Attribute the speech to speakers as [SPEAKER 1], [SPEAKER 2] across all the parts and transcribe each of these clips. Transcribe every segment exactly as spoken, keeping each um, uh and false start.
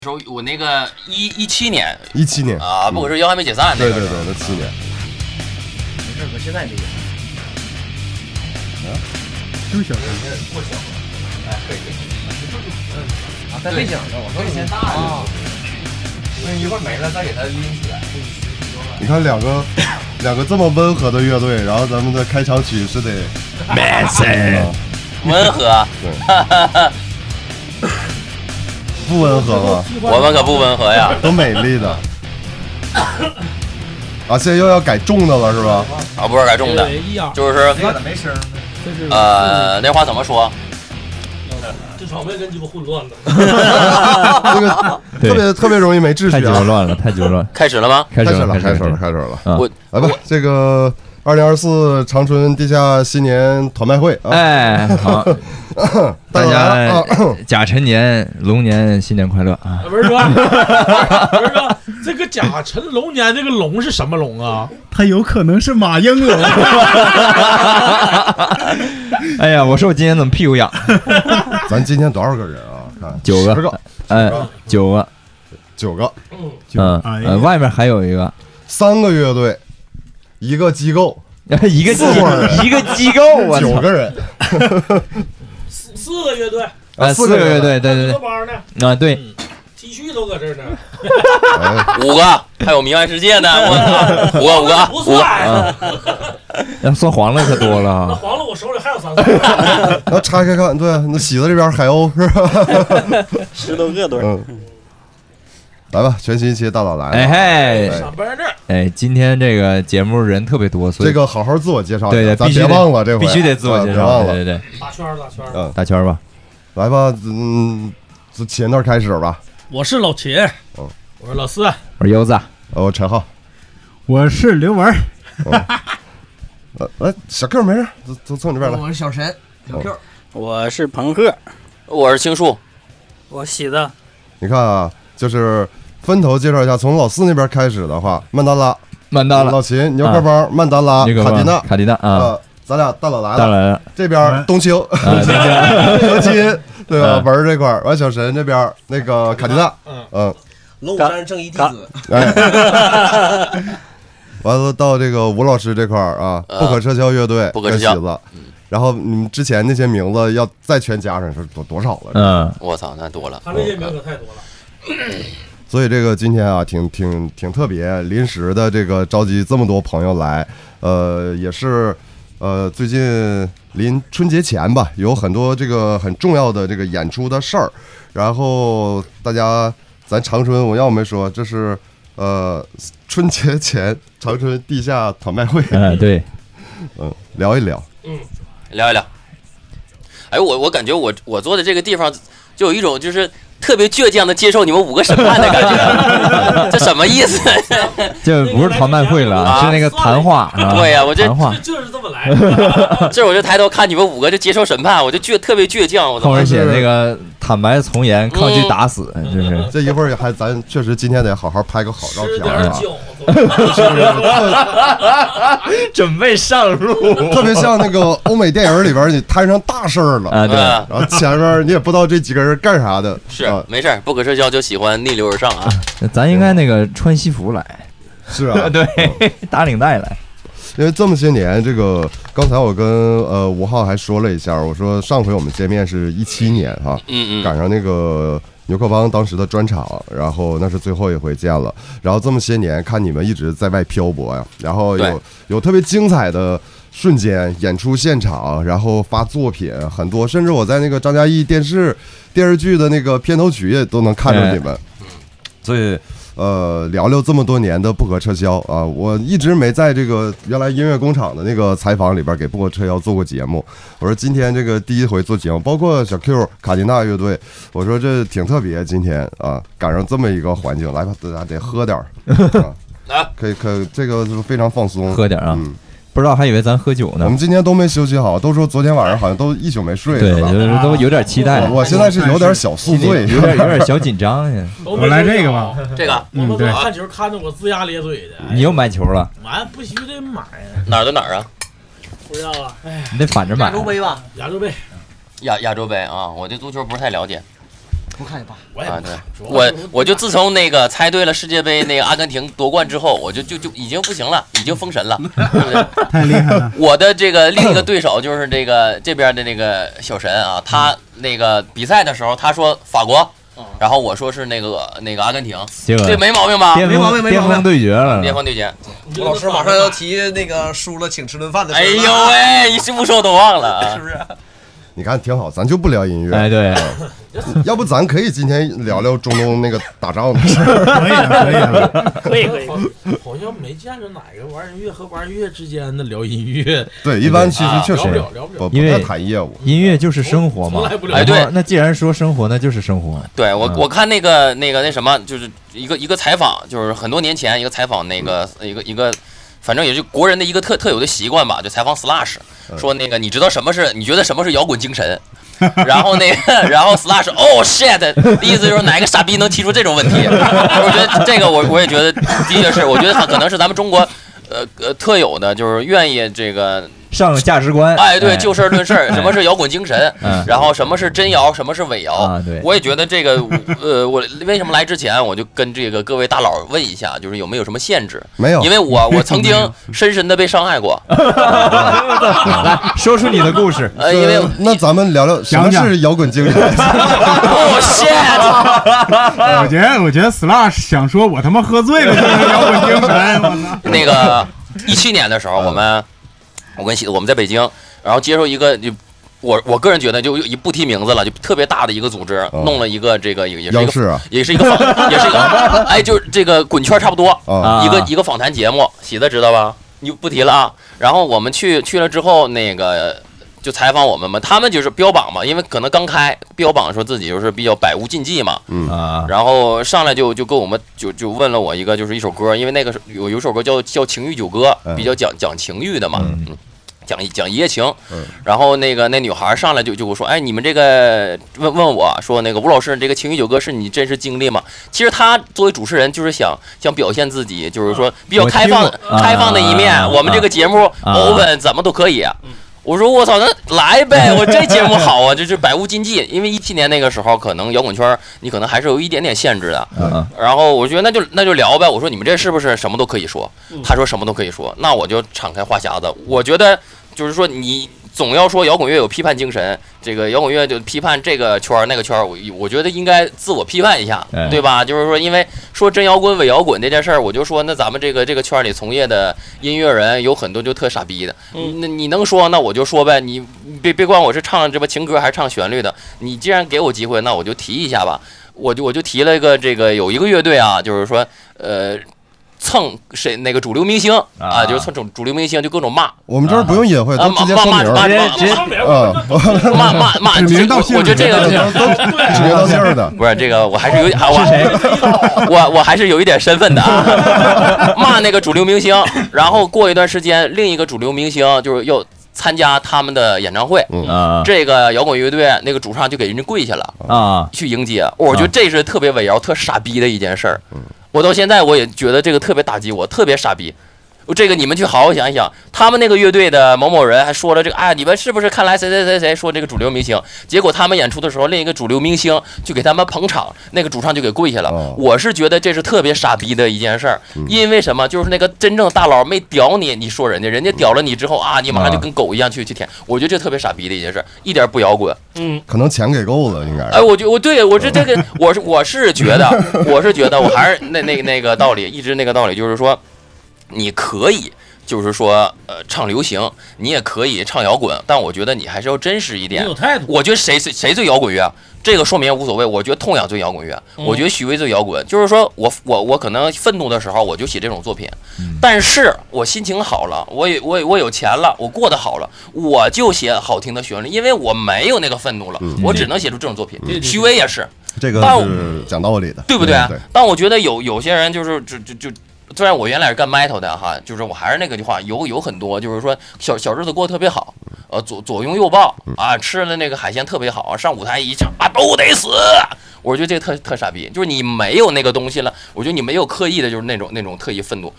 [SPEAKER 1] 时候我那个一一七年，
[SPEAKER 2] 一七年
[SPEAKER 1] 啊，不，我是腰还没解散。
[SPEAKER 2] 对对对，那七年。
[SPEAKER 3] 没事，我现在没解散。
[SPEAKER 4] 啊，就小声，
[SPEAKER 1] 过小了。哎，可以可以。
[SPEAKER 3] 啊，在背景呢，我说
[SPEAKER 1] 先大
[SPEAKER 3] 啊。
[SPEAKER 1] 那一会儿没了再给它拎起来。
[SPEAKER 2] 你看两个两个这么温和的乐队，然后咱们的开场曲是得
[SPEAKER 1] ，Messi， 温和。
[SPEAKER 2] 对。不温和吗？
[SPEAKER 1] 我们可不温和呀，
[SPEAKER 2] 都美丽的。啊，现在又要改重的了是吧？
[SPEAKER 1] 啊，不是改重的，就是
[SPEAKER 3] 这个没声呢。
[SPEAKER 1] 呃，那话怎么说？
[SPEAKER 5] 这场面跟鸡巴混乱的。
[SPEAKER 2] 这个特别特别容易没秩序，
[SPEAKER 6] 太鸡巴乱了，太鸡巴乱。
[SPEAKER 1] 开始了吗？
[SPEAKER 2] 开始了，
[SPEAKER 6] 开
[SPEAKER 2] 始了，开始了。
[SPEAKER 1] 我
[SPEAKER 2] 来吧，这个二零二四长春地下新年团拜会啊！
[SPEAKER 6] 哎，好。大家甲辰年龙年新年快乐啊！
[SPEAKER 5] 不是说，不是说这个甲辰龙年这个龙是什么龙啊？
[SPEAKER 4] 它有可能是马应龙。
[SPEAKER 6] 哎呀，我说我今天怎么屁股痒？
[SPEAKER 2] 咱今天多少个人啊？看
[SPEAKER 6] 九个，
[SPEAKER 2] 十个，
[SPEAKER 6] 哎，九个，
[SPEAKER 2] 九个，
[SPEAKER 6] 嗯，呃，外面还有一个，
[SPEAKER 2] 三个乐队，一个机构，
[SPEAKER 6] 一个机一个机构，我
[SPEAKER 2] 九个人。
[SPEAKER 5] 四四个乐队，
[SPEAKER 6] 啊，四个乐队，对对对，啊对
[SPEAKER 5] ，T 恤都搁这儿呢，
[SPEAKER 1] 五个，还有迷幻世界呢，我操，五个五个
[SPEAKER 5] 不算，
[SPEAKER 6] 要算黄了可多了，
[SPEAKER 5] 那黄了我手里还有三个，
[SPEAKER 2] 那拆开看，对，那喜子这边海鸥是吧？
[SPEAKER 3] 十多个队，
[SPEAKER 2] 嗯，来吧，全新一期大佬来了，
[SPEAKER 6] 哎嘿，
[SPEAKER 5] 上班这儿，
[SPEAKER 6] 哎，今天这个节目人特别多，所以
[SPEAKER 2] 这个好好自我介绍，
[SPEAKER 6] 对对，
[SPEAKER 2] 咱别忘了这回
[SPEAKER 6] 必须得自我介绍，对对对，
[SPEAKER 5] 打圈儿打圈儿，
[SPEAKER 2] 嗯，
[SPEAKER 6] 打圈吧，
[SPEAKER 2] 来吧，嗯，从秦那开始吧。
[SPEAKER 5] 我是老秦，
[SPEAKER 2] 嗯，
[SPEAKER 5] 我是老四，
[SPEAKER 6] 我是优子，
[SPEAKER 2] 我陈浩，
[SPEAKER 4] 我是刘文。
[SPEAKER 2] 呃，来，小 Q 没事，都都从你这边来。
[SPEAKER 3] 我是小陈，小 Q，
[SPEAKER 7] 我是彭鹤，
[SPEAKER 1] 我是青树，
[SPEAKER 7] 我喜子。
[SPEAKER 2] 你看啊，就是分头介绍一下，从老四那边开始的话，曼达拉，
[SPEAKER 6] 曼达拉，
[SPEAKER 2] 老秦牛克邦，曼达拉，卡迪娜，
[SPEAKER 6] 卡迪娜啊，
[SPEAKER 2] 咱俩大佬来了，
[SPEAKER 6] 大佬来了，
[SPEAKER 2] 这边冬青，何金，对吧？文这块，完小神这边那个卡迪娜，嗯，
[SPEAKER 3] 龙虎山正义弟子，
[SPEAKER 2] 哎，完了到这个吴老师这块啊，不可撤销乐队，
[SPEAKER 1] 不可撤销
[SPEAKER 2] 子，然后你们之前那些名字要再全加上是多多少了？
[SPEAKER 6] 嗯，
[SPEAKER 1] 我操，那多了，
[SPEAKER 5] 他那些名可太多了。
[SPEAKER 2] 所以这个今天啊，挺挺挺特别，临时的这个召集这么多朋友来，呃，也是呃最近临春节前吧，有很多这个很重要的这个演出的事儿，然后大家咱长春，我要没说这是呃春节前长春地下团拜会，
[SPEAKER 6] 哎对，
[SPEAKER 2] 嗯，聊一聊，
[SPEAKER 5] 嗯，
[SPEAKER 1] 聊一聊。哎，我我感觉我我坐的这个地方就有一种就是特别倔强的接受你们五个审判的感觉，这什么意思？
[SPEAKER 6] 这不是团拜会了，
[SPEAKER 1] 啊、
[SPEAKER 6] 是那个谈话。
[SPEAKER 1] 对呀、啊，我这
[SPEAKER 6] 谈话
[SPEAKER 5] 就是这么来的。
[SPEAKER 1] 这我就抬头看你们五个就接受审判，我就倔特别倔强。我
[SPEAKER 6] 后面写那个坦白从严，抗拒打死，
[SPEAKER 1] 嗯、
[SPEAKER 6] 就是
[SPEAKER 2] 这一会儿还咱确实今天得好好拍个好照片啊。
[SPEAKER 6] 准备上路，
[SPEAKER 2] 特别像那个欧美电影里边，你摊上大事儿了
[SPEAKER 6] 啊，对，
[SPEAKER 2] 然后前面你也不知道这几个人干啥的，
[SPEAKER 1] 是、
[SPEAKER 2] 啊、
[SPEAKER 1] 没事，不可撤销就喜欢逆流而上啊。
[SPEAKER 6] 咱应该那个穿西服来，
[SPEAKER 2] 是啊，
[SPEAKER 6] 对，打领带来。
[SPEAKER 2] 因为这么些年，这个刚才我跟呃吴浩还说了一下，我说上回我们见面是一七年哈，
[SPEAKER 1] 嗯嗯，
[SPEAKER 2] 赶上那个牛克邦当时的专场，然后那是最后一回见了。然后这么些年，看你们一直在外漂泊呀，然后有有特别精彩的瞬间，演出现场，然后发作品很多，甚至我在那个张嘉译电视电视剧的那个片头曲也都能看着你们，所以。呃，聊聊这么多年的不可撤销啊，我一直没在这个原来音乐工厂的那个采访里边给不可撤销做过节目。我说今天这个第一回做节目，包括小 Q 卡迪娜乐队，我说这挺特别，今天啊赶上这么一个环境，来吧，大家得喝点儿啊，可以可以，这个是非常放松，
[SPEAKER 6] 喝点啊。
[SPEAKER 2] 嗯，
[SPEAKER 6] 不知道还以为咱喝酒呢。
[SPEAKER 2] 我们今天都没休息好，都说昨天晚上好像都一宿没睡，
[SPEAKER 6] 对，就是都有点期待。
[SPEAKER 2] 我现在是有点小宿醉，
[SPEAKER 6] 有点有点小紧张呀。
[SPEAKER 4] 我来这个吧，
[SPEAKER 1] 这个，
[SPEAKER 5] 我们看球看着我龇牙咧嘴的。
[SPEAKER 6] 你又买球了？
[SPEAKER 5] 完必须得买呀！
[SPEAKER 1] 哪儿的哪儿啊？
[SPEAKER 5] 不知道啊，哎，
[SPEAKER 6] 你得反着买。
[SPEAKER 3] 亚洲杯吧，
[SPEAKER 5] 亚洲杯，
[SPEAKER 1] 亚亚洲杯啊，我对足球不是太了解。
[SPEAKER 3] 不看也罢，
[SPEAKER 5] 我也不看。
[SPEAKER 1] 啊、我我就自从那个猜对了世界杯那个阿根廷夺冠之后，我就就就已经不行了，已经封神了，对不对？
[SPEAKER 4] 太厉害了！
[SPEAKER 1] 我的这个另一个对手就是这个这边的那个小神啊，他那个比赛的时候他说法国。然后我说是那个那个阿根廷，这没毛病吧？
[SPEAKER 6] 没毛病，没毛病。巅峰对决了，
[SPEAKER 1] 巅峰对决。
[SPEAKER 3] 吴老师马上要提那个输了请吃顿饭的事。
[SPEAKER 1] 哎呦喂，一是不说我都忘了，是不是？
[SPEAKER 2] 你看挺好，咱就不聊音乐。
[SPEAKER 6] 哎，对，
[SPEAKER 2] 要不咱可以今天聊聊中东那个打仗的事。
[SPEAKER 4] 可以了，可以了，
[SPEAKER 7] 可以可以。
[SPEAKER 5] 好像没见着哪个玩音乐和玩音乐之间的聊音乐。
[SPEAKER 2] 对，一般其实确实
[SPEAKER 5] 聊不了，聊不了，
[SPEAKER 6] 因为
[SPEAKER 2] 谈业务，
[SPEAKER 6] 音乐就是生活嘛。
[SPEAKER 1] 哎，对，
[SPEAKER 6] 那既然说生活，那就是生活。
[SPEAKER 1] 对我，我看那个那个那什么，就是一个一个采访，就是很多年前一个采访，那个一个一个。反正也是国人的一个特特有的习惯吧，就采访 Slash 说那个你知道什么是你觉得什么是摇滚精神？然后那个然后 Slash 哦 shit 的意思就是哪个傻逼能提出这种问题？我觉得这个我我也觉得的确是，我觉得可能是咱们中国呃呃特有的，就是愿意这个。
[SPEAKER 6] 上价值观，
[SPEAKER 1] 哎，对，就事论事，什么是摇滚精神，然后什么是真摇，什么是伪摇，
[SPEAKER 6] 啊，对，
[SPEAKER 1] 我也觉得这个，呃，我为什么来之前我就跟这个各位大佬问一下，就是有没有什么限制？
[SPEAKER 2] 没有，
[SPEAKER 1] 因为我我曾经深深的被伤害过。
[SPEAKER 6] 来说出你的故事，
[SPEAKER 1] 呃，因为
[SPEAKER 2] 那咱们聊聊什么是摇滚精神。
[SPEAKER 1] 哦，shit！
[SPEAKER 4] 我觉得，我觉得 Slash 想说，我他妈喝醉了就是摇滚精神。我操！
[SPEAKER 1] 那个一七年的时候，我们。我跟喜我们在北京，然后接受一个就我我个人觉得就一不提名字了，就特别大的一个组织，弄了一个这个也是一个也是一个访也是一个哎，就是这个滚圈差不多，一个一个访谈节目，喜子知道吧？你不提了啊。然后我们去去了之后，那个就采访我们嘛，他们就是标榜嘛，因为可能刚开标榜说自己就是比较百无禁忌嘛，
[SPEAKER 2] 嗯
[SPEAKER 6] 啊，
[SPEAKER 1] 然后上来就就跟我们就就问了我一个就是一首歌，因为那个有有首歌叫叫情欲九歌，比较讲讲情欲的嘛，嗯。嗯讲讲一夜情，然后那个那女孩上来就就说，哎，你们这个问问我说那个吴老师，这个情欲九歌是你真实经历吗？其实他作为主持人就是想想表现自己，就是说比较开放开放的一面。我们这个节目 open 怎么都可以。我说我操，那来呗！我这节目好啊，这是百无禁忌。因为一七年那个时候，可能摇滚圈你可能还是有一点点限制的。
[SPEAKER 6] 嗯。
[SPEAKER 1] 然后我觉得那就那就聊呗。我说你们这是不是什么都可以说？他说什么都可以说，那我就敞开话匣子。我觉得就是说你总要说摇滚乐有批判精神，这个摇滚乐就批判这个圈那个圈，我我觉得应该自我批判一下，
[SPEAKER 6] 嗯、
[SPEAKER 1] 对吧？就是说，因为说真摇滚伪摇滚这件事儿，我就说那咱们这个这个圈里从业的音乐人有很多就特傻逼的，嗯、那你能说那我就说呗，你别别管我是唱这么情歌还是唱旋律的，你既然给我机会，那我就提一下吧。我就我就提了一个这个有一个乐队啊，就是说呃。蹭谁那个主流明星啊，就是蹭主主流明星，就各种骂。
[SPEAKER 2] 我们这儿不用隐晦，都直接
[SPEAKER 1] 骂骂骂
[SPEAKER 6] 直接直接
[SPEAKER 1] 骂骂骂，
[SPEAKER 4] 指名道姓。
[SPEAKER 1] 我觉得这个
[SPEAKER 2] 都指名道姓的，
[SPEAKER 1] 不是这个，我还是有我我我还是有一点身份的啊。骂那个主流明星，然后过一段时间，另一个主流明星就是又参加他们的演唱会，
[SPEAKER 6] 嗯，
[SPEAKER 1] 这个摇滚乐队那个主唱就给人家跪下了
[SPEAKER 6] 啊，
[SPEAKER 1] 去迎接。我觉得这是特别伪摇、特傻逼的一件事儿。我到现在我也觉得这个特别打击我，特别傻逼。这个你们去好好想一想，他们那个乐队的某某人还说了这个，哎，你们是不是看来谁谁谁谁说这个主流明星？结果他们演出的时候，另一个主流明星就给他们捧场，那个主唱就给跪下了。
[SPEAKER 2] 哦、
[SPEAKER 1] 我是觉得这是特别傻逼的一件事儿，嗯、因为什么？就是那个真正大佬没屌你，你说人家，人家屌了你之后啊，你马上就跟狗一样去去舔。我觉得这特别傻逼的一件事，一点不摇滚。
[SPEAKER 7] 嗯，
[SPEAKER 2] 可能钱给够了，应该是。
[SPEAKER 1] 哎，我觉我对我是这个，我是我是觉得，我是觉得，我还是那那那个道理，一直那个道理，就是说，你可以。就是说，呃，唱流行，你也可以唱摇滚，但我觉得你还是要真实一点。
[SPEAKER 5] 有态度。
[SPEAKER 1] 我觉得谁谁谁最摇滚乐，这个说明无所谓。我觉得痛仰最摇滚乐，嗯、我觉得许巍最摇滚。就是说我我我可能愤怒的时候，我就写这种作品，嗯、但是我心情好了，我也我我有钱了，我过得好了，我就写好听的旋律，因为我没有那个愤怒了，嗯、我只能写出这种作品。
[SPEAKER 2] 嗯、
[SPEAKER 1] 许巍也是，
[SPEAKER 2] 这个是讲道理的，
[SPEAKER 1] 对不对？
[SPEAKER 2] 对。
[SPEAKER 1] 但我觉得有有些人就是就就就。虽然我原来是干 metal 的哈，就是我还是那个句话，有有很多就是说小小日子过得特别好，呃左左拥右抱啊，吃的那个海鲜特别好，上舞台一唱啊都得死，我觉得这个特特傻逼，就是你没有那个东西了，我觉得你没有刻意的就是那种那种特意愤怒，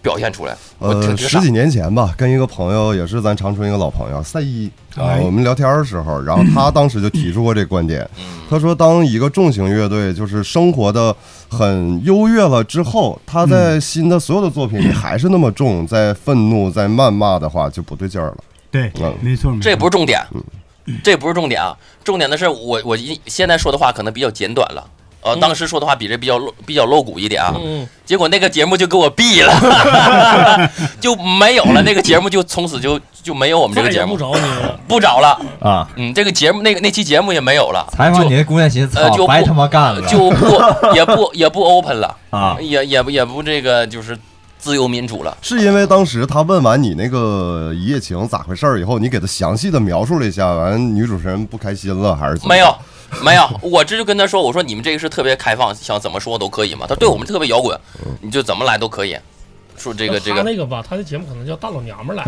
[SPEAKER 1] 表现出来。
[SPEAKER 2] 呃，十几年前吧，跟一个朋友也是咱长春一个老朋友赛一啊，我们聊天的时候，然后他当时就提出过这个观点，他说当一个重型乐队就是生活的很优越了之后，他在新的所有的作品里还是那么重，在愤怒在谩骂的话就不对劲儿了。
[SPEAKER 4] 对，嗯，没错，
[SPEAKER 1] 这不是重点，这不是重点啊，重点的是我我现在说的话可能比较简短了。呃，当时说的话比这比较比较露骨一点啊，嗯、结果那个节目就给我毙了，就没有了。那个节目就从此就就没有我们这个节目，
[SPEAKER 5] 不找你了，
[SPEAKER 1] 不找了啊。嗯，这个节目那个那期节目也没有了。
[SPEAKER 6] 采访你的姑娘寻思，呃，
[SPEAKER 1] 就
[SPEAKER 6] 白他妈干了，
[SPEAKER 1] 就不也不也不 open 了啊，也也不也不这个就是自由民主了。
[SPEAKER 2] 是因为当时他问完你那个一夜情咋回事以后，你给他详细的描述了一下，完女主持人不开心了还是怎么？
[SPEAKER 1] 没有。没有，我这就跟他说，我说你们这个是特别开放，想怎么说都可以嘛。他对我们特别摇滚，你就怎么来都可以。说这个这个
[SPEAKER 5] 他那个吧，他的节目可能叫大老娘们来。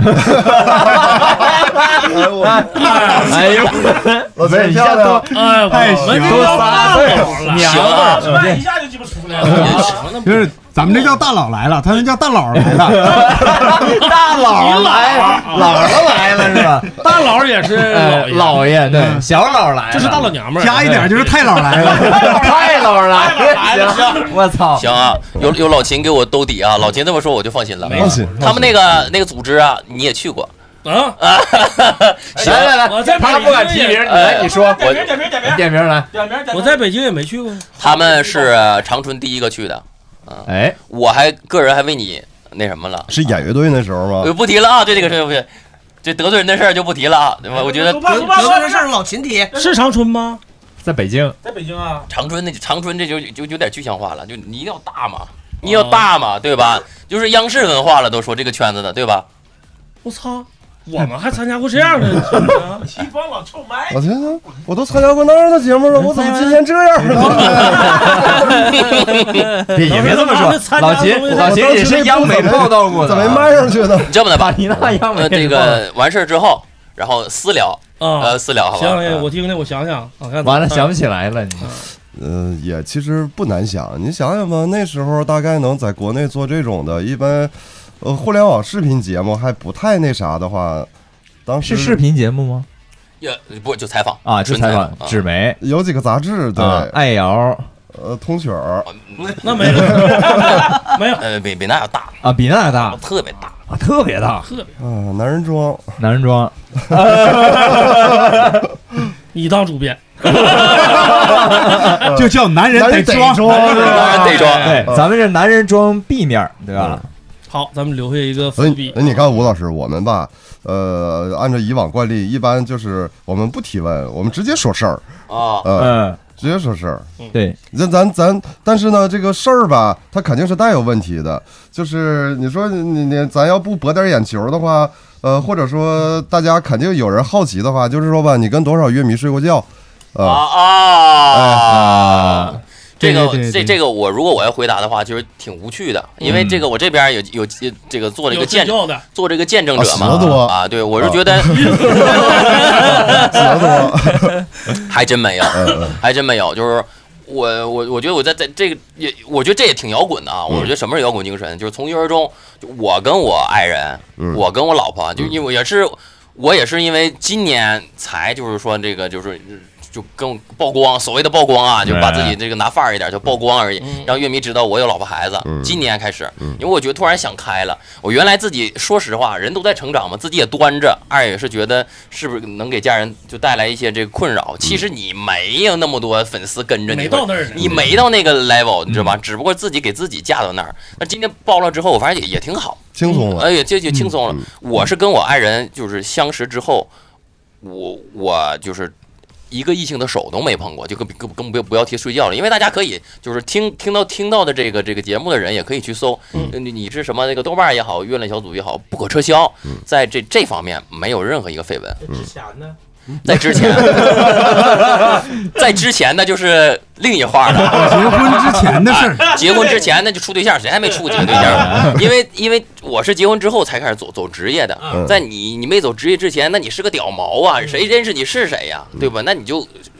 [SPEAKER 2] 哎呦，我这一下都
[SPEAKER 5] 哎，
[SPEAKER 4] 太行
[SPEAKER 5] 了，
[SPEAKER 1] 娘们
[SPEAKER 5] 儿，一下就鸡巴出来了。
[SPEAKER 4] 就是咱们这叫大佬来了，他那叫大佬来了。
[SPEAKER 6] 大佬来，姥姥来了是吧？
[SPEAKER 5] 大佬也是
[SPEAKER 6] 老爷，对，小佬来了，
[SPEAKER 5] 这是大老娘们儿，
[SPEAKER 4] 加一点就是太佬来了，
[SPEAKER 6] 太佬来了。行，我操，
[SPEAKER 1] 行啊，有有老秦给我兜底啊，老秦这么说我就放心了。
[SPEAKER 2] 放心，
[SPEAKER 1] 他们那个那个组织啊，你也去过。
[SPEAKER 5] 啊
[SPEAKER 1] 啊！
[SPEAKER 6] 来来来，他不敢提名，你来你说，
[SPEAKER 5] 点名点名点名
[SPEAKER 6] 点名来，
[SPEAKER 5] 点名。我在北京也没去过。
[SPEAKER 1] 他们是长春第一个去的，啊，
[SPEAKER 6] 哎，
[SPEAKER 1] 我还个人还为你那什么了，
[SPEAKER 2] 是演乐队那时候吗？
[SPEAKER 1] 不提了啊，对这个事不是，这得罪人的事儿就不提了啊，对吧？我觉得
[SPEAKER 3] 得罪人事儿老秦提，
[SPEAKER 5] 是长春吗？
[SPEAKER 6] 在北京，
[SPEAKER 5] 在北京啊，
[SPEAKER 1] 长春那长春这就就有点具象化了，就你一定要大嘛，你要大嘛，对吧？就是央视文化了，都说这个圈子的，对吧？
[SPEAKER 5] 我操！我们还参加过这样的节目呢，西方老臭麦。
[SPEAKER 2] 我天哪，我都参加过那样的节目了，我怎么今天这样了？
[SPEAKER 6] 也别这么说，老秦，老秦也是央媒报道过的，
[SPEAKER 2] 怎么没卖上去呢？
[SPEAKER 1] 这么的吧，
[SPEAKER 6] 你那央媒
[SPEAKER 1] 这个完事儿之后，然后私聊啊，呃，私聊好吧？
[SPEAKER 5] 行，我听听，我想想，
[SPEAKER 6] 完了想不起来了你。
[SPEAKER 2] 呃，也其实不难想，你想想吧，那时候大概能在国内做这种的，一般。呃，互联网视频节目还不太那啥的话，当时
[SPEAKER 6] 是视频节目吗？
[SPEAKER 1] 也不就采访
[SPEAKER 6] 啊，就采访，纸媒
[SPEAKER 2] 有几个杂志，对，
[SPEAKER 6] 爱瑶，
[SPEAKER 2] 呃，通曲儿，
[SPEAKER 5] 那没有，没有，
[SPEAKER 1] 呃，比比那要大
[SPEAKER 6] 啊，比那要大，
[SPEAKER 1] 特别大
[SPEAKER 6] 啊，特别大，
[SPEAKER 5] 特别
[SPEAKER 2] 啊，男人装，
[SPEAKER 6] 男人装，
[SPEAKER 5] 你当主编，
[SPEAKER 4] 就叫男人得装，
[SPEAKER 1] 男人得装，
[SPEAKER 6] 对，咱们是男人装 B 面，对吧？
[SPEAKER 5] 好，咱们留下一个伏笔。
[SPEAKER 2] 那你看吴老师，我们吧，呃，按照以往惯例，一般就是我们不提问，我们直接说事儿
[SPEAKER 1] 啊，
[SPEAKER 2] 嗯，直接说事儿。
[SPEAKER 6] 对，
[SPEAKER 2] 咱咱咱，但是呢，这个事儿吧，它肯定是带有问题的。就是你说你你咱要不博点眼球的话，呃，或者说大家肯定有人好奇的话，就是说吧，你跟多少乐迷睡过觉？
[SPEAKER 1] 啊啊！
[SPEAKER 2] 哎
[SPEAKER 1] 啊这个这这个我如果我要回答的话，就是挺无趣的，因为这个我这边有有这个做了一个见证，做这个见证者嘛啊，对我是觉得还真没有，还真没有，就是我我我觉得我在在这个也我觉得这也挺摇滚的啊，我觉得什么是摇滚精神，就是从一而终，我跟我爱人，我跟我老婆，就因为也是我也是因为今年才就是说这个就是。就跟曝光，所谓的曝光啊，就把自己这个拿范儿一点，就曝光而已，让乐迷知道我有老婆孩子。今年开始，因为我觉得突然想开了，我原来自己说实话，人都在成长嘛，自己也端着，二也是觉得是不是能给家人就带来一些这个困扰。其实你没有那么多粉丝跟着你，
[SPEAKER 5] 没到那儿，
[SPEAKER 1] 你没到那个 level， 你知道吧？只不过自己给自己架到那儿。那今天爆了之后，我发现也也挺好，
[SPEAKER 2] 轻松了，
[SPEAKER 1] 哎呀，这就轻松了。我是跟我爱人就是相识之后，我我就是。一个异性的手都没碰过，就更更更不不要提睡觉了，因为大家可以就是听听到听到的这个这个节目的人也可以去搜，嗯、你你是什么那个豆瓣也好，月亮小组也好，不可撤销，在这这方面没有任何一个绯闻。
[SPEAKER 5] 之前呢？
[SPEAKER 1] 在之前，在之前那就是另一话了。
[SPEAKER 4] 结婚之前的事儿、
[SPEAKER 1] 啊，结婚之前那就处对象，谁还没处几个对象？因为因为我是结婚之后才开始走走职业的，在你你没走职业之前，那你是个屌毛啊，谁认识你是谁呀？对吧？那你就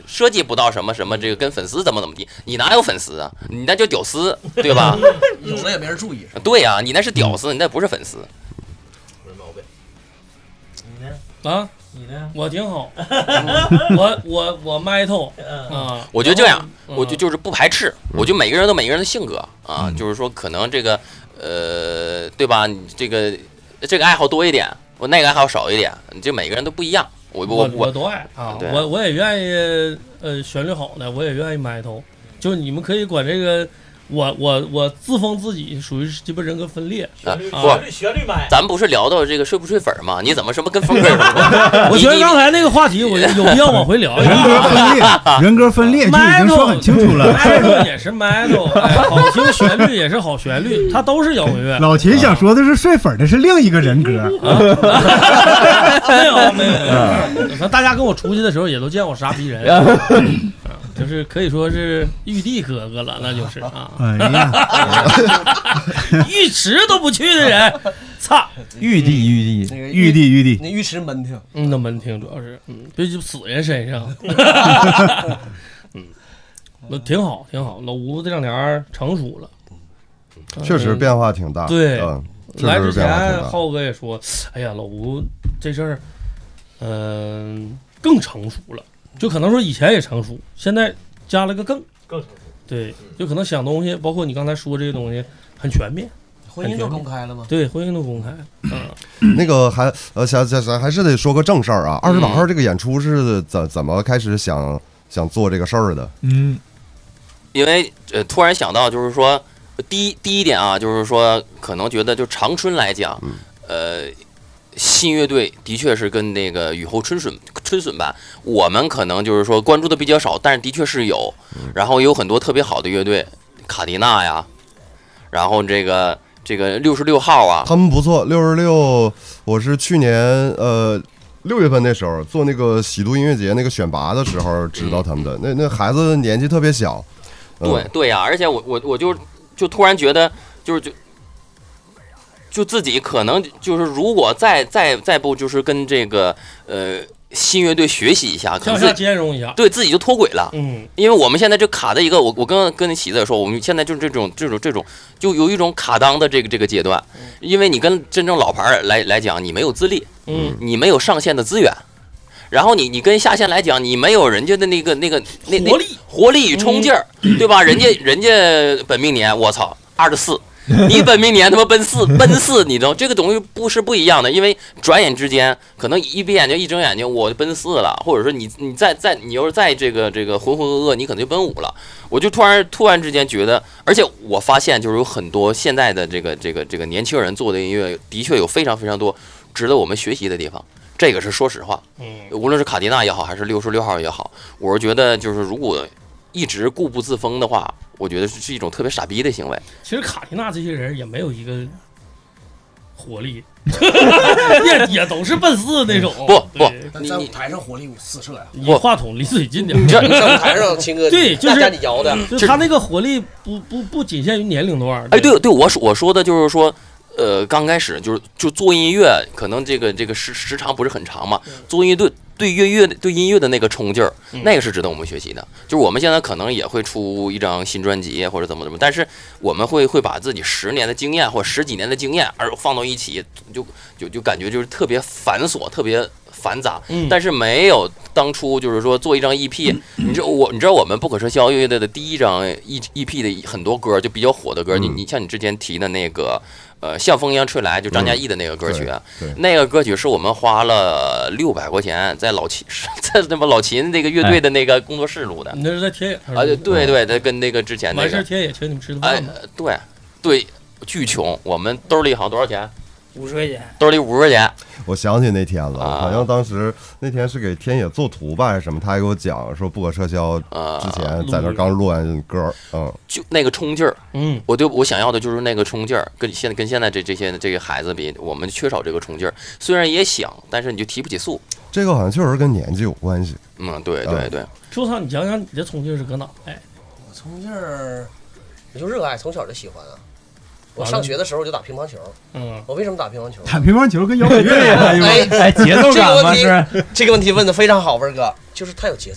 [SPEAKER 1] 涉及不到什么什么这个跟粉丝怎么怎么地，你哪有粉丝啊？你那叫屌丝，对吧？
[SPEAKER 3] 有了也没人注意。
[SPEAKER 1] 对呀、啊，你那是屌丝，你那不是粉丝。
[SPEAKER 5] 没毛病。
[SPEAKER 8] 你呢？
[SPEAKER 9] 啊？
[SPEAKER 8] 你呢？
[SPEAKER 9] 我挺好，我我我 metal 啊，
[SPEAKER 1] 我觉得这样，我就就是不排斥，我觉得每个人都每个人的性格啊，就是说可能这个呃，对吧？你这个这个爱好多一点，我那个爱好少一点，你这每个人都不一样。我
[SPEAKER 9] 我
[SPEAKER 1] 我
[SPEAKER 9] 都爱啊，我我也愿意呃旋律好的，我也愿意 metal， 就你们可以管这个。我我我自封自己属于鸡巴人格分裂
[SPEAKER 1] 啊！
[SPEAKER 8] 不，旋律买，
[SPEAKER 1] 咱不是聊到这个睡不睡粉吗？你怎么什么跟峰哥有什么关系？
[SPEAKER 9] 我觉得刚才那个话题，我有必要往回聊。
[SPEAKER 4] 人格分裂，人格分裂就已经说很清楚了。
[SPEAKER 9] metal 也是 metal， 好听旋律也是好旋律，它都是摇滚乐。
[SPEAKER 4] 老秦想说的是睡粉的是另一个人格
[SPEAKER 9] 啊，没有没有没有，大家跟我出去的时候也都见我傻逼人。就是可以说是玉帝哥哥了，那就是啊，
[SPEAKER 4] 哎呀，
[SPEAKER 9] 浴池都不去的人，操，
[SPEAKER 6] 玉帝玉帝
[SPEAKER 3] 那个
[SPEAKER 4] 玉帝玉帝，
[SPEAKER 3] 那浴池闷挺，
[SPEAKER 9] 嗯，那闷挺主要是，嗯，别就死人身上，嗯，那挺好挺好，老吴这两年成熟了，
[SPEAKER 2] 确实变化挺大，
[SPEAKER 9] 对，
[SPEAKER 2] 嗯，
[SPEAKER 9] 来之前浩哥也说，哎呀，老吴这事儿，嗯，更成熟了。就可能说以前也成熟，现在加了个更
[SPEAKER 5] 更成熟，
[SPEAKER 9] 对，就可能想东西，包括你刚才说这些东西很全面，
[SPEAKER 3] 婚姻都公开了吗？
[SPEAKER 9] 对，婚姻都公开。
[SPEAKER 2] 嗯，那个还呃，想想想还是得说个正事儿啊。二十八号这个演出是怎怎么开始想想做这个事儿的？
[SPEAKER 4] 嗯，
[SPEAKER 1] 因为呃，突然想到就是说，第一第一点啊，就是说可能觉得就长春来讲，呃。新乐队的确是跟那个雨后春笋春笋般，我们可能就是说关注的比较少，但是的确是有，然后有很多特别好的乐队，卡迪娜呀，然后这个这个六十六号啊，
[SPEAKER 2] 他们不错。六十六，我是去年呃六月份那时候做那个喜都音乐节那个选拔的时候知道他们的，那那孩子年纪特别小。
[SPEAKER 1] 嗯、对对呀、啊，而且我我我就就突然觉得就是就。就自己可能就是，如果再再再不就是跟这个呃新乐队学习一下，可能
[SPEAKER 9] 向下兼容一下，
[SPEAKER 1] 对自己就脱轨了。
[SPEAKER 9] 嗯，
[SPEAKER 1] 因为我们现在就卡在一个，我我刚刚跟喜子说，我们现在就是这种这种这种，就有一种卡当的这个这个阶段。因为你跟真正老牌来来讲，你没有资历，
[SPEAKER 9] 嗯，
[SPEAKER 1] 你没有上线的资源，然后你你跟下线来讲，你没有人家的那个那个那
[SPEAKER 9] 活力
[SPEAKER 1] 活力与冲劲儿，嗯、对吧？人家人家本命年，我操，二十四。你本命年他妈奔四奔四，你知道这个东西不是不一样的，因为转眼之间可能一闭眼睛一睁眼睛我就奔四了，或者说你你再再你要是再这个这个浑浑噩噩，你可能就奔五了。我就突然突然之间觉得，而且我发现就是有很多现在的这个这个这个年轻人做的音乐，的确有非常非常多值得我们学习的地方。这个是说实话，
[SPEAKER 9] 嗯，
[SPEAKER 1] 无论是卡迪娜也好，还是六十六号也好，我是觉得就是如果一直固步自封的话，我觉得是一种特别傻逼的行为。
[SPEAKER 9] 其实卡迪娜这些人也没有一个活力，也也都是奔四那种。
[SPEAKER 1] 不不，
[SPEAKER 3] 你在舞台上活力四射呀！
[SPEAKER 9] 你话筒离嘴近点。
[SPEAKER 3] 你在舞台上，秦哥，
[SPEAKER 9] 对，就是
[SPEAKER 3] 家里摇的，
[SPEAKER 9] 就他那个活力不不不仅限于年龄段。
[SPEAKER 1] 哎，对对，我我说的就是说。呃，刚开始就是就做音乐，可能这个这个时时长不是很长嘛。做音乐对对乐乐对音乐的那个冲劲儿，那个是值得我们学习的。就是我们现在可能也会出一张新专辑或者怎么怎么，但是我们会会把自己十年的经验或者十几年的经验而放到一起，就就就感觉就是特别繁琐，特别繁杂。
[SPEAKER 9] 嗯，
[SPEAKER 1] 但是没有当初就是说做一张 E P，、嗯、你知道我你知道我们不可撤销乐队的第一张 E E P 的很多歌就比较火的歌，嗯、你你像你之前提的那个。呃，像风一样吹来，就张嘉译的那个歌曲，
[SPEAKER 2] 嗯、
[SPEAKER 1] 那个歌曲是我们花了六百块钱在老秦，在那么老秦那个乐队的那个工作室录的。
[SPEAKER 9] 你那是在天野
[SPEAKER 1] 啊？对对，他跟那个之前那个。
[SPEAKER 9] 完事天野请你们吃的饭吗？
[SPEAKER 1] 哎，对对，巨穷，我们兜里好像多少钱？
[SPEAKER 7] 五十块钱，
[SPEAKER 1] 兜里五十块钱。
[SPEAKER 2] 我想起那天了，
[SPEAKER 1] 啊、
[SPEAKER 2] 好像当时那天是给天野做图吧，还是什么？他还给我讲说不可撤销之前在那刚录完歌，嗯，
[SPEAKER 1] 就那个冲劲儿，
[SPEAKER 9] 嗯，
[SPEAKER 1] 我对我想要的就是那个冲劲儿，跟现在跟现在这这些这个孩子比，我们缺少这个冲劲儿。虽然也想，但是你就提不起速。
[SPEAKER 2] 这个好像确实跟年纪有关系。
[SPEAKER 1] 嗯，对对对。
[SPEAKER 9] 周涛，你讲讲你的冲劲儿是搁哪？哎，
[SPEAKER 3] 我冲劲儿，我就热爱，从小就喜欢啊。我上学的时候就打乒乓球，
[SPEAKER 9] 嗯，
[SPEAKER 3] 我为什么打乒乓球？
[SPEAKER 4] 打乒乓球跟摇滚乐
[SPEAKER 3] 哎
[SPEAKER 6] 哎，节奏感吗？是
[SPEAKER 3] 这个问题问的非常好，文哥，就是它有节奏感。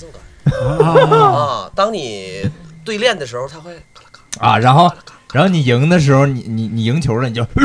[SPEAKER 3] 啊，当你对练的时候，他会咔啦咔
[SPEAKER 6] 啊，然后然后你赢的时候，你你你赢球了，你就不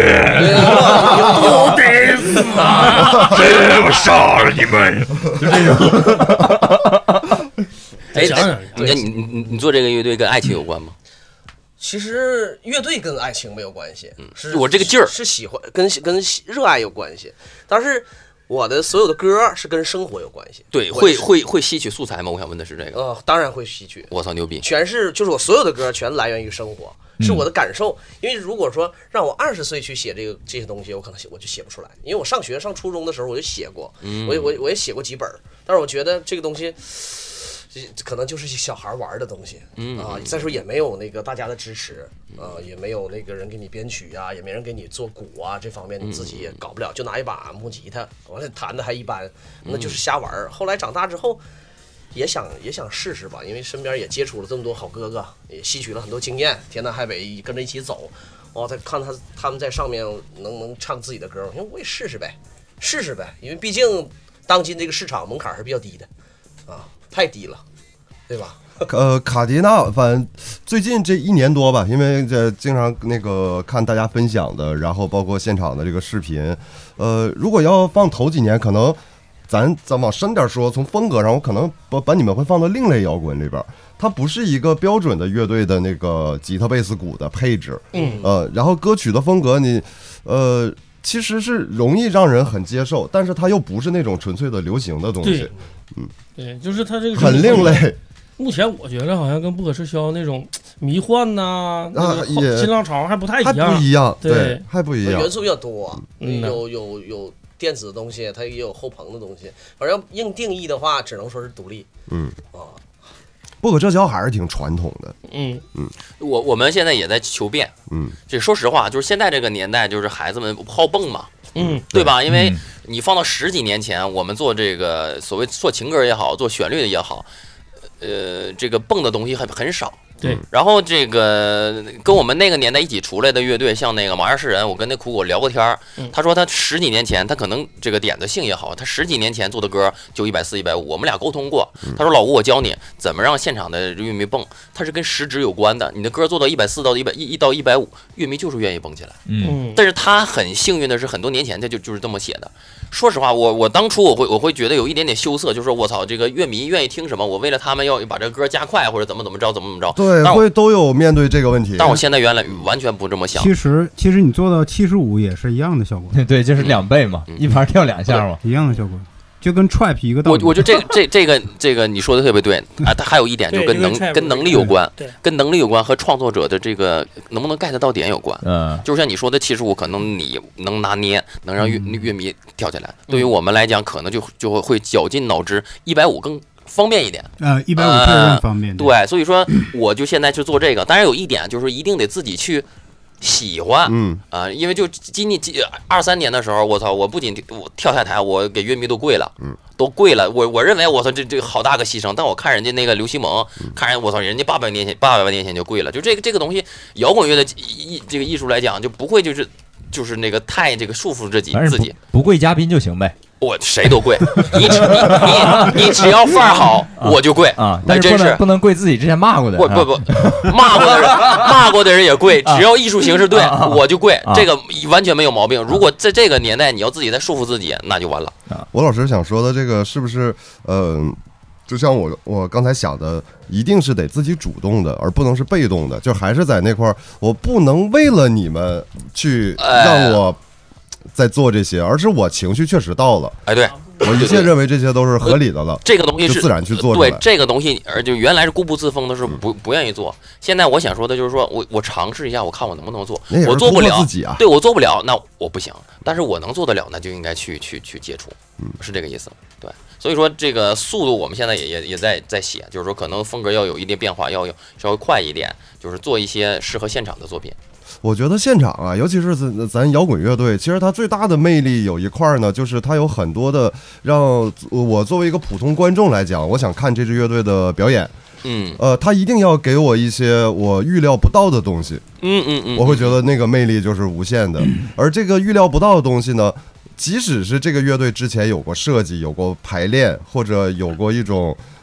[SPEAKER 6] 得死啊！我杀了你们！就这种。
[SPEAKER 1] 哎，你你你你做这个乐队跟爱情有关吗？
[SPEAKER 3] 其实乐队跟爱情没有关系，是
[SPEAKER 1] 我这个劲儿
[SPEAKER 3] 是喜欢跟跟热爱有关系，但是我的所有的歌是跟生活有关系。
[SPEAKER 1] 对，会会会吸取素材吗？我想问的是这个。
[SPEAKER 3] 呃，当然会吸取。
[SPEAKER 1] 我操，牛逼！
[SPEAKER 3] 全是就是我所有的歌全来源于生活，是我的感受。因为如果说让我二十岁去写这个这些东西，我可能我就写不出来。因为我上学上初中的时候我就写过，
[SPEAKER 1] 嗯、
[SPEAKER 3] 我我我也写过几本，但是我觉得这个东西。可能就是小孩玩的东西，
[SPEAKER 1] 嗯
[SPEAKER 3] 啊，再说也没有那个大家的支持，啊，也没有那个人给你编曲啊，也没人给你做鼓啊，这方面你自己也搞不了，就拿一把木吉他，完了弹的还一般，那就是瞎玩。后来长大之后，也想也想试试吧，因为身边也接触了这么多好哥哥，也吸取了很多经验，天南海北跟着一起走，哦，再看他他们在上面能能唱自己的歌，我说我也试试呗，试试呗，因为毕竟当今这个市场门槛是比较低的，啊。太低了，对吧？
[SPEAKER 2] 呃，卡迪娜，反正最近这一年多吧，因为这经常那个看大家分享的，然后包括现场的这个视频，呃，如果要放头几年，可能咱咱往深点说，从风格上，我可能把把你们会放到另类摇滚里边，它不是一个标准的乐队的那个吉他、贝斯、鼓的配置，
[SPEAKER 3] 嗯，
[SPEAKER 2] 呃，然后歌曲的风格你，呃。其实是容易让人很接受，但是它又不是那种纯粹的流行的东西，嗯，
[SPEAKER 9] 对，就是它这个
[SPEAKER 2] 很另类。
[SPEAKER 9] 目前我觉得好像跟不可撤销那种迷幻呐、那个新浪潮还不太一样，
[SPEAKER 2] 还不一样，
[SPEAKER 9] 对，
[SPEAKER 2] 对还不一样，
[SPEAKER 3] 元素比较多，
[SPEAKER 9] 嗯、
[SPEAKER 3] 有有有电子的东西，它也有后棚的东西，反正硬定义的话，只能说是独立，
[SPEAKER 2] 嗯
[SPEAKER 3] 啊。
[SPEAKER 2] 不可撤销还是挺传统的，
[SPEAKER 9] 嗯
[SPEAKER 2] 嗯，
[SPEAKER 1] 我我们现在也在求变，
[SPEAKER 2] 嗯，
[SPEAKER 1] 这说实话，就是现在这个年代，就是孩子们好蹦嘛，
[SPEAKER 9] 嗯，
[SPEAKER 1] 对吧？因为你放到十几年前，我们做这个所谓做情歌也好，做旋律的也好，呃，这个蹦的东西很很少。
[SPEAKER 9] 对，
[SPEAKER 1] 然后这个跟我们那个年代一起出来的乐队，像那个马二世人，我跟那苦果聊过天儿，他说他十几年前，他可能这个点子性也好，他十几年前做的歌就一百四、一百五，我们俩沟通过，他说老吴，我教你怎么让现场的乐迷蹦，它是跟时值有关的，你的歌做到一百四到一百一到一百五，乐迷就是愿意蹦起来，
[SPEAKER 6] 嗯，
[SPEAKER 1] 但是他很幸运的是，很多年前他就就是这么写的。说实话，我我当初我会我会觉得有一点点羞涩，就是说我操，这个乐迷愿意听什么，我为了他们要把这个歌加快或者怎么怎么着怎么怎么着，
[SPEAKER 2] 对，会都有面对这个问题。
[SPEAKER 1] 但我现在原来完全不这么想。
[SPEAKER 4] 其实其实你做到七十五也是一样的效果，
[SPEAKER 6] 对，就是两倍嘛，嗯、一盘跳两下嘛，
[SPEAKER 4] 一样的效果。就跟 trap 一个道理。
[SPEAKER 1] 我我觉得这个这这个这个你说的特别对啊，它还有一点就跟能跟能力有关，跟能力有关和创作者的这个能不能 get 到点有关。
[SPEAKER 6] 嗯，
[SPEAKER 1] 就像你说的七十五，可能你能拿捏，能让乐乐迷跳起来。对于我们来讲，可能就就会会绞尽脑汁，一百五更方便一点。
[SPEAKER 4] 呃，一百五确实更方便。
[SPEAKER 1] 对，所以说我就现在去做这个。当然有一点就是一定得自己去。喜欢，
[SPEAKER 2] 嗯
[SPEAKER 1] 啊、呃，因为就今年二三年的时候，我操，我不仅我跳下台，我给乐迷都跪了，
[SPEAKER 2] 嗯，
[SPEAKER 1] 都跪了。我我认为我操，这这好大个牺牲。但我看人家那个刘西蒙，
[SPEAKER 2] 嗯、
[SPEAKER 1] 看人我操，人家八百年前八百万年前就跪了。就这个这个东西，摇滚乐的艺这个艺术来讲，就不会就是就是那个太这个束缚自己自己，
[SPEAKER 6] 不跪嘉宾就行呗。
[SPEAKER 1] 我谁都跪，你只你你你只要范儿好，我就跪
[SPEAKER 6] 啊！但是不能不能跪自己之前骂过的，
[SPEAKER 1] 不不不，骂过的人骂过的人也跪，只要艺术形式对，我就跪，这个完全没有毛病。如果在这个年代你要自己再束缚自己，那就完了。
[SPEAKER 2] 我老师想说的这个是不是呃，就像我我刚才想的，一定是得自己主动的，而不能是被动的，就还是在那块儿，我不能为了你们去让我。在做这些，而是我情绪确实到了，
[SPEAKER 1] 哎，对
[SPEAKER 2] 我一切认为这些都是合理的了。
[SPEAKER 1] 这个东西是
[SPEAKER 2] 自然去做，
[SPEAKER 1] 对这个东西，而就原来是固步自封的，是不不愿意做。现在我想说的就是说我我尝试一下，我看我能不能做，我做不了
[SPEAKER 2] 自己啊，
[SPEAKER 1] 对我做不了，那我不行。但是我能做得了，那就应该去去去接触，
[SPEAKER 2] 嗯，
[SPEAKER 1] 是这个意思。对，所以说这个速度我们现在也也也在在写，就是说可能风格要有一点变化，要有稍微快一点，就是做一些适合现场的作品。
[SPEAKER 2] 我觉得现场啊，尤其是咱咱摇滚乐队，其实它最大的魅力有一块呢，就是它有很多的让我作为一个普通观众来讲，我想看这支乐队的表演，
[SPEAKER 1] 嗯，
[SPEAKER 2] 呃，他一定要给我一些我预料不到的东西，
[SPEAKER 1] 嗯嗯嗯，
[SPEAKER 2] 我会觉得那个魅力就是无限的。而这个预料不到的东西呢，即使是这个乐队之前有过设计、有过排练，或者有过一种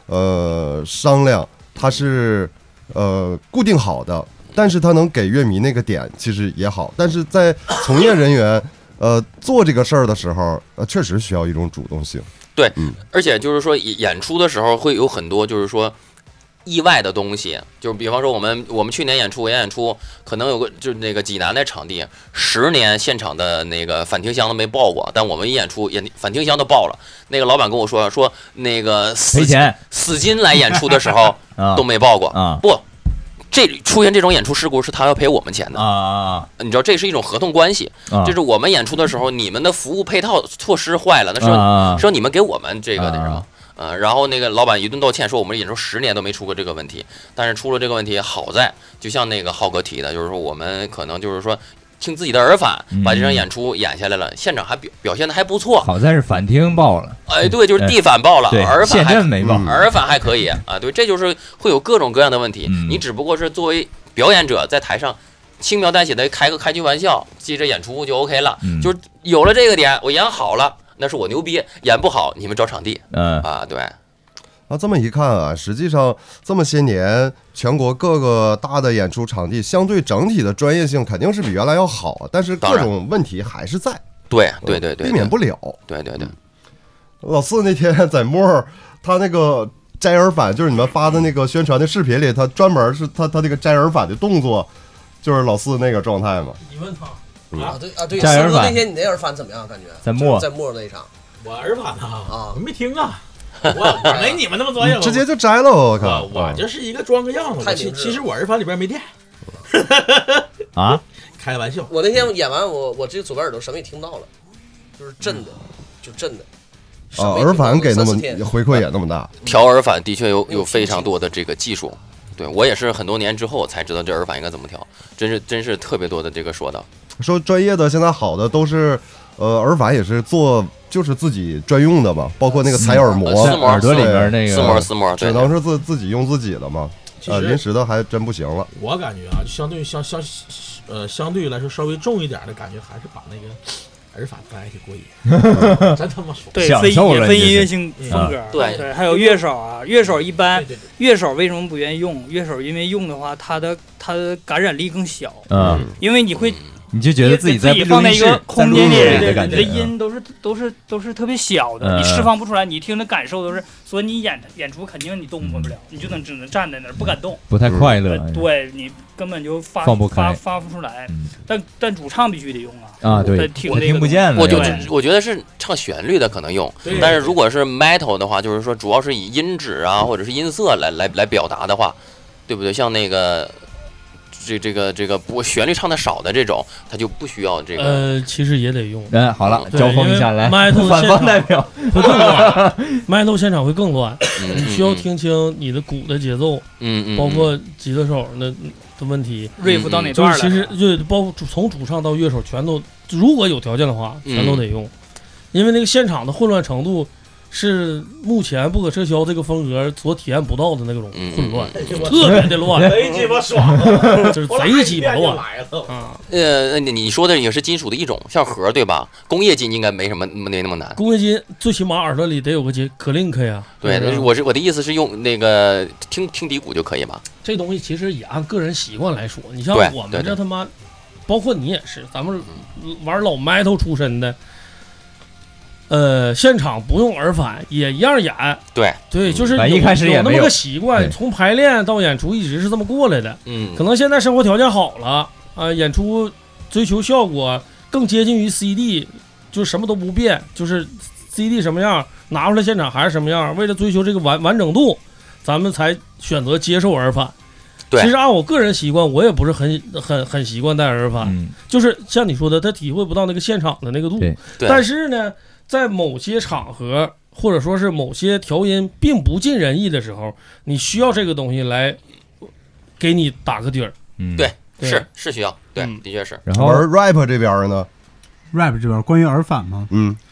[SPEAKER 2] 呃商量，它是呃固定好的，但是它能给乐迷那个点其实也好，但是在从业人员呃做这个事儿的时候，呃确实需要一种主动性。
[SPEAKER 1] 对，嗯，而且就是说演出的时候会有很多就是说意外的东西，就是比方说我们我们去年演出演演出，可能有个就是那个济南的场地，十年现场的那个反听箱都没报过，但我们一演出演反听箱都报了。那个老板跟我说说那个
[SPEAKER 10] 赔钱
[SPEAKER 1] 死金来演出的时候都没报过
[SPEAKER 10] 啊，
[SPEAKER 1] 不。这出现这种演出事故是他要赔我们钱的
[SPEAKER 10] 啊！
[SPEAKER 1] 你知道这是一种合同关系，
[SPEAKER 10] 啊、
[SPEAKER 1] 就是我们演出的时候，你们的服务配套措施坏了，那说、
[SPEAKER 10] 啊、
[SPEAKER 1] 说你们给我们这个那什么，
[SPEAKER 10] 啊、
[SPEAKER 1] 呃，然后那个老板一顿道歉，说我们演出十年都没出过这个问题，但是出了这个问题，好在就像那个浩哥提的，就是说我们可能就是说听自己的耳返，把这场演出演下来了，嗯、现场还表表现的还不错。
[SPEAKER 10] 好在是反听报了，
[SPEAKER 1] 哎，对，就是地反报了，
[SPEAKER 10] 哎、
[SPEAKER 1] 耳返还
[SPEAKER 10] 没报，
[SPEAKER 1] 耳返还可以啊，对，这就是会有各种各样的问题，
[SPEAKER 10] 嗯、
[SPEAKER 1] 你只不过是作为表演者在台上轻描淡写的开个开句玩笑，接着演出就 OK 了。
[SPEAKER 10] 嗯、
[SPEAKER 1] 就是有了这个点，我演好了，那是我牛逼；演不好，你们找场地。
[SPEAKER 10] 嗯
[SPEAKER 1] 啊，对。
[SPEAKER 2] 啊，这么一看啊，实际上这么些年，全国各个大的演出场地，相对整体的专业性肯定是比原来要好，但是各种问题还是在。
[SPEAKER 1] 对对对对，
[SPEAKER 2] 避免不了。
[SPEAKER 1] 对对对。
[SPEAKER 2] 老四那天在末儿，他那个。摘耳返就是你们发的那个宣传的视频里，他专门是他他那个摘耳返的动作，就是老四那个状态嘛。
[SPEAKER 5] 你问他
[SPEAKER 2] 嗯、
[SPEAKER 3] 啊，对啊对，
[SPEAKER 10] 摘耳返
[SPEAKER 3] 那天你那耳返怎么样？感觉
[SPEAKER 10] 在末
[SPEAKER 3] 在末那一场，
[SPEAKER 5] 我耳返啊
[SPEAKER 3] 啊，
[SPEAKER 5] 我没听啊，我我没你们那么专业，
[SPEAKER 2] 直接就摘了，我靠！
[SPEAKER 5] 我我就是一个装个样子，其其实我耳返里边没电。
[SPEAKER 10] 啊，
[SPEAKER 5] 开玩笑。
[SPEAKER 3] 我那天演完，我我这左边耳朵什么也听不到了，就是震的，就震的。
[SPEAKER 2] 啊，耳返给那么回馈也那么大，
[SPEAKER 1] 调耳返的确有有非常多的这个技术，对我也是很多年之后才知道这耳返应该怎么调，真是真是特别多的这个说道。
[SPEAKER 2] 说专业的现在好的都是，呃，耳返也是做就是自己专用的嘛，包括那个采耳膜，
[SPEAKER 1] 丝膜
[SPEAKER 10] 耳朵里边那个
[SPEAKER 1] 丝膜丝膜，
[SPEAKER 2] 只能是自自己用自己的嘛。呃，临时的还真不行了。
[SPEAKER 5] 我感觉啊，相对相相呃相对来说稍微重一点的感觉，还是把那个。耳返摘挺过瘾，真他妈爽！
[SPEAKER 7] 对，分也分音乐性风格，
[SPEAKER 1] 对
[SPEAKER 7] 对，还有乐手啊，乐手一般，乐手为什么不愿意用？乐手因为用的话，它的它的感染力更小，
[SPEAKER 10] 嗯，
[SPEAKER 7] 因为你会，
[SPEAKER 10] 你就觉得自己在
[SPEAKER 7] 放在一个空间里，
[SPEAKER 10] 的感觉，
[SPEAKER 7] 你的音都是都是都是特别小的，你释放不出来，你听的感受都是，所以你演演出肯定你动不了，你就能只能站在那儿不敢动，
[SPEAKER 10] 不太快乐，
[SPEAKER 7] 对你根本就发
[SPEAKER 10] 放不开，
[SPEAKER 7] 发发不出来，但但主唱必须得用啊。
[SPEAKER 10] 啊，对，我听不见了。
[SPEAKER 1] 我就我觉得是唱旋律的可能用，但是如果是 metal 的话，就是说主要是以音质啊或者是音色来来来表达的话，对不对？像那个这这个这个不旋律唱的少的这种，他就不需要这个。
[SPEAKER 9] 呃，其实也得用。
[SPEAKER 10] 嗯，好了，交锋一下来。
[SPEAKER 9] metal
[SPEAKER 10] 反方代表
[SPEAKER 9] 会更乱，metal 现场会更乱，你需要听清你的鼓的节奏，
[SPEAKER 1] 嗯嗯，
[SPEAKER 9] 包括吉他手的。的问题
[SPEAKER 7] ，riff 到哪段了？
[SPEAKER 9] 其实就包括从主唱到乐手全都，如果有条件的话，全都得用，因为那个现场的混乱程度是目前不可撤销这个风格所体验不到的那种混乱，特别的乱，
[SPEAKER 5] 贼鸡巴爽，
[SPEAKER 9] 就是贼鸡巴乱
[SPEAKER 1] 啊！呃，你说的也是金属的一种，像核对吧？工业金应该没什么没那么难。
[SPEAKER 9] 工业金最起码耳朵里得有个杰克林克呀。
[SPEAKER 1] 对，我是我的意思是用那个听听底鼓就可以吧？
[SPEAKER 9] 这东西其实也按个人习惯来说，你像我们这他妈，包括你也是，咱们玩老 metal 出身的。呃，现场不用耳返也一样演，
[SPEAKER 1] 对
[SPEAKER 9] 对，就是有
[SPEAKER 10] 一开始也
[SPEAKER 9] 有那么个习惯，从排练到演出一直是这么过来的。
[SPEAKER 1] 嗯，
[SPEAKER 9] 可能现在生活条件好了啊、呃，演出追求效果更接近于 C D， 就是什么都不变，就是 C D 什么样拿出来现场还是什么样。为了追求这个完完整度，咱们才选择接受耳返。
[SPEAKER 1] 对，
[SPEAKER 9] 其实按我个人习惯，我也不是很很很习惯戴耳返、
[SPEAKER 10] 嗯，
[SPEAKER 9] 就是像你说的，他体会不到那个现场的那个度。
[SPEAKER 10] 对，
[SPEAKER 9] 但是呢。在某些场合，或者说是某些调音并不尽人意的时候，你需要这个东西来给你打个底儿。
[SPEAKER 10] 嗯，
[SPEAKER 1] 对，是是需要，对，嗯、的确是。
[SPEAKER 10] 然后
[SPEAKER 2] 而 rap 这边呢
[SPEAKER 4] ，rap 这边关于耳返嘛，
[SPEAKER 2] 嗯，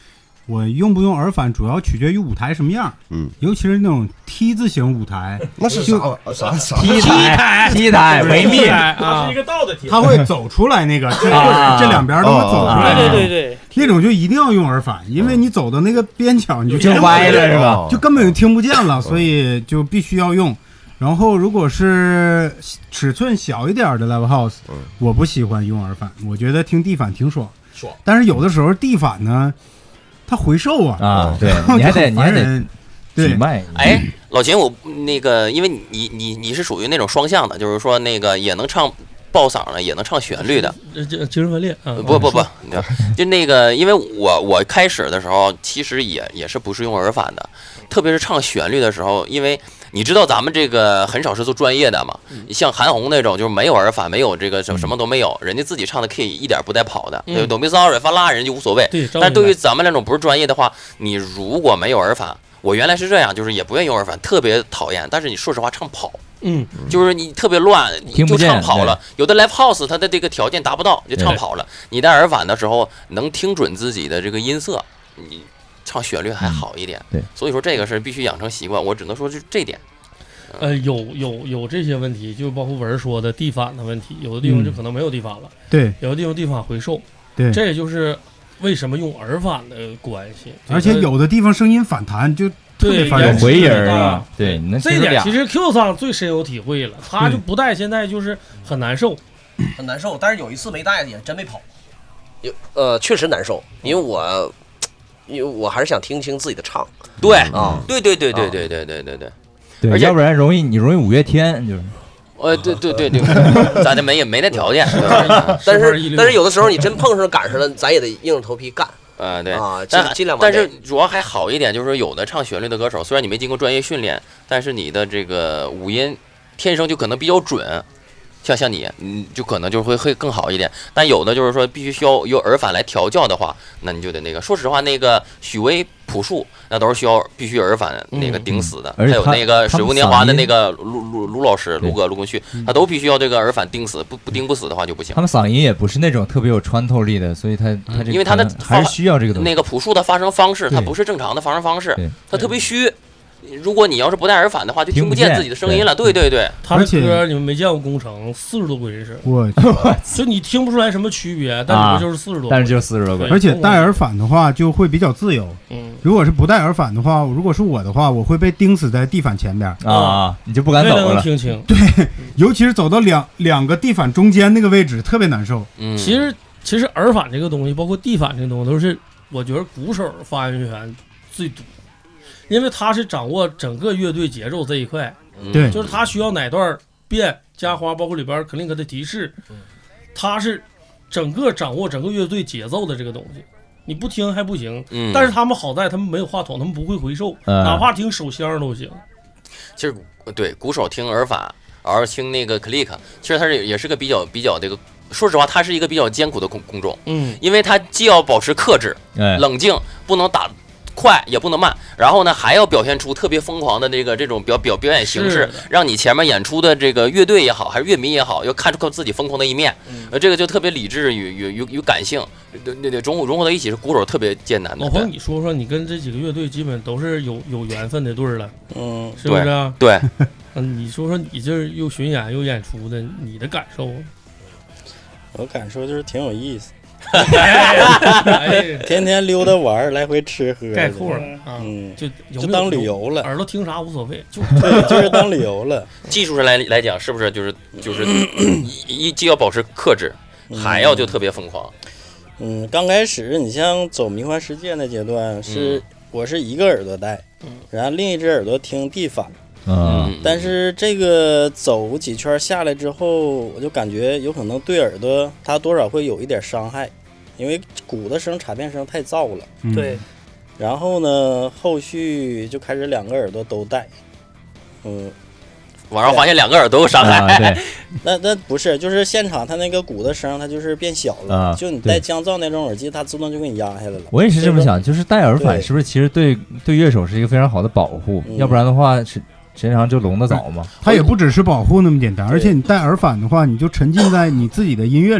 [SPEAKER 4] 我用不用耳返主要取决于舞台什么样，嗯，尤其是那种 T 字形舞台，
[SPEAKER 2] 那是啥啥啥
[SPEAKER 10] T 台 T 台维密
[SPEAKER 5] 啊，是一个倒的 T，
[SPEAKER 4] 它会走出来那个，这这两边都会走出来，
[SPEAKER 7] 对对对，
[SPEAKER 4] 那种就一定要用耳返，因为你走到那个边角你就
[SPEAKER 10] 就歪了是吧？
[SPEAKER 4] 就根本就听不见了，所以就必须要用。然后如果是尺寸小一点的 Live House，我不喜欢用耳返，我觉得听地反挺爽，
[SPEAKER 5] 爽。
[SPEAKER 4] 但是有的时候地反呢。它回授啊
[SPEAKER 10] 啊，对，你还得你还得
[SPEAKER 4] 对
[SPEAKER 10] 卖。
[SPEAKER 1] 哎，老秦，我那个，因为你你你是属于那种双向的，就是说那个也能唱爆嗓的，也能唱旋律的。
[SPEAKER 9] 这这精神分裂啊！
[SPEAKER 1] 不不不，就那个，因为我我开始的时候其实也也是不是用耳返的，特别是唱旋律的时候，因为你知道咱们这个很少是做专业的嘛，像韩红那种就是没有耳返，没有这个什什么都没有，人家自己唱的可以一点不带跑的，对，哆咪嗦瑞发拉人就无所谓。
[SPEAKER 9] 对，
[SPEAKER 1] 但是对于咱们这种不是专业的话，你如果没有耳返，我原来是这样，就是也不愿意用耳返，特别讨厌。但是你说实话，唱跑。
[SPEAKER 9] 嗯，
[SPEAKER 1] 就是你特别乱，就唱跑了。有的 live house 它的这个条件达不到，就唱跑了。你戴耳返的时候能听准自己的这个音色，你唱旋律还好一点。
[SPEAKER 10] 对，
[SPEAKER 1] 所以说这个是必须养成习惯。我只能说是这点。
[SPEAKER 9] 呃，有有有这些问题，就包括文说的地反的问题，有的地方就可能没有地反了。
[SPEAKER 4] 对，
[SPEAKER 9] 有的地方地反回授。
[SPEAKER 4] 对，
[SPEAKER 9] 这也就是为什么用耳返的关系。
[SPEAKER 4] 而且有的地方声音反弹就。
[SPEAKER 9] 对，
[SPEAKER 10] 有回音啊，对，
[SPEAKER 9] 这一点其实 Q 上最深有体会了，他就不带，现在就是很难受，
[SPEAKER 3] 很难受。但是有一次没带也真没跑，有呃确实难受，因为我因为我还是想听清自己的唱。
[SPEAKER 1] 对
[SPEAKER 3] 啊，
[SPEAKER 1] 对对对对对对对对对，
[SPEAKER 10] 对，而且要不然容易你容易五月天就是。
[SPEAKER 1] 呃，对对对对，咱这没也没那条件，
[SPEAKER 3] 但是但是有的时候你真碰上赶上了，咱也得硬着头皮干。
[SPEAKER 1] 呃，对
[SPEAKER 3] 啊，
[SPEAKER 1] 但
[SPEAKER 3] 尽量。
[SPEAKER 1] 但是主要还好一点，就是说有的唱旋律的歌手，虽然你没经过专业训练，但是你的这个五音天生就可能比较准，像像你，嗯，就可能就会会更好一点。但有的就是说必须需要用耳返来调教的话，那你就得那个。说实话，那个许巍、朴树那都是需要必须耳返那个顶死的，
[SPEAKER 10] 嗯、
[SPEAKER 1] 还有那个水木年华的那个卢卢卢老师、卢哥、卢庚戌，他都必须要这个耳返顶死，不不顶不死的话就不行。
[SPEAKER 10] 他们嗓音也不是那种特别有穿透力的，所以他他这个
[SPEAKER 1] 因为他的
[SPEAKER 10] 还是需要这个东西。
[SPEAKER 1] 那个朴树的发声方式，它不是正常的发声方式，它特别虚。如果你要是不带耳返的话，就听不见自己的声音了。对对对，
[SPEAKER 9] 他的歌你们没见过工程，四十多个人声，
[SPEAKER 4] 我
[SPEAKER 9] 就你听不出来什么区别，但是就是四十多，
[SPEAKER 10] 但是就四十多个。
[SPEAKER 4] 而且带耳返的话就会比较自由。嗯，如果是不带耳返的话，如果是我的话，我会被钉死在地反前边
[SPEAKER 10] 啊，你就不敢走了。
[SPEAKER 9] 能听清。
[SPEAKER 4] 对，尤其是走到两两个地反中间那个位置，特别难受。
[SPEAKER 1] 嗯，
[SPEAKER 9] 其实其实耳返这个东西，包括地反这个东西，都是我觉得鼓手发言权最多。因为他是掌握整个乐队节奏这一块，
[SPEAKER 4] 对，
[SPEAKER 9] 就是他需要哪段变加花，包括里边肯定的提示，他是整个掌握整个乐队节奏的这个东西，你不听还不行。
[SPEAKER 1] 嗯，
[SPEAKER 9] 但是他们好在他们没有话筒，他们不会回授，
[SPEAKER 10] 嗯、
[SPEAKER 9] 哪怕听手箱都行。
[SPEAKER 1] 其实对鼓手听耳返，而听那个 click， 其实它是也是个比较比较这个。说实话，它是一个比较艰苦的工工种，
[SPEAKER 9] 嗯，
[SPEAKER 1] 因为它既要保持克制、
[SPEAKER 10] 哎、
[SPEAKER 1] 冷静，不能打。快也不能慢，然后呢还要表现出特别疯狂的这个这种表表表演形式，让你前面演出的这个乐队也好，还是乐迷也好，要看出自己疯狂的一面。
[SPEAKER 9] 嗯、
[SPEAKER 1] 呃，这个就特别理智与与与与感性，对对对，融合融合在一起是鼓手特别艰难的。
[SPEAKER 9] 老彭，你说说，你跟这几个乐队基本都是有有缘分的对儿了，
[SPEAKER 3] 嗯，
[SPEAKER 9] 是不是、啊？
[SPEAKER 1] 对。
[SPEAKER 9] 嗯，你说说你这又巡演又演出的，你的感受？
[SPEAKER 11] 我感受就是挺有意思。
[SPEAKER 9] 哎、
[SPEAKER 11] 天天溜达玩，来回吃喝，
[SPEAKER 9] 概括，
[SPEAKER 11] 嗯，
[SPEAKER 9] 就有
[SPEAKER 11] 就当旅游了。
[SPEAKER 9] 耳朵听啥无所谓，就
[SPEAKER 11] 对，就是当旅游了。
[SPEAKER 1] 技术上来来讲，是不是就是就是一既要保持克制，还要就特别疯狂？
[SPEAKER 11] 嗯，刚开始你像走迷幻世界那阶段，是、嗯、我是一个耳朵戴，然后另一只耳朵听地反。
[SPEAKER 10] 嗯，
[SPEAKER 11] 但是这个走几圈下来之后，我就感觉有可能对耳朵它多少会有一点伤害，因为鼓的声、镲片声太燥了。
[SPEAKER 7] 嗯、对。
[SPEAKER 11] 然后呢，后续就开始两个耳朵都戴，嗯，
[SPEAKER 1] 网上发现两个耳朵有伤害。
[SPEAKER 10] 啊、对，
[SPEAKER 11] 那那不是，就是现场它那个鼓的声它就是变小了，
[SPEAKER 10] 啊、
[SPEAKER 11] 就你戴降噪那种耳机，它自动就给你压下来了。
[SPEAKER 10] 我也是这么想，就是戴耳返是不是其实对对乐手是一个非常好的保护？
[SPEAKER 11] 嗯、
[SPEAKER 10] 要不然的话是。实际上就聋得早嘛，
[SPEAKER 4] 它也不只是保护那么简单，而且你戴耳返的话，你就沉浸在你自己的音乐里，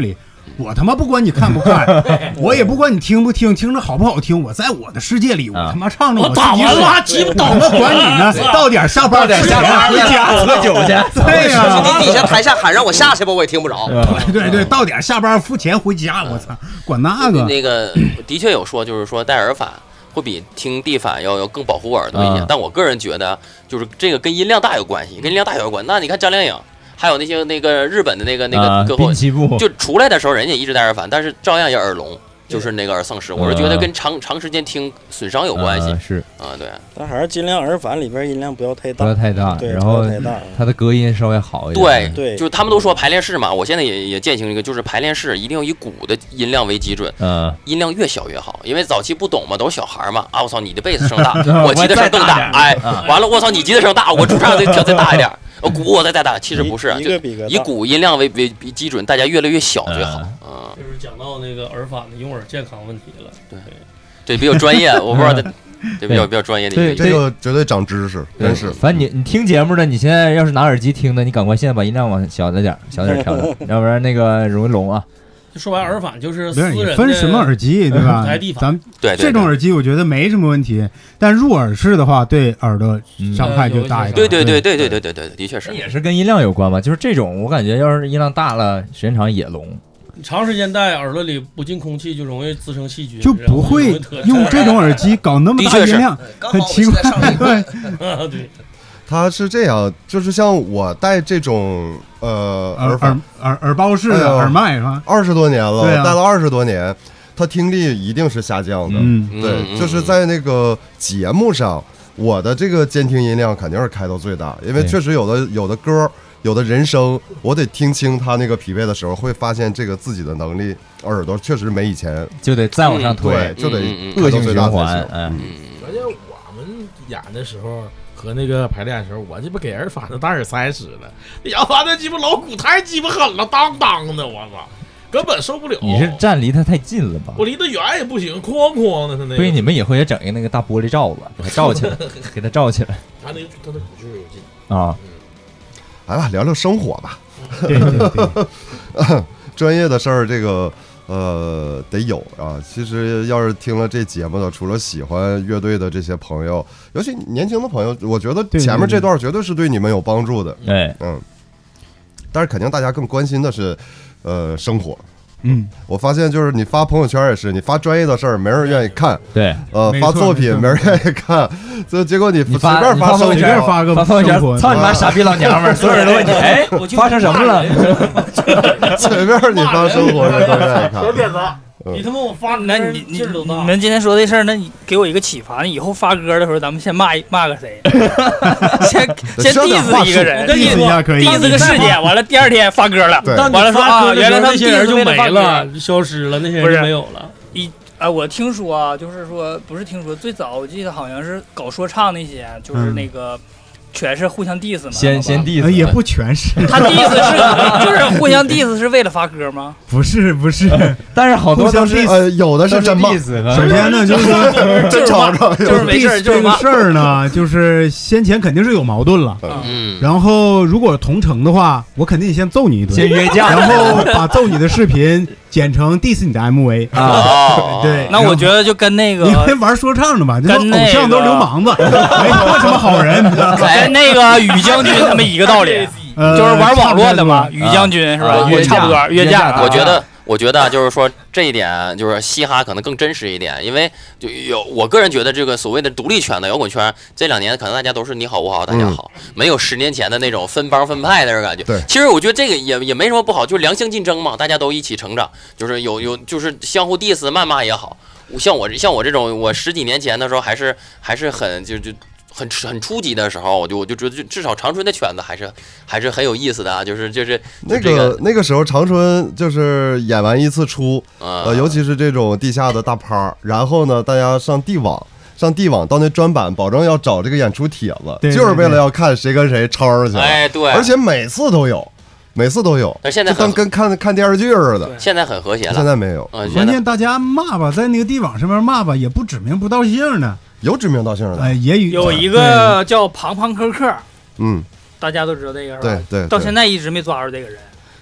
[SPEAKER 4] 我他妈不管你看不看，我也不管你听不听，听着好不好听，我在我的世界里，我他妈唱着我
[SPEAKER 5] 打完了鸡巴倒，
[SPEAKER 4] 我管你呢，到点下班
[SPEAKER 10] 点下班
[SPEAKER 4] 回家
[SPEAKER 10] 喝酒去，
[SPEAKER 4] 对呀，
[SPEAKER 3] 你底下台下喊让我下去吧，我也听不着。
[SPEAKER 4] 对对对，到点下班付钱回家，我操，管那个
[SPEAKER 1] 那个的确有说，就是说戴耳返会比听地返要要更保护耳朵一点，但我个人觉得，就是这个跟音量大有关系，跟音量大有关。那你看张靓颖。还有那些那个日本的那个那个歌后，就出来的时候人家一直戴耳返，但是照样也耳聋，就是那个耳丧失。我是觉得跟长长时间听损伤有关系。
[SPEAKER 10] 是
[SPEAKER 1] 啊，对。
[SPEAKER 11] 但还是尽量耳返里边音量不要太大，
[SPEAKER 10] 不要太大，
[SPEAKER 11] 对，
[SPEAKER 10] 然后
[SPEAKER 11] 太大，
[SPEAKER 10] 它的隔音稍微好一
[SPEAKER 1] 点。
[SPEAKER 11] 对对，
[SPEAKER 1] 就是他们都说排练室嘛，我现在也也践行一个，就是排练室一定要以鼓的音量为基准，
[SPEAKER 10] 嗯，
[SPEAKER 1] 音量越小越好，因为早期不懂嘛，都是小孩嘛，啊，我操，你的贝斯声大，我吉他声更大，哎，完了，我操，你吉他声大，我主唱得调再大一点。哦，鼓我再带大，其实不是，
[SPEAKER 11] 一个比个
[SPEAKER 1] 以鼓音量为为基准，大家越来越小最好。嗯，
[SPEAKER 9] 就是讲到那个耳返的用耳健康问题了。
[SPEAKER 1] 对，对，比较专业，我不知道这这比较比较专业的一
[SPEAKER 2] 个，这个绝对长知识，真是。
[SPEAKER 10] 反正你你听节目的，你现在要是拿耳机听的，你赶快现在把音量往小点小点调调，要不然那个容易聋啊。
[SPEAKER 9] 就说白耳返就是
[SPEAKER 4] 不是你分什么耳机对吧？咱们
[SPEAKER 1] 对
[SPEAKER 4] 这种耳机我觉得没什么问题，但入耳式的话对耳朵伤害就大一点。
[SPEAKER 1] 对对对对对对对对，的确是。
[SPEAKER 10] 也是跟音量有关吧？就是这种，我感觉要是音量大了，时间长也聋。
[SPEAKER 9] 长时间戴耳朵里不进空气，就容易滋生细菌，
[SPEAKER 4] 就不会用这种耳机搞那么大音量，很奇怪。
[SPEAKER 9] 对。
[SPEAKER 2] 它是这样，就是像我戴这种呃
[SPEAKER 4] 耳耳耳耳包式的耳麦是吧？
[SPEAKER 2] 二十多年了，
[SPEAKER 4] 对啊、
[SPEAKER 2] 戴了二十多年，它听力一定是下降的。
[SPEAKER 4] 嗯，
[SPEAKER 2] 对，嗯、就是在那个节目上，我的这个监听音量肯定是开到最大，因为确实有的有的歌。有的人声，我得听清他那个匹配的时候，会发现这个自己的能力，耳朵确实没以前，
[SPEAKER 10] 就得再往上推，
[SPEAKER 2] 对，就得
[SPEAKER 10] 恶性循环。
[SPEAKER 2] 嗯，
[SPEAKER 5] 关键我们演的时候和那个排练的时候，我鸡巴给耳返的当耳塞使的，杨帆那鸡巴老鼓太鸡巴狠了，当当的，我操，根本受不了。
[SPEAKER 10] 你是站离他太近了吧？
[SPEAKER 5] 我离得远也不行，哐哐的他那个。
[SPEAKER 10] 所以你们以后也整一个那个大玻璃罩子，给他罩起来，给他罩起来。
[SPEAKER 5] 他那个他的鼓距有劲
[SPEAKER 10] 啊。
[SPEAKER 2] 来吧，聊聊生活吧。
[SPEAKER 4] 对对对，
[SPEAKER 2] 专业的事儿，这个呃得有啊。其实要是听了这节目的，除了喜欢乐队的这些朋友，尤其年轻的朋友，我觉得前面这段绝对是对你们有帮助的。
[SPEAKER 10] 哎，
[SPEAKER 2] 嗯。但是肯定大家更关心的是，呃，生活。
[SPEAKER 4] 嗯，
[SPEAKER 2] 我发现就是你发朋友圈也是，你发专业的事儿没人愿意看，
[SPEAKER 10] 对，
[SPEAKER 2] 呃，发作品没人愿意看，所以结果你随
[SPEAKER 10] 便
[SPEAKER 2] 发
[SPEAKER 10] 朋友圈
[SPEAKER 4] 发个
[SPEAKER 10] 发朋友圈，操你妈傻逼老娘们儿，所有人都问你，哎，发生什么了？
[SPEAKER 2] 随便你发生活人都愿意看。
[SPEAKER 5] 小点子。
[SPEAKER 9] 你他妈我发，
[SPEAKER 7] 那你你你们今天说这事儿，那你给我一个启发，你以后发歌的时候，咱们先骂骂个谁？先先 diss 一个人，
[SPEAKER 4] 我跟你说
[SPEAKER 7] diss 个事件，完了第二天发歌了，完了说啊，原来他
[SPEAKER 9] 那些人就没了，消失了，那些人就没有了。
[SPEAKER 7] 一啊，我听说啊，就是说不是听说，最早我记得好像是搞说唱那些，就是那个。全是互相 diss 嘛，
[SPEAKER 10] 先先 diss
[SPEAKER 4] 也不全是，
[SPEAKER 7] 他 diss 是就是互相 diss 是为了发歌吗？
[SPEAKER 4] 不是不是，
[SPEAKER 10] 但是好多都
[SPEAKER 2] 是呃有的是真骂。
[SPEAKER 4] 首先呢，就是说
[SPEAKER 7] 就是骂，就是没事
[SPEAKER 4] 这个事儿呢，就是先前肯定是有矛盾了，
[SPEAKER 1] 嗯，
[SPEAKER 4] 然后如果同城的话，我肯定先揍你一顿，
[SPEAKER 10] 先约架，
[SPEAKER 4] 然后把揍你的视频剪成 diss 你的 M V
[SPEAKER 1] 啊，
[SPEAKER 4] 对，
[SPEAKER 7] 那我觉得就跟那个
[SPEAKER 4] 因为玩说唱的嘛，
[SPEAKER 7] 跟
[SPEAKER 4] 偶像都是流氓子，没做什么好人，
[SPEAKER 7] 跟那个宇将军他们一个道理，就是玩网络的嘛，宇将军是吧？也差不多约架。
[SPEAKER 1] 我觉得，我觉得就是说这一点，就是嘻哈可能更真实一点，因为就有我个人觉得这个所谓的独立圈的摇滚圈，这两年可能大家都是你好我好大家好，没有十年前的那种分帮分派的这种感觉。
[SPEAKER 2] 对，
[SPEAKER 1] 其实我觉得这个也也没什么不好，就是良性竞争嘛，大家都一起成长，就是有有就是相互 diss 谩骂也好。像我像我这种，我十几年前的时候还是还是很就就。很很初级的时候，我就我就觉得至少长春的圈子还是还是很有意思的啊，就是就是、
[SPEAKER 2] 那个、这个那个时候长春就是演完一次出，
[SPEAKER 1] 嗯、
[SPEAKER 2] 呃，尤其是这种地下的大趴，然后呢，大家上地网。上地网到那专版，保证要找这个演出帖子，
[SPEAKER 4] 对对对，
[SPEAKER 2] 就是为了要看谁跟谁吵上去了。
[SPEAKER 1] 哎，对，
[SPEAKER 2] 而且每次都有。每次都有，
[SPEAKER 1] 但现在
[SPEAKER 2] 就跟跟看看电视剧似的。
[SPEAKER 1] 现在很和谐了，
[SPEAKER 2] 现在没有。
[SPEAKER 1] 嗯，
[SPEAKER 4] 关键大家骂吧，在那个地网上面骂吧，也不指名不道姓的，
[SPEAKER 2] 有指名道姓的。
[SPEAKER 4] 哎，也
[SPEAKER 7] 有一个叫庞庞科克，
[SPEAKER 2] 嗯，
[SPEAKER 7] 大家都知道这个是吧？
[SPEAKER 2] 对对。
[SPEAKER 7] 到现在一直没抓住这个人。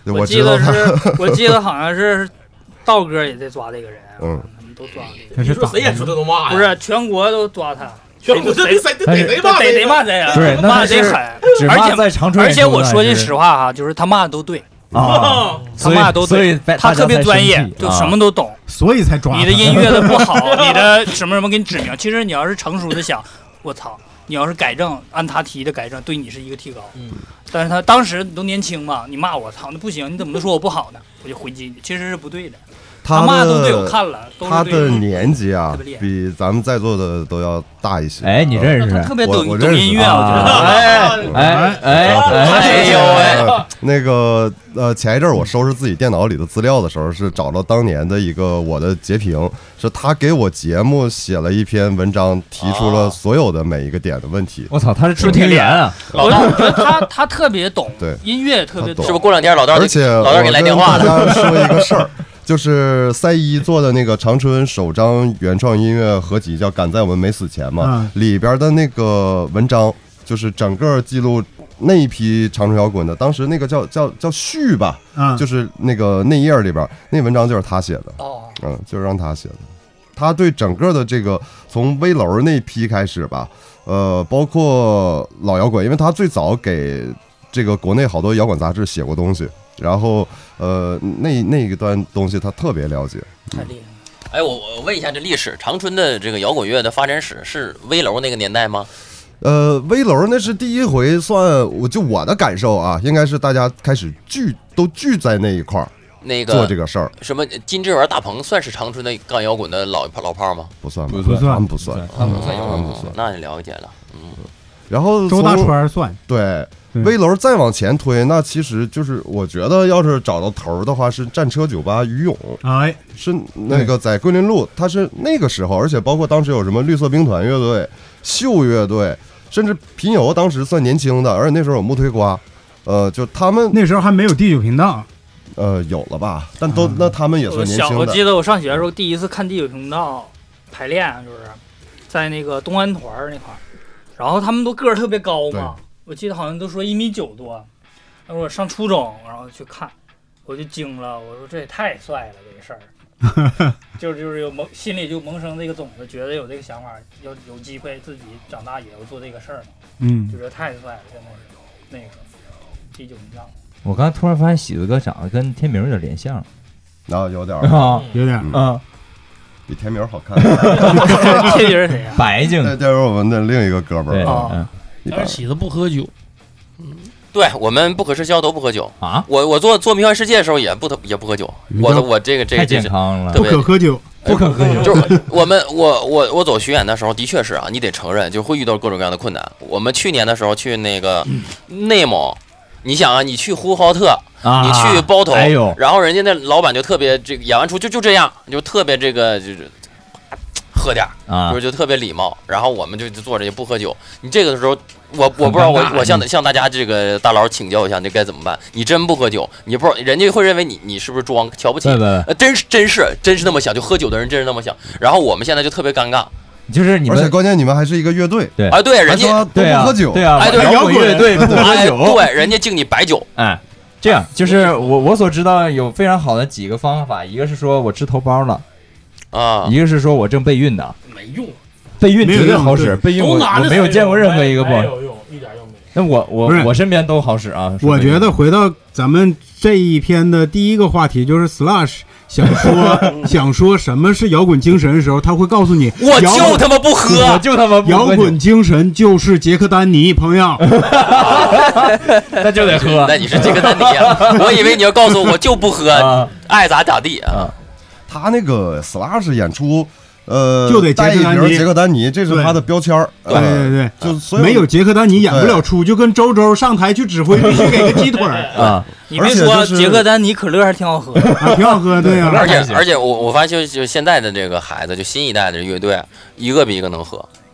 [SPEAKER 2] 我
[SPEAKER 7] 记得是，我记得好像是道哥也在抓这个人，嗯，他们都抓这个。
[SPEAKER 5] 你说谁演出他都骂呀？
[SPEAKER 7] 不是，全国都抓他。
[SPEAKER 5] 全国谁谁逮谁骂
[SPEAKER 7] 逮谁骂谁啊？
[SPEAKER 10] 对，
[SPEAKER 7] 骂贼狠，而且
[SPEAKER 10] 在长春，
[SPEAKER 7] 而且我说句实话哈，就是他骂的都对
[SPEAKER 10] 啊，
[SPEAKER 7] 他骂的都对，他特别专业，就什么都懂，
[SPEAKER 4] 所以才抓。
[SPEAKER 7] 你的音乐的不好，你的什么什么给你指明。其实你要是成熟的想，我操，你要是改正，按他提的改正，对你是一个提高。嗯，但是他当时你都年轻嘛，你骂我操，那不行，你怎么能说我不好呢？我就回击，其实是不对的。
[SPEAKER 2] 他
[SPEAKER 7] 骂的都对我看了，
[SPEAKER 2] 他的年纪啊，比咱们在座的都要大一些。
[SPEAKER 10] 哎，你认识？
[SPEAKER 7] 他特别懂
[SPEAKER 2] 我
[SPEAKER 7] 懂音乐，我觉得。
[SPEAKER 10] 哎哎哎
[SPEAKER 7] 哎呦喂！
[SPEAKER 2] 那个呃，前一阵我收拾自己电脑里的资料的时候，是找到当年的一个我的截屏，是他给我节目写了一篇文章，提出了所有的每一个点的问题。
[SPEAKER 10] 我操，他是出听员啊！
[SPEAKER 7] 我觉得他他特别懂，
[SPEAKER 2] 对
[SPEAKER 7] 音乐特别懂。
[SPEAKER 1] 是不是过两天老道
[SPEAKER 2] 而且
[SPEAKER 1] 老道给来电话了？
[SPEAKER 2] 我跟大家说一个事儿。就是赛一做的那个长春首张原创音乐合集叫《赶在我们没死前》嘛，嗯、里边的那个文章就是整个记录那一批长春摇滚的，当时那个叫叫叫序吧，嗯、就是那个内页里边那文章就是他写的，哦，嗯，就是让他写的。他对整个的这个从危楼那批开始吧，呃，包括老摇滚，因为他最早给这个国内好多摇滚杂志写过东西。然后，呃，那那一段东西他特别了解，
[SPEAKER 7] 太厉害。
[SPEAKER 1] 哎，我我问一下，这历史，长春的这个摇滚乐的发展史是危楼那个年代吗？
[SPEAKER 2] 呃，危楼那是第一回算，我就我的感受啊，应该是大家开始聚都聚在那一块儿，
[SPEAKER 1] 那个
[SPEAKER 2] 做这个事儿。
[SPEAKER 1] 什么金志文、大鹏算是长春的钢摇滚的老老炮吗？
[SPEAKER 2] 不算，
[SPEAKER 4] 不算，
[SPEAKER 2] 他们不算，
[SPEAKER 1] 他们不算，
[SPEAKER 2] 他们不算。
[SPEAKER 1] 那你了解了，嗯。
[SPEAKER 2] 然后
[SPEAKER 4] 周大川算
[SPEAKER 2] 对。危楼再往前推，那其实就是我觉得，要是找到头的话，是战车酒吧于勇，
[SPEAKER 4] 哎，
[SPEAKER 2] 是那个在桂林路，他是那个时候，而且包括当时有什么绿色兵团乐队、秀乐队，甚至贫友当时算年轻的，而且那时候有木推瓜，呃，就他们
[SPEAKER 4] 那时候还没有第九频道，
[SPEAKER 2] 呃，有了吧？但都、嗯、那他们也算年轻的。
[SPEAKER 7] 我记得我上学的时候第一次看第九频道排练，就是在那个东安团那块儿，然后他们都个儿特别高嘛。我记得好像都说一米九多，然后我上初中，然后去看，我就惊了，我说这也太帅了，这个事儿，就就是有萌心里就萌生这个种子，觉得有这个想法，要有机会自己长大也要做这个事儿嘛，
[SPEAKER 4] 嗯，
[SPEAKER 7] 就觉得太帅了，真的是那个第九名。
[SPEAKER 10] 我刚才突然发现喜子哥长得跟天明有点脸像，
[SPEAKER 2] 然后有点
[SPEAKER 10] 啊，
[SPEAKER 4] 有点
[SPEAKER 2] 啊。比天明好看。
[SPEAKER 7] 天明是谁呀？
[SPEAKER 10] 白净。
[SPEAKER 2] 那就是我们的另一个哥们儿
[SPEAKER 9] 啊。但是喜子不喝酒，
[SPEAKER 1] 嗯，对我们不可吃宵都不喝酒
[SPEAKER 10] 啊。
[SPEAKER 1] 我我做做迷幻世界的时候也不也不喝酒，我我这个这个
[SPEAKER 10] 太健康了，
[SPEAKER 4] 不可喝酒，
[SPEAKER 10] 不可喝酒。
[SPEAKER 1] 就是我们我我我走巡演的时候，的确是啊，你得承认，就会遇到各种各样的困难。我们去年的时候去那个内蒙，你想啊，你去呼和浩特，
[SPEAKER 10] 啊、
[SPEAKER 1] 你去包头，
[SPEAKER 10] 哎呦，
[SPEAKER 1] 然后人家那老板就特别这个演完出就就这样，就特别这个就是。喝点
[SPEAKER 10] 啊，
[SPEAKER 1] 就是就特别礼貌，然后我们就坐着也不喝酒。你这个的时候，我我不知道我我向向大家这个大佬请教一下，你该怎么办？你真不喝酒，你不知道人家会认为你你是不是装瞧不起？
[SPEAKER 10] 对对对，
[SPEAKER 1] 呃，真是真是真是那么想，就喝酒的人真是那么想。然后我们现在就特别尴尬，
[SPEAKER 10] 就是你们，
[SPEAKER 2] 而且关键你们还是一个乐队，
[SPEAKER 10] 对，
[SPEAKER 1] 啊对，人家
[SPEAKER 2] 都不喝酒，
[SPEAKER 10] 对啊，
[SPEAKER 1] 哎对，
[SPEAKER 10] 摇滚乐队不喝酒，
[SPEAKER 1] 对，人家敬你白酒，
[SPEAKER 10] 哎。这样就是我我所知道有非常好的几个方法，一个是说我吃头ပေါ了。
[SPEAKER 1] 啊，
[SPEAKER 10] 一个是说我正备孕的，
[SPEAKER 5] 没用，
[SPEAKER 10] 备孕绝对好使，备孕我我没有见过任何一个不
[SPEAKER 5] 没有用，一点用没有。
[SPEAKER 10] 那我我我身边都好使啊。
[SPEAKER 4] 我觉得回到咱们这一篇的第一个话题，就是 Slash 想说想说什么是摇滚精神的时候，他会告诉你，
[SPEAKER 1] 我就他妈不喝，
[SPEAKER 10] 我就他妈不喝。
[SPEAKER 4] 摇滚精神就是杰克丹尼，朋友，
[SPEAKER 10] 那就得喝。
[SPEAKER 1] 那你是杰克丹尼啊？我以为你要告诉我就不喝，啊、爱咋咋地啊。
[SPEAKER 2] 他那个 Slash 演出，呃，
[SPEAKER 4] 就得
[SPEAKER 2] 带一瓶杰克丹尼，这是他的标签儿。
[SPEAKER 4] 对对对，
[SPEAKER 2] 就所以
[SPEAKER 4] 没有杰克丹尼演不了出，就跟周周上台去指挥必须给个鸡腿
[SPEAKER 10] 啊。
[SPEAKER 7] 你没说杰克丹尼可乐还挺好喝，
[SPEAKER 4] 挺好喝，对啊。
[SPEAKER 1] 而且而且我我发现就就现在的这个孩子，就新一代的乐队，一个比一个能喝。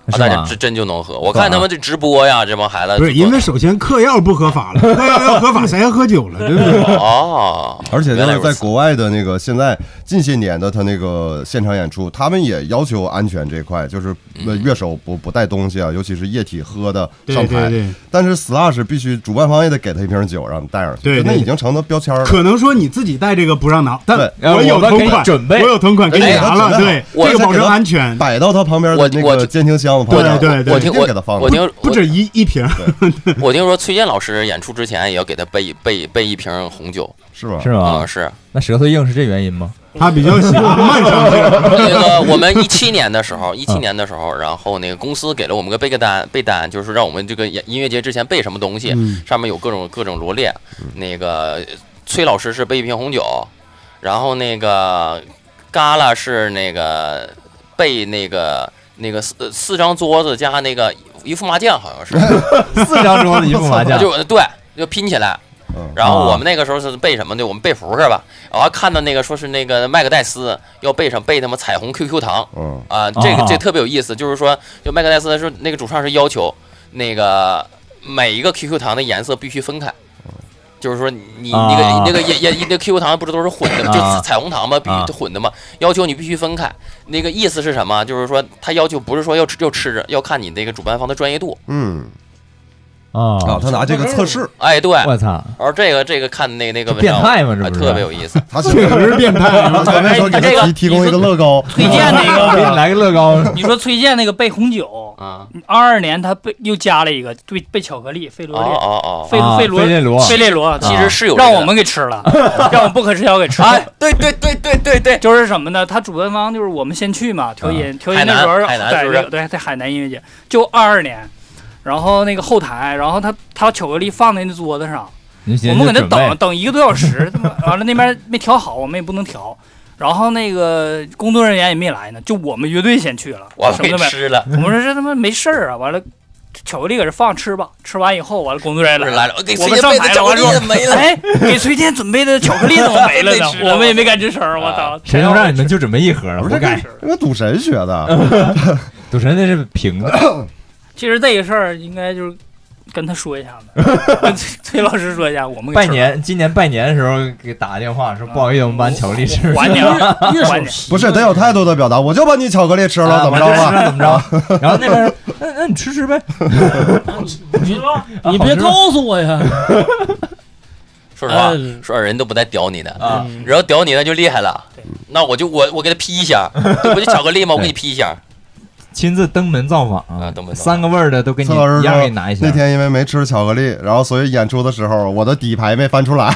[SPEAKER 1] 啊，大家真真就能喝。我看他们这直播呀，这帮孩子
[SPEAKER 4] 不是因为首先嗑药不合法了，嗑药要合法，谁还喝酒了？对不对？
[SPEAKER 1] 哦，
[SPEAKER 2] 而且就是在国外的那个现在近些年的他那个现场演出，他们也要求安全这块，就是乐手不不带东西啊，尤其是液体喝的上台。
[SPEAKER 4] 对对对。
[SPEAKER 2] 但是 Slash 必须主办方也得给他一瓶酒让你带上去，
[SPEAKER 4] 对，
[SPEAKER 2] 那已经成了标签了。
[SPEAKER 4] 可能说你自己带这个不让拿，但
[SPEAKER 10] 我
[SPEAKER 4] 有同款
[SPEAKER 10] 准备，
[SPEAKER 4] 我有同款给你拿了，对，这个保证安全。
[SPEAKER 2] 摆到他旁边的那个监听箱子旁边，
[SPEAKER 4] 对对对，
[SPEAKER 1] 我听我我听
[SPEAKER 4] 不止一一瓶。
[SPEAKER 1] 我听说崔健老师演出之前也要给他备备备一瓶红酒，
[SPEAKER 2] 是吧？
[SPEAKER 10] 是吗？
[SPEAKER 1] 嗯，是。
[SPEAKER 10] 那舌头硬是这原因吗？
[SPEAKER 4] 他比较喜欢慢上去。
[SPEAKER 1] 那个我们一七年的时候，一七年的时候，然后那个公司给了我们个备个单，备单就是让我们这个音乐节之前备什么东西，
[SPEAKER 4] 嗯、
[SPEAKER 1] 上面有各种各种罗列。那个崔老师是备一瓶红酒，然后那个嘎啦是那个备那个那个四四张桌子加那个一副麻将，好像是
[SPEAKER 10] 四张桌子一副麻将，
[SPEAKER 1] 就对，就拼起来。然后我们那个时候是背什么的？我们背扑克吧。我还看到那个说是那个麦克戴斯要背什么背他妈彩虹 Q Q 糖，
[SPEAKER 2] 嗯
[SPEAKER 1] 啊，这个这特别有意思，就是说，就麦克戴斯说那个主唱是要求那个每一个 Q Q 糖的颜色必须分开，就是说你你那个那个也也那个 Q Q 糖不是都是混的吗？就彩虹糖嘛，必须混的嘛，要求你必须分开。那个意思是什么？就是说他要求不是说要吃就吃，要看你那个主办方的专业度。
[SPEAKER 2] 嗯。
[SPEAKER 10] 啊、
[SPEAKER 2] 哦，他拿这个测试，
[SPEAKER 1] 哎，对，
[SPEAKER 10] 我操！
[SPEAKER 1] 然后这个这个看那那个文
[SPEAKER 10] 章，变态嘛，这不是、
[SPEAKER 1] 哎、特别有意思。
[SPEAKER 2] 他
[SPEAKER 4] 确实是变态。
[SPEAKER 2] 前面说给他提提供一个乐高，
[SPEAKER 7] 推荐那个，
[SPEAKER 10] 给你来个乐高。
[SPEAKER 7] 你说推荐那个备红酒啊，二二年他备又加了一个对备巧克力费罗列，
[SPEAKER 1] 哦哦
[SPEAKER 7] 费费罗
[SPEAKER 10] 费列罗，
[SPEAKER 7] 费列罗，
[SPEAKER 1] 其实是有
[SPEAKER 7] 让我们给吃了，让我们不可吃药给吃了。
[SPEAKER 1] 哎，对对对对对对，
[SPEAKER 7] 就是什么呢？他主办方就是我们先去嘛，调音调音的时候，在对在海南音乐节，就二二年。然后那个后台，然后他他巧克力放在那桌子上，我们搁那等等一个多小时，完了那边没调好，我们也不能调。然后那个工作人员也没来呢，就我们乐队先去了，
[SPEAKER 1] 我们给吃了。
[SPEAKER 7] 我们说这他妈没事儿啊，完了巧克力搁这放吃吧，吃完以后完了工作人员
[SPEAKER 1] 来了，
[SPEAKER 7] 我们上台了，完了
[SPEAKER 1] 没了，
[SPEAKER 7] 哎，给崔健准备的巧克力怎么没了呢？我们也没敢吱声，我操！
[SPEAKER 10] 谁能让你们就准备一盒？
[SPEAKER 2] 不该，那赌神学的，
[SPEAKER 10] 赌神那是平的。
[SPEAKER 7] 其实这个事儿应该就是跟他说一下子，跟崔老师说一下，我们
[SPEAKER 10] 拜年，今年拜年的时候给打个电话说不好意思，我们把巧克力吃了。
[SPEAKER 7] 还你了，
[SPEAKER 2] 不是得有态度的表达，我就把你巧克力吃了，怎么着吧？
[SPEAKER 10] 怎么着？然后那边说，那那你吃吃呗。
[SPEAKER 9] 你你别告诉我呀。
[SPEAKER 1] 说实话，说人都不带屌你的啊，然后屌你那就厉害了。那我就我我给他批一下，这不就巧克力吗？我给你批一下。
[SPEAKER 10] 亲自登门造访啊，
[SPEAKER 1] 登门
[SPEAKER 10] 三个味儿的都给你一样给你拿一下。
[SPEAKER 2] 那天因为没吃巧克力，然后所以演出的时候我的底牌没翻出来。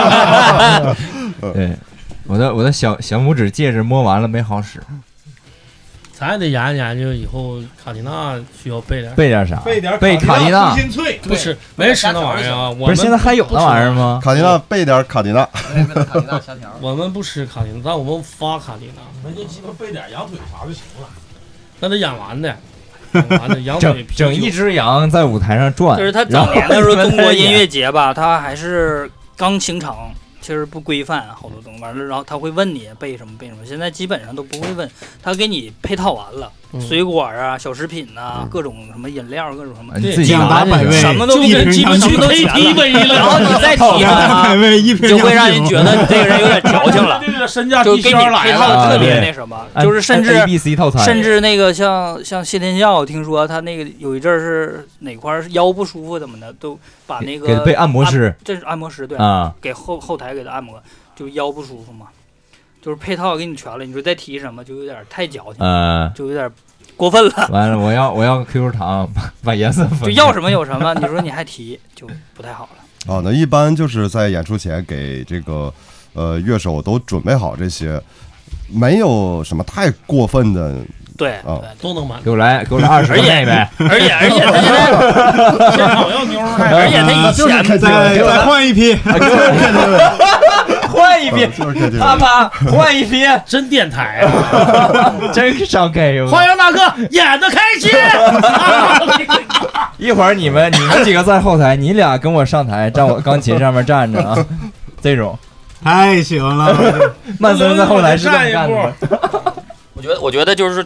[SPEAKER 10] 对，我的我的小小拇指戒指摸完了没好使。
[SPEAKER 9] 咱也得研究研究，以后卡迪娜需要备点
[SPEAKER 10] 备点啥？
[SPEAKER 4] 备点
[SPEAKER 10] 备卡迪娜。
[SPEAKER 9] 不是，没吃那玩意儿啊。
[SPEAKER 10] 不是现在还有那玩意儿吗？
[SPEAKER 2] 卡迪娜备点卡迪娜。
[SPEAKER 8] 卡迪娜虾条。
[SPEAKER 9] 我们不吃卡迪娜，但我们发卡迪娜。
[SPEAKER 5] 那就鸡巴备点羊腿啥就行了。
[SPEAKER 9] 那得演完的，演完的羊腿
[SPEAKER 10] 整整一只羊在舞台上转。
[SPEAKER 7] 就是他早年的时候，中国音乐节吧，他还是刚形成，其实不规范好多东西。完了，然后他会问你备什么备什么，现在基本上都不会问，他给你配套完了，
[SPEAKER 9] 嗯、
[SPEAKER 7] 水果啊、小食品呐、啊嗯，各种什么饮料，各种什么，
[SPEAKER 10] 对，
[SPEAKER 4] 两打百味，
[SPEAKER 7] 什么都
[SPEAKER 9] 就跟基本
[SPEAKER 7] 什么都全了。然后你再提他，就会让人觉得你这个人有点矫情了。
[SPEAKER 5] 身价
[SPEAKER 7] 就给你配套的特别那什么，就是甚至
[SPEAKER 10] A B C 套餐，
[SPEAKER 7] 甚至那个像像谢天笑，听说他那个有一阵是哪块腰不舒服怎么的，都把那个
[SPEAKER 10] 给被按摩师，
[SPEAKER 7] 这是按摩师对
[SPEAKER 10] 啊，
[SPEAKER 7] 给后后台给他按摩，就腰不舒服嘛，就是配套给你全了，你说再提什么就有点太矫情，
[SPEAKER 10] 嗯，
[SPEAKER 7] 就有点过分了。
[SPEAKER 10] 完了，我要我要 Q Q 糖，把颜色分。
[SPEAKER 7] 就要什么有什么，你说你还提就不太好了。
[SPEAKER 2] 哦，那一般就是在演出前给这个。呃，乐手都准备好这些，没有什么太过分的，
[SPEAKER 7] 对
[SPEAKER 2] 啊，
[SPEAKER 9] 都能满。
[SPEAKER 10] 给我来，给我来二十个妹妹。
[SPEAKER 7] 而且而且他现在
[SPEAKER 5] 现场要妞，
[SPEAKER 7] 而且他以前
[SPEAKER 4] 再再换一批，
[SPEAKER 10] 换一批，啪啪换一批，
[SPEAKER 9] 真电台啊，
[SPEAKER 10] 真上 K。
[SPEAKER 5] 欢迎大哥，演的开心。
[SPEAKER 10] 一会儿你们你们几个在后台，你俩跟我上台，站我钢琴上面站着啊。这种
[SPEAKER 4] 太行了，
[SPEAKER 10] 曼森在后台是这么干的。
[SPEAKER 1] 我觉得，我觉得就是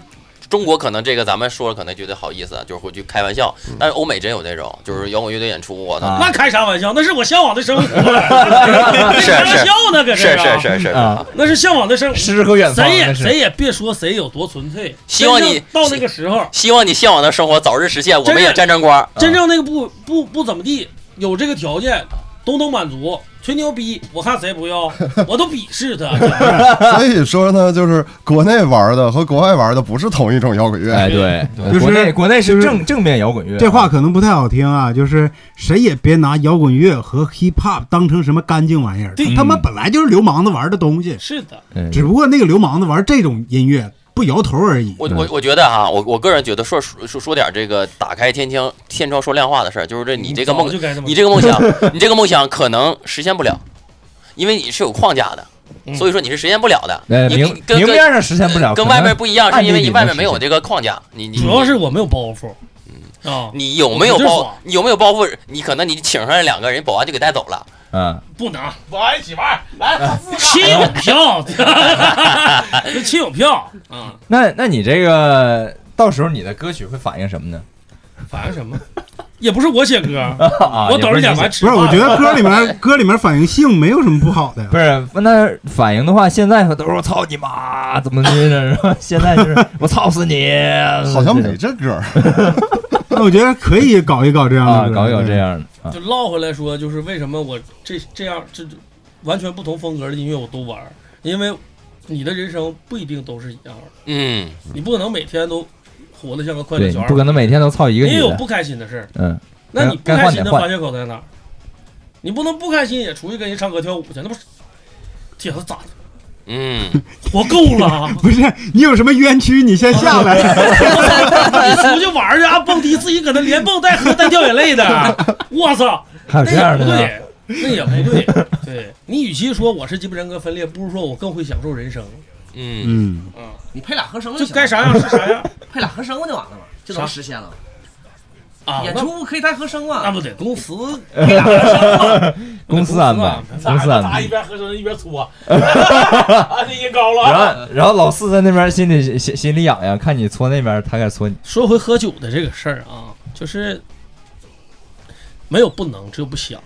[SPEAKER 1] 中国可能这个咱们说了可能觉得好意思，就是会去开玩笑，但是欧美真有这种，就是摇滚乐队演出，我操，
[SPEAKER 9] 那开啥玩笑？那是我向往的生活，
[SPEAKER 1] 是是
[SPEAKER 9] 开玩笑呢，搁
[SPEAKER 1] 是
[SPEAKER 9] 这
[SPEAKER 1] 是是是
[SPEAKER 10] 啊，
[SPEAKER 9] 那是向往的生活，
[SPEAKER 10] 诗和远方，
[SPEAKER 9] 谁也谁也别说谁有多纯粹，
[SPEAKER 1] 希望你
[SPEAKER 9] 到那个时候，
[SPEAKER 1] 希望你向往的生活早日实现，我们也沾沾光。
[SPEAKER 9] 真正那个不不不怎么地，有这个条件都能满足。吹牛逼，我看谁不要，我都鄙视他。
[SPEAKER 2] 所以说呢，就是国内玩的和国外玩的不是同一种摇滚乐。
[SPEAKER 10] 哎，对，
[SPEAKER 4] 就是
[SPEAKER 10] 国内国内是正正面摇滚乐。
[SPEAKER 4] 这话可能不太好听啊，就是谁也别拿摇滚乐和 hip hop 当成什么干净玩意儿，他妈本来就是流氓子玩的东西。
[SPEAKER 9] 是的，
[SPEAKER 4] 只不过那个流氓子玩这种音乐不摇头而已。
[SPEAKER 1] 我我我觉得哈，我我个人觉得说说说点这个打开天窗天窗说亮话的事儿，就是这你这个梦，你这个梦想，你这个梦想可能实现不了，因为你是有框架的。所以说你是实现不了的，
[SPEAKER 10] 嗯、
[SPEAKER 1] 你
[SPEAKER 10] 明明面上实现不了，
[SPEAKER 1] 跟外面不一样，是因为你外面没有这个框架。你你
[SPEAKER 9] 主要是我没有包袱，
[SPEAKER 1] 嗯啊，你有没有包？你有没有包袱？你可能你请上来两个人，保安就给带走了。
[SPEAKER 10] 嗯，
[SPEAKER 5] 不能，保安一起玩，来，
[SPEAKER 9] 亲有票，亲有票。嗯，
[SPEAKER 10] 那那你这个到时候你的歌曲会反映什么呢？
[SPEAKER 9] 反映什么？也不是我写歌，
[SPEAKER 10] 啊、
[SPEAKER 9] 我等着演完吃
[SPEAKER 4] 饭。不是，我觉得歌里面歌里面反映性没有什么不好的。
[SPEAKER 10] 不是，那反映的话，现在都是我操你妈，怎么的是吧？现在就是我操死你，
[SPEAKER 2] 好像没这歌。
[SPEAKER 4] 那我觉得可以搞一搞这样的，
[SPEAKER 10] 啊、搞一搞这样的。
[SPEAKER 9] 啊、就唠回来说，就是为什么我这这样这完全不同风格的音乐我都玩，因为你的人生不一定都是一样的。
[SPEAKER 1] 嗯，
[SPEAKER 9] 你不可能每天都活得像个快乐小孩，
[SPEAKER 10] 不可能每天都操一个女的。
[SPEAKER 9] 你也有不开心的事儿，
[SPEAKER 10] 嗯，
[SPEAKER 9] 那你不开心的发泄口在哪儿？你不能不开心也出去跟人唱歌跳舞去，那不是铁子咋的？
[SPEAKER 1] 嗯，
[SPEAKER 9] 活够了。
[SPEAKER 4] 不是你有什么冤屈，你先下来。
[SPEAKER 9] 你出去玩去啊，蹦迪自己搁那连蹦带喝带掉眼泪的，我操！
[SPEAKER 10] 还有这样的呢？
[SPEAKER 9] 那也不对，对你与其说我是鸡巴人格分裂，不如说我更会享受人生。
[SPEAKER 1] 嗯
[SPEAKER 4] 嗯
[SPEAKER 3] 嗯，你配俩和声
[SPEAKER 9] 就该啥样是啥样，
[SPEAKER 3] 配俩和声就完了嘛，就能实现了。
[SPEAKER 9] 啊，
[SPEAKER 3] 演出可以带和声啊，
[SPEAKER 9] 那不得公司
[SPEAKER 3] 配俩和声，
[SPEAKER 10] 公司安排，公司安排，
[SPEAKER 5] 咱一边和声一边搓，安音高了。
[SPEAKER 10] 然后，然后老四在那边心里心心里痒痒，看你搓那边，他该搓你。
[SPEAKER 9] 说回喝酒的这个事儿啊，就是没有不能，只有不想。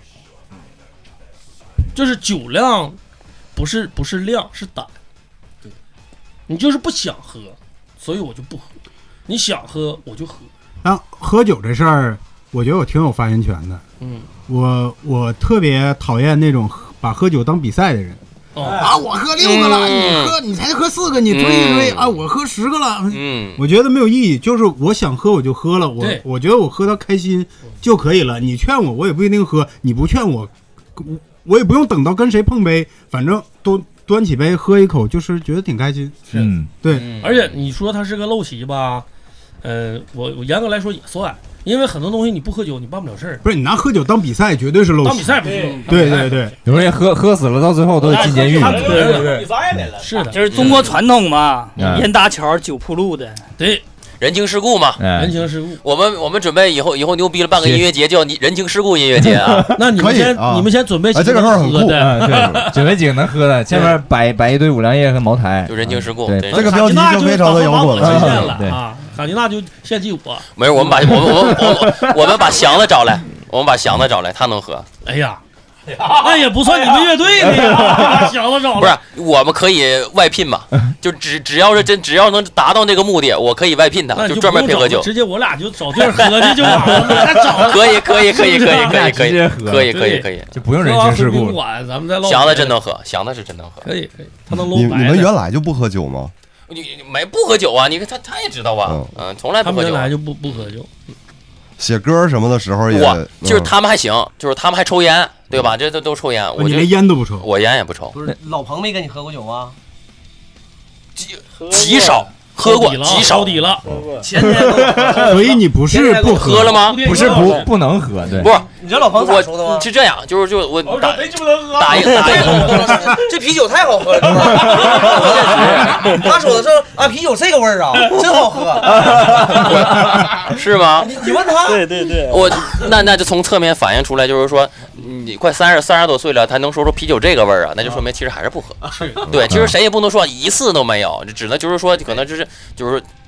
[SPEAKER 9] 就是酒量不是不是量，是胆。对，你就是不想喝，所以我就不喝。你想喝，我就喝。
[SPEAKER 4] 啊，喝酒这事儿，我觉得我挺有发言权的。
[SPEAKER 9] 嗯，
[SPEAKER 4] 我我特别讨厌那种把喝酒当比赛的人。
[SPEAKER 9] 哦、
[SPEAKER 4] 啊，我喝六个了，嗯、你喝你才喝四个，你追一追、嗯、啊，我喝十个了。
[SPEAKER 1] 嗯，
[SPEAKER 4] 我觉得没有意义，就是我想喝我就喝了，我我觉得我喝到开心就可以了。你劝我，我也不一定喝；你不劝我，我也不用等到跟谁碰杯，反正都端起杯喝一口，就是觉得挺开心。
[SPEAKER 10] 嗯，
[SPEAKER 4] 对。
[SPEAKER 9] 嗯、而且你说他是个陋习吧？呃，我我严格来说也算，因为很多东西你不喝酒你办不了事儿。
[SPEAKER 4] 不是你拿喝酒当比赛，绝对是陋习。
[SPEAKER 9] 当比赛不行。
[SPEAKER 4] 对对对，
[SPEAKER 10] 有人喝喝死了，到最后都得进监狱。
[SPEAKER 5] 对对对，比赛来了。
[SPEAKER 9] 是的，
[SPEAKER 7] 就是中国传统嘛，烟搭桥酒铺路的。
[SPEAKER 9] 对。
[SPEAKER 1] 人情世故嘛，
[SPEAKER 9] 人情世故。
[SPEAKER 1] 我们我们准备以后以后牛逼了办个音乐节，叫你人情世故音乐节啊。
[SPEAKER 9] 那你们先你们先准备几
[SPEAKER 2] 个能喝
[SPEAKER 10] 的，对，准备几个能喝的，前面摆摆一堆五粮液和茅台，
[SPEAKER 1] 就人情世故。
[SPEAKER 10] 对，
[SPEAKER 2] 这个标题就非常的摇滚
[SPEAKER 9] 了。对啊，卡吉娜就献祭我。
[SPEAKER 1] 没有，我们把我们我们我们我们把祥子找来，我们把祥子找来，他能喝。
[SPEAKER 9] 哎呀。那也不算你们乐队的呀，想得着了。
[SPEAKER 1] 不是，我们可以外聘嘛？就只只要是真，只要能达到那个目的，我可以外聘他，
[SPEAKER 9] 就
[SPEAKER 1] 专门配合酒。
[SPEAKER 9] 直接我俩就找地儿喝去就完了，还找？
[SPEAKER 1] 可以可以可以可以可以可以可以可以可以，
[SPEAKER 10] 就不用人情世故。
[SPEAKER 9] 咱们再唠。
[SPEAKER 1] 祥子真能喝，祥子是真能喝。
[SPEAKER 9] 可以可以，他能搂白。
[SPEAKER 2] 你你们原来就不喝酒吗？
[SPEAKER 1] 你没不喝酒啊？你看他他也知道吧？嗯，从来不喝酒。
[SPEAKER 9] 他们原来就不不喝酒。
[SPEAKER 2] 写歌什么的时候也，
[SPEAKER 1] 我就是他们还行，就是他们还抽烟，对吧？这都都抽烟，我
[SPEAKER 4] 你连烟都不抽，
[SPEAKER 1] 我烟也不抽。
[SPEAKER 3] 不是老彭没跟你喝过酒吗？
[SPEAKER 1] 极极少喝过，极少
[SPEAKER 9] 底了。
[SPEAKER 3] 前天，
[SPEAKER 4] 所以你不是不
[SPEAKER 1] 喝了吗？
[SPEAKER 10] 不是不不能喝，对，
[SPEAKER 1] 不是。
[SPEAKER 3] 你知道老彭咋说的吗？
[SPEAKER 1] 是这样，就是就我打打一个打一
[SPEAKER 3] 个，这啤酒太好喝了，他说的是啊，啤酒这个味儿啊，真好喝，
[SPEAKER 1] 是吗？
[SPEAKER 3] 你你问他，
[SPEAKER 11] 对对对，
[SPEAKER 1] 我那那就从侧面反映出来，就是说你快三十三十多岁了，才能说出啤酒这个味儿啊，那就说明其实还是不喝。
[SPEAKER 9] 是，
[SPEAKER 1] 对，其实谁也不能说一次都没有，只能就是说可能就是就是。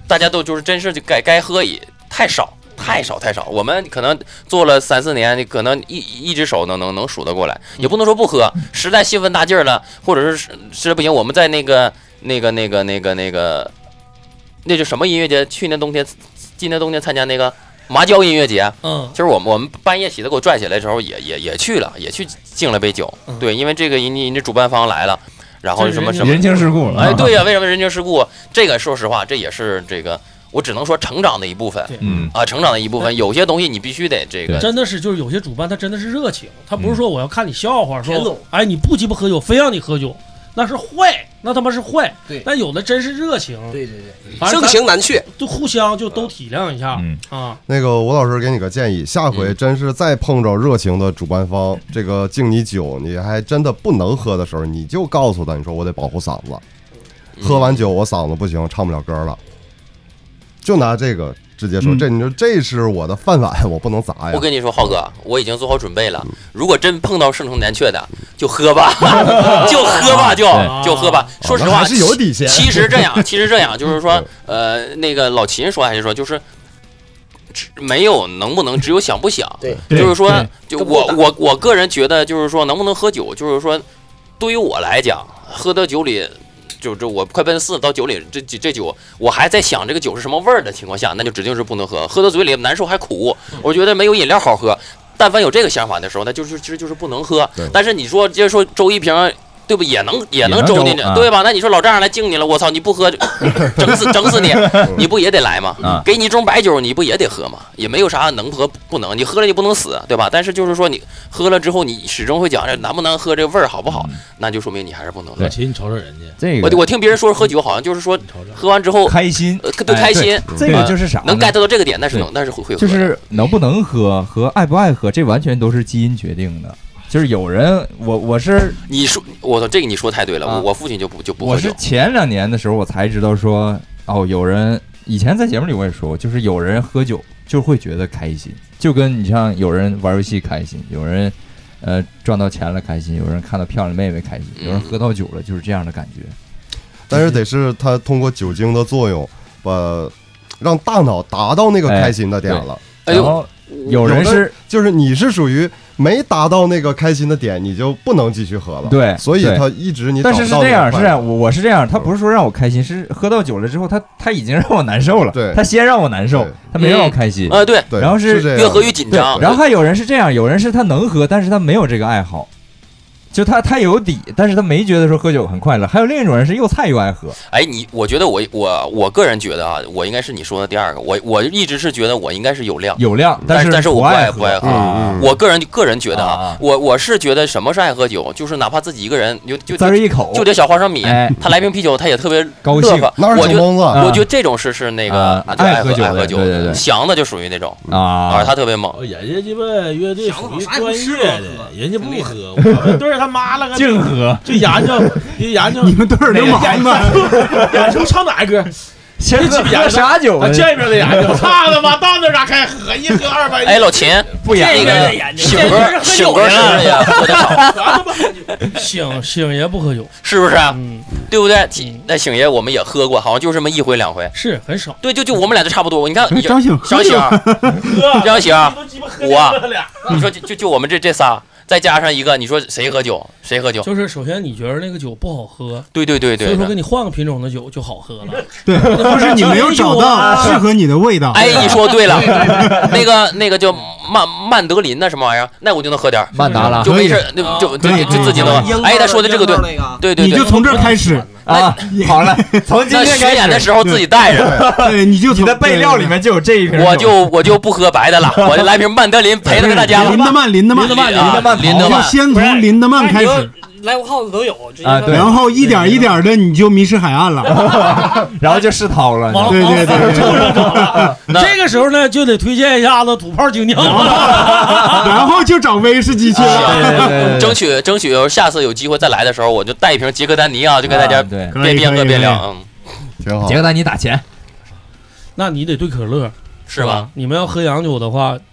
[SPEAKER 1] 大家都就是真是就该该喝也太少。太少太少，我们可能做了三四年，你可能一一只手能能能数得过来，也不能说不喝，实在兴奋大劲儿了，或者是实在不行，我们在那个那个那个那个那个那叫什么音乐节？去年冬天，今年冬天参加那个麻椒音乐节，
[SPEAKER 9] 嗯，
[SPEAKER 1] 其实我们我们半夜喜子给我拽起来的时候，也也也去了，也去敬了杯酒，
[SPEAKER 9] 嗯、
[SPEAKER 1] 对，因为这个人家人家主办方来了。然后什么什么
[SPEAKER 10] 人情世故？
[SPEAKER 1] 哎，对呀、啊，为什么人情世故？这个说实话，这也是这个。我只能说成长的一部分，嗯啊，成长的一部分，有些东西你必须得这个，
[SPEAKER 9] 真的是就是有些主办他真的是热情，他不是说我要看你笑话，说哎你不鸡巴喝酒，非让你喝酒，那是坏，那他妈是坏。
[SPEAKER 3] 对，
[SPEAKER 9] 但有的真是热情，
[SPEAKER 3] 对对对，盛情难却，
[SPEAKER 9] 就互相就都体谅一下，嗯啊。
[SPEAKER 2] 那个吴老师给你个建议，下回真是再碰着热情的主办方，这个敬你酒，你还真的不能喝的时候，你就告诉他，你说我得保护嗓子，喝完酒我嗓子不行，唱不了歌了。就拿这个直接说，嗯、这你说这是我的饭碗，我不能砸呀。
[SPEAKER 1] 我跟你说，浩哥，我已经做好准备了。如果真碰到盛情难却的，就喝吧，就喝吧，就就喝吧。说实话，
[SPEAKER 2] 还是有底线。
[SPEAKER 1] 其实这样，其实这样，就是说，呃，那个老秦说还是说，就是没有能不能，只有想不想。
[SPEAKER 3] 对，
[SPEAKER 1] 就是说，就我我我个人觉得，就是说，能不能喝酒，就是说，对于我来讲，喝到酒里。就这我快奔四到酒里，这这酒我还在想这个酒是什么味儿的情况下，那就指定是不能喝，喝到嘴里难受还苦，我觉得没有饮料好喝。但凡有这个想法的时候，那就是其实就是不能喝。但是你说接着说周一瓶，对不也能也能周进去，对吧？那你说老丈人来敬你了，我操，你不喝整死整死你，你不也得来吗？给你一盅白酒，你不也得喝吗？也没有啥能喝不能，你喝了你不能死，对吧？但是就是说你喝了之后，你始终会讲这难不难喝，这味儿好不好，那就说明你还是不能喝。
[SPEAKER 5] 亲，你瞅瞅人家
[SPEAKER 10] 这个，
[SPEAKER 1] 我我听别人说喝酒好像就是说喝完之后
[SPEAKER 10] 开心，
[SPEAKER 1] 对开心，
[SPEAKER 10] 这个就是啥？
[SPEAKER 1] 能 get 到这个点，那是能，那是会会喝。
[SPEAKER 10] 就是能不能喝和爱不爱喝，这完全都是基因决定的。就是有人，我我是
[SPEAKER 1] 你说，我操，这个你说太对了。啊、我父亲就不就不喝酒。
[SPEAKER 10] 我是前两年的时候我才知道说，哦，有人以前在节目里我也说过，就是有人喝酒就会觉得开心，就跟你像有人玩游戏开心，有人呃赚到钱了开心，有人看到漂亮妹妹开心，有人喝到酒了就是这样的感觉。
[SPEAKER 2] 但是得是他通过酒精的作用，把让大脑达到那个开心的点了。
[SPEAKER 10] 哎、然后有人是
[SPEAKER 2] 就是你是属于。没达到那个开心的点，你就不能继续喝了。
[SPEAKER 10] 对，
[SPEAKER 2] 所以他一直你
[SPEAKER 10] 但是是这样，是这样，我我是这样，他不是说让我开心，是喝到酒了之后，他他已经让我难受了。
[SPEAKER 2] 对，
[SPEAKER 10] 他先让我难受，他没让我开心。
[SPEAKER 1] 啊，对，
[SPEAKER 10] 然后是
[SPEAKER 1] 越喝越紧张。
[SPEAKER 10] 然后还有人是这样，有人是他能喝，但是他没有这个爱好。就他他有底，但是他没觉得说喝酒很快乐。还有另一种人是又菜又爱喝。
[SPEAKER 1] 哎，你我觉得我我我个人觉得啊，我应该是你说的第二个。我我一直是觉得我应该是有量，
[SPEAKER 10] 有量，
[SPEAKER 1] 但
[SPEAKER 10] 是
[SPEAKER 1] 但是我不爱
[SPEAKER 10] 不
[SPEAKER 1] 爱喝。
[SPEAKER 10] 嗯、
[SPEAKER 1] 我个人个人觉得啊，我我是觉得什么是爱喝酒，就是哪怕自己一个人就就
[SPEAKER 10] 滋一口，
[SPEAKER 1] 就点小花生米，
[SPEAKER 10] 哎、
[SPEAKER 1] 他来瓶啤酒，他也特别
[SPEAKER 10] 高兴。
[SPEAKER 1] 我觉得
[SPEAKER 2] 我
[SPEAKER 1] 觉得这种是是那个
[SPEAKER 10] 爱喝
[SPEAKER 1] 酒爱喝
[SPEAKER 10] 酒，对对对，
[SPEAKER 1] 祥的就属于那种
[SPEAKER 10] 啊，
[SPEAKER 1] 他特别猛。
[SPEAKER 5] 人家鸡巴乐队属于专业的，人家不喝，我们队他妈了个。
[SPEAKER 10] 喝
[SPEAKER 5] 就研究，就研究
[SPEAKER 4] 你们都是流氓吗？
[SPEAKER 5] 研究唱哪歌？
[SPEAKER 10] 先喝啥酒啊？
[SPEAKER 5] 这边的研究，他他妈到那咋开喝？一喝二百。
[SPEAKER 1] 哎，老秦，
[SPEAKER 10] 不
[SPEAKER 1] 这个醒哥，醒哥是不是也喝的少？
[SPEAKER 9] 醒醒爷不喝酒，
[SPEAKER 1] 是不是？嗯，对不对？那醒爷我们也喝过，好像就这么一回两回，
[SPEAKER 9] 是很少。
[SPEAKER 1] 对，就就我们俩就差不多。你看，
[SPEAKER 4] 张醒，
[SPEAKER 1] 张醒，张醒，我，你说就就就我们这这仨。再加上一个，你说谁喝酒？谁喝酒？
[SPEAKER 9] 就是首先你觉得那个酒不好喝，
[SPEAKER 1] 对对对对，
[SPEAKER 9] 所以说给你换个品种的酒就好喝了。
[SPEAKER 4] 对，就是你没有找到适合你的味道。
[SPEAKER 1] 哎，你说对了，那个那个叫曼曼德林那什么玩意儿，那我就能喝点
[SPEAKER 10] 曼达拉，
[SPEAKER 1] 就没事，就就就就自己能。哎，他说的这个对，对对，
[SPEAKER 4] 你就从这儿开始。
[SPEAKER 10] 啊，好了，从今天开始
[SPEAKER 1] 巡演的时候自己带着，
[SPEAKER 4] 对，你就
[SPEAKER 10] 你的备料里面就有这一瓶，
[SPEAKER 1] 我就我就不喝白的了，我就来瓶曼德林陪着大家。
[SPEAKER 4] 林德曼，林德曼，
[SPEAKER 1] 林德曼，
[SPEAKER 10] 林德曼，
[SPEAKER 1] 林德曼，
[SPEAKER 4] 先从林德曼开始。
[SPEAKER 7] 来过耗子都有
[SPEAKER 10] 啊，对，
[SPEAKER 4] 然后一点一点的你就迷失海岸了，
[SPEAKER 10] 然后就世涛了，
[SPEAKER 4] 对对对，
[SPEAKER 9] 冲上找了。这个时候呢，就得推荐一下子土炮精酿，
[SPEAKER 4] 然后就找威士忌去了。
[SPEAKER 1] 争取争取下次有机会再来的时候，我就带一瓶杰克丹尼啊，就跟大家边边喝边聊，嗯，
[SPEAKER 2] 挺好。
[SPEAKER 10] 杰克丹尼打钱，
[SPEAKER 9] 那你得兑可乐。
[SPEAKER 1] 是吧？
[SPEAKER 9] 你们要喝洋酒的话，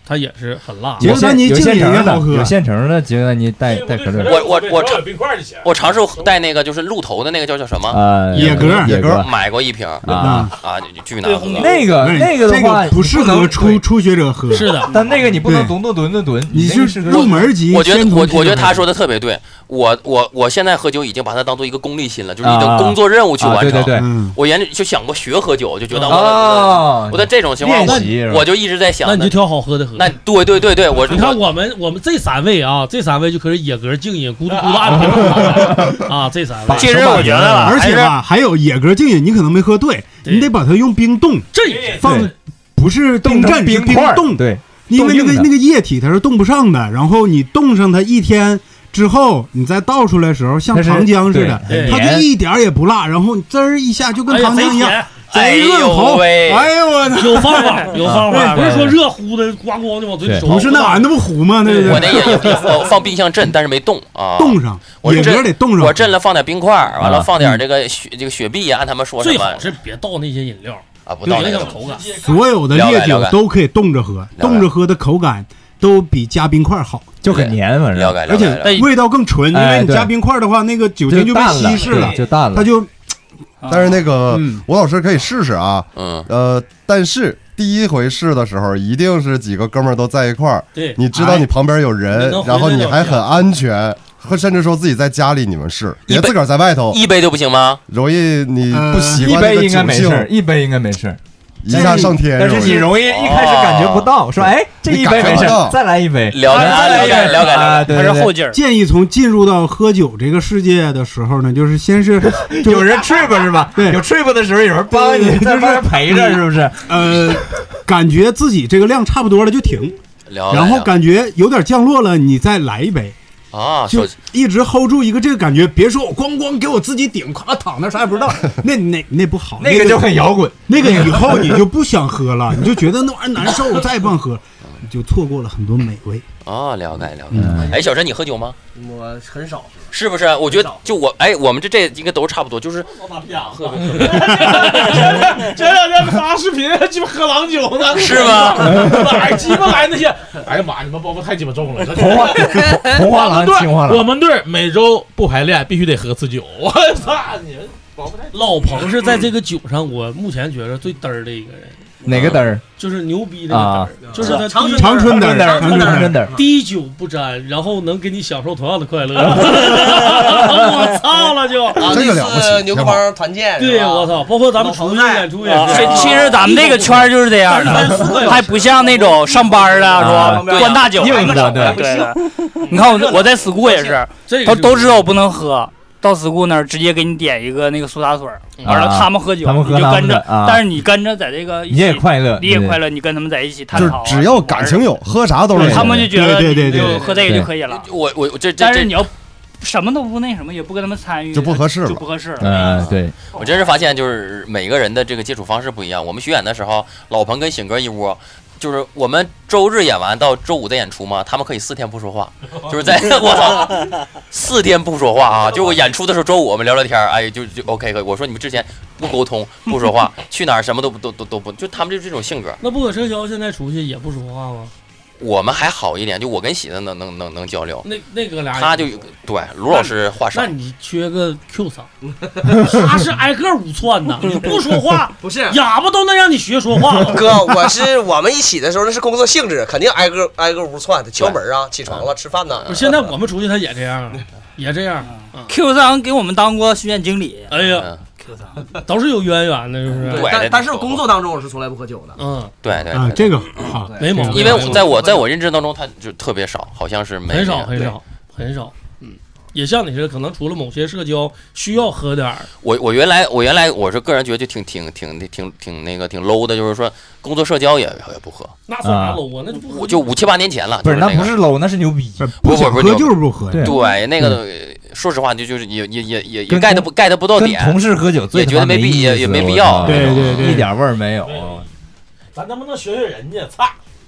[SPEAKER 9] 它也是很辣。
[SPEAKER 10] 有现有现成的，
[SPEAKER 4] 有
[SPEAKER 10] 现成的吉格丹尼带带可乐。
[SPEAKER 1] 我我我尝我尝试带那个就是鹿头的那个叫叫什么？
[SPEAKER 10] 呃，
[SPEAKER 4] 野格
[SPEAKER 10] 野格
[SPEAKER 1] 买过一瓶
[SPEAKER 10] 啊
[SPEAKER 1] 啊，巨难喝。
[SPEAKER 10] 那个那个的话
[SPEAKER 4] 不适合初初学者喝。
[SPEAKER 9] 是的，
[SPEAKER 10] 但那个你不能吨吨吨吨吨，
[SPEAKER 4] 你是入门级。
[SPEAKER 1] 我觉得我我觉得他说的特别对。我我我现在喝酒已经把它当做一个功利心了，就是一个工作任务去完成。
[SPEAKER 10] 对对对，
[SPEAKER 1] 我原就想过学喝酒，就觉得
[SPEAKER 10] 我
[SPEAKER 1] 我在这种情况，我就一直在想，
[SPEAKER 9] 那你就挑好喝的喝。
[SPEAKER 1] 那对对对对，我
[SPEAKER 9] 你看我们我们这三位啊，这三位就可是野格、静饮、咕嘟咕嘟按瓶啊，这三位。
[SPEAKER 7] 其实我觉得，
[SPEAKER 4] 而且吧，还有野格、静饮，你可能没喝对，你得把它用冰冻，
[SPEAKER 9] 这
[SPEAKER 4] 放不是冰镇，
[SPEAKER 10] 冰
[SPEAKER 4] 冰冻。
[SPEAKER 10] 对，
[SPEAKER 4] 因为那个那个液体它是冻不上的，然后你冻上它一天。之后你再倒出来的时候，像糖浆似的，它就一点也不辣，然后滋儿一下就跟糖浆一样，贼润喉。哎呦我操！
[SPEAKER 9] 有方法，有方法，不是说热乎的咣咣就往嘴里收。
[SPEAKER 4] 不是那玩意儿那不糊吗？对不对？
[SPEAKER 1] 我那也也放放冰箱镇，但是没冻啊。
[SPEAKER 4] 冻上，野格得冻上。
[SPEAKER 1] 我镇了放点冰块，完了放点这个雪这个雪碧啊，按他们说什么？
[SPEAKER 9] 最好是别倒那些饮料
[SPEAKER 1] 啊，不倒那个
[SPEAKER 9] 口感。
[SPEAKER 4] 所有的烈酒都可以冻着喝，冻着喝的口感。都比加冰块好，
[SPEAKER 10] 就很黏，反正，
[SPEAKER 4] 而且味道更纯。因为你加冰块的话，那个酒精就被稀释了，
[SPEAKER 10] 就淡了，
[SPEAKER 4] 它就。
[SPEAKER 2] 但是那个吴老师可以试试啊，嗯，呃，但是第一回试的时候，一定是几个哥们儿都在一块儿，
[SPEAKER 9] 对，
[SPEAKER 2] 你知道你旁边有人，然后你还很安全。或甚至说自己在家里你们试，别自个儿在外头
[SPEAKER 1] 一杯就不行吗？
[SPEAKER 2] 容易你不习惯
[SPEAKER 10] 一杯应该没事，一杯应该没事。
[SPEAKER 2] 一下上天，
[SPEAKER 10] 但是你容易一开始感觉不到，说哎这一杯没事，再来一杯，
[SPEAKER 1] 了解了解了解了解，
[SPEAKER 7] 还是后劲儿。
[SPEAKER 4] 建议从进入到喝酒这个世界的时候呢，就是先是
[SPEAKER 10] 有人 trip 是吧？对，有 trip 的时候有人帮你在旁边陪着，是不是？
[SPEAKER 4] 呃，感觉自己这个量差不多了就停，然后感觉有点降落了，你再来一杯。
[SPEAKER 1] 啊，
[SPEAKER 4] 就一直 hold 住一个这个感觉，别说我咣咣给我自己顶，咔躺那啥也不知道，那那那不好，
[SPEAKER 10] 那个就很摇滚，
[SPEAKER 4] 那个以后你就不想喝了，你就觉得那玩意儿难受，我再也不想喝，你就错过了很多美味。
[SPEAKER 1] 哦，了解了解。哎，小陈，你喝酒吗？
[SPEAKER 3] 我很少喝，
[SPEAKER 1] 是不是？我觉得就我哎，我们这这应该都差不多，就是
[SPEAKER 5] 喝。前两天发视频，鸡巴喝郎酒呢，
[SPEAKER 1] 是吗？
[SPEAKER 5] 哪儿鸡巴来那些？哎呀妈，你们包袱太鸡巴重了。
[SPEAKER 10] 红花红花郎、青花郎，
[SPEAKER 5] 我们队每周不排练，必须得喝次酒。我操你们！
[SPEAKER 9] 老彭是在这个酒上，我目前觉得最嘚儿的一个人。
[SPEAKER 10] 哪个嘚儿？
[SPEAKER 9] 就是牛逼那个嘚儿，就是他
[SPEAKER 4] 长春嘚儿，
[SPEAKER 10] 长春嘚儿，
[SPEAKER 9] 滴酒不沾，然后能给你享受同样的快乐。我操了就，
[SPEAKER 2] 这个了不起！
[SPEAKER 3] 牛克帮团建，
[SPEAKER 9] 对我操，包括咱们出去演出也是。
[SPEAKER 7] 其实咱们这个圈就是这样的，还不像那种上班的说灌大酒，
[SPEAKER 10] 硬的，对
[SPEAKER 7] 对。你看我我在 school 也是，都都知道我不能喝。到 school 那儿直接给你点一个那个苏打水，完了他们喝酒，你就跟着，但是你跟着在这个
[SPEAKER 10] 你也快乐，
[SPEAKER 7] 你也快乐，你跟他们在一起探讨，
[SPEAKER 2] 只要感情有，喝啥都是。
[SPEAKER 7] 他们就觉得
[SPEAKER 4] 对对对，
[SPEAKER 7] 喝这个就可以了。
[SPEAKER 1] 我我这这，
[SPEAKER 7] 但是你要什么都不那什么，也不跟他们参与，
[SPEAKER 2] 就不合适了，
[SPEAKER 7] 就不合适了。
[SPEAKER 10] 嗯，对。
[SPEAKER 1] 我真是发现，就是每个人的这个接触方式不一样。我们巡演的时候，老彭跟醒哥一窝。就是我们周日演完到周五的演出嘛，他们可以四天不说话，就是在我操，四天不说话啊！就我演出的时候，周五我们聊聊天，哎，就就 OK 可以。我说你们之前不沟通不说话，去哪儿什么都不都都都不，就他们就是这种性格。
[SPEAKER 9] 那不可撤销现在出去也不说话吗？
[SPEAKER 1] 我们还好一点，就我跟喜子能能能能交流。
[SPEAKER 9] 那那个俩
[SPEAKER 1] 他就对卢老师话少。
[SPEAKER 9] 那你缺个 Q 嗓，他是挨个五窜的，你不说话
[SPEAKER 3] 不是
[SPEAKER 9] 哑巴都能让你学说话。
[SPEAKER 3] 哥，我是我们一起的时候那是工作性质，肯定挨个挨个屋窜的，敲门啊，起床了，吃饭呢。
[SPEAKER 9] 现在我们出去他也这样，也这样。
[SPEAKER 7] Q 嗓给我们当过巡演经理。
[SPEAKER 9] 哎呀。都是有渊源的，是不是？
[SPEAKER 3] 对，但但是工作当中我是从来不喝酒的。
[SPEAKER 1] 嗯，对对
[SPEAKER 4] 啊，这个好，
[SPEAKER 9] 没毛病。
[SPEAKER 1] 因为我在我在我认知当中，他就特别少，好像是没
[SPEAKER 9] 很少很少很少。嗯，也像你似的，可能除了某些社交需要喝点儿。
[SPEAKER 1] 我我原来我原来我是个人觉得就挺挺挺挺挺那个挺 low 的，就是说工作社交也也不喝。
[SPEAKER 9] 那算啥 low 啊？那就不喝。
[SPEAKER 1] 我就五七八年前了。
[SPEAKER 10] 不是，那不是 low， 那是牛逼。
[SPEAKER 1] 不不不，
[SPEAKER 4] 喝就是不喝。
[SPEAKER 1] 对，那个。说实话，就就是也也也也也 get 不 get 不到点。
[SPEAKER 10] 同事喝酒
[SPEAKER 1] 也觉得没必也也没必要，
[SPEAKER 4] 对对对，
[SPEAKER 10] 一点味儿没有。
[SPEAKER 5] 咱能不能学学人家？操！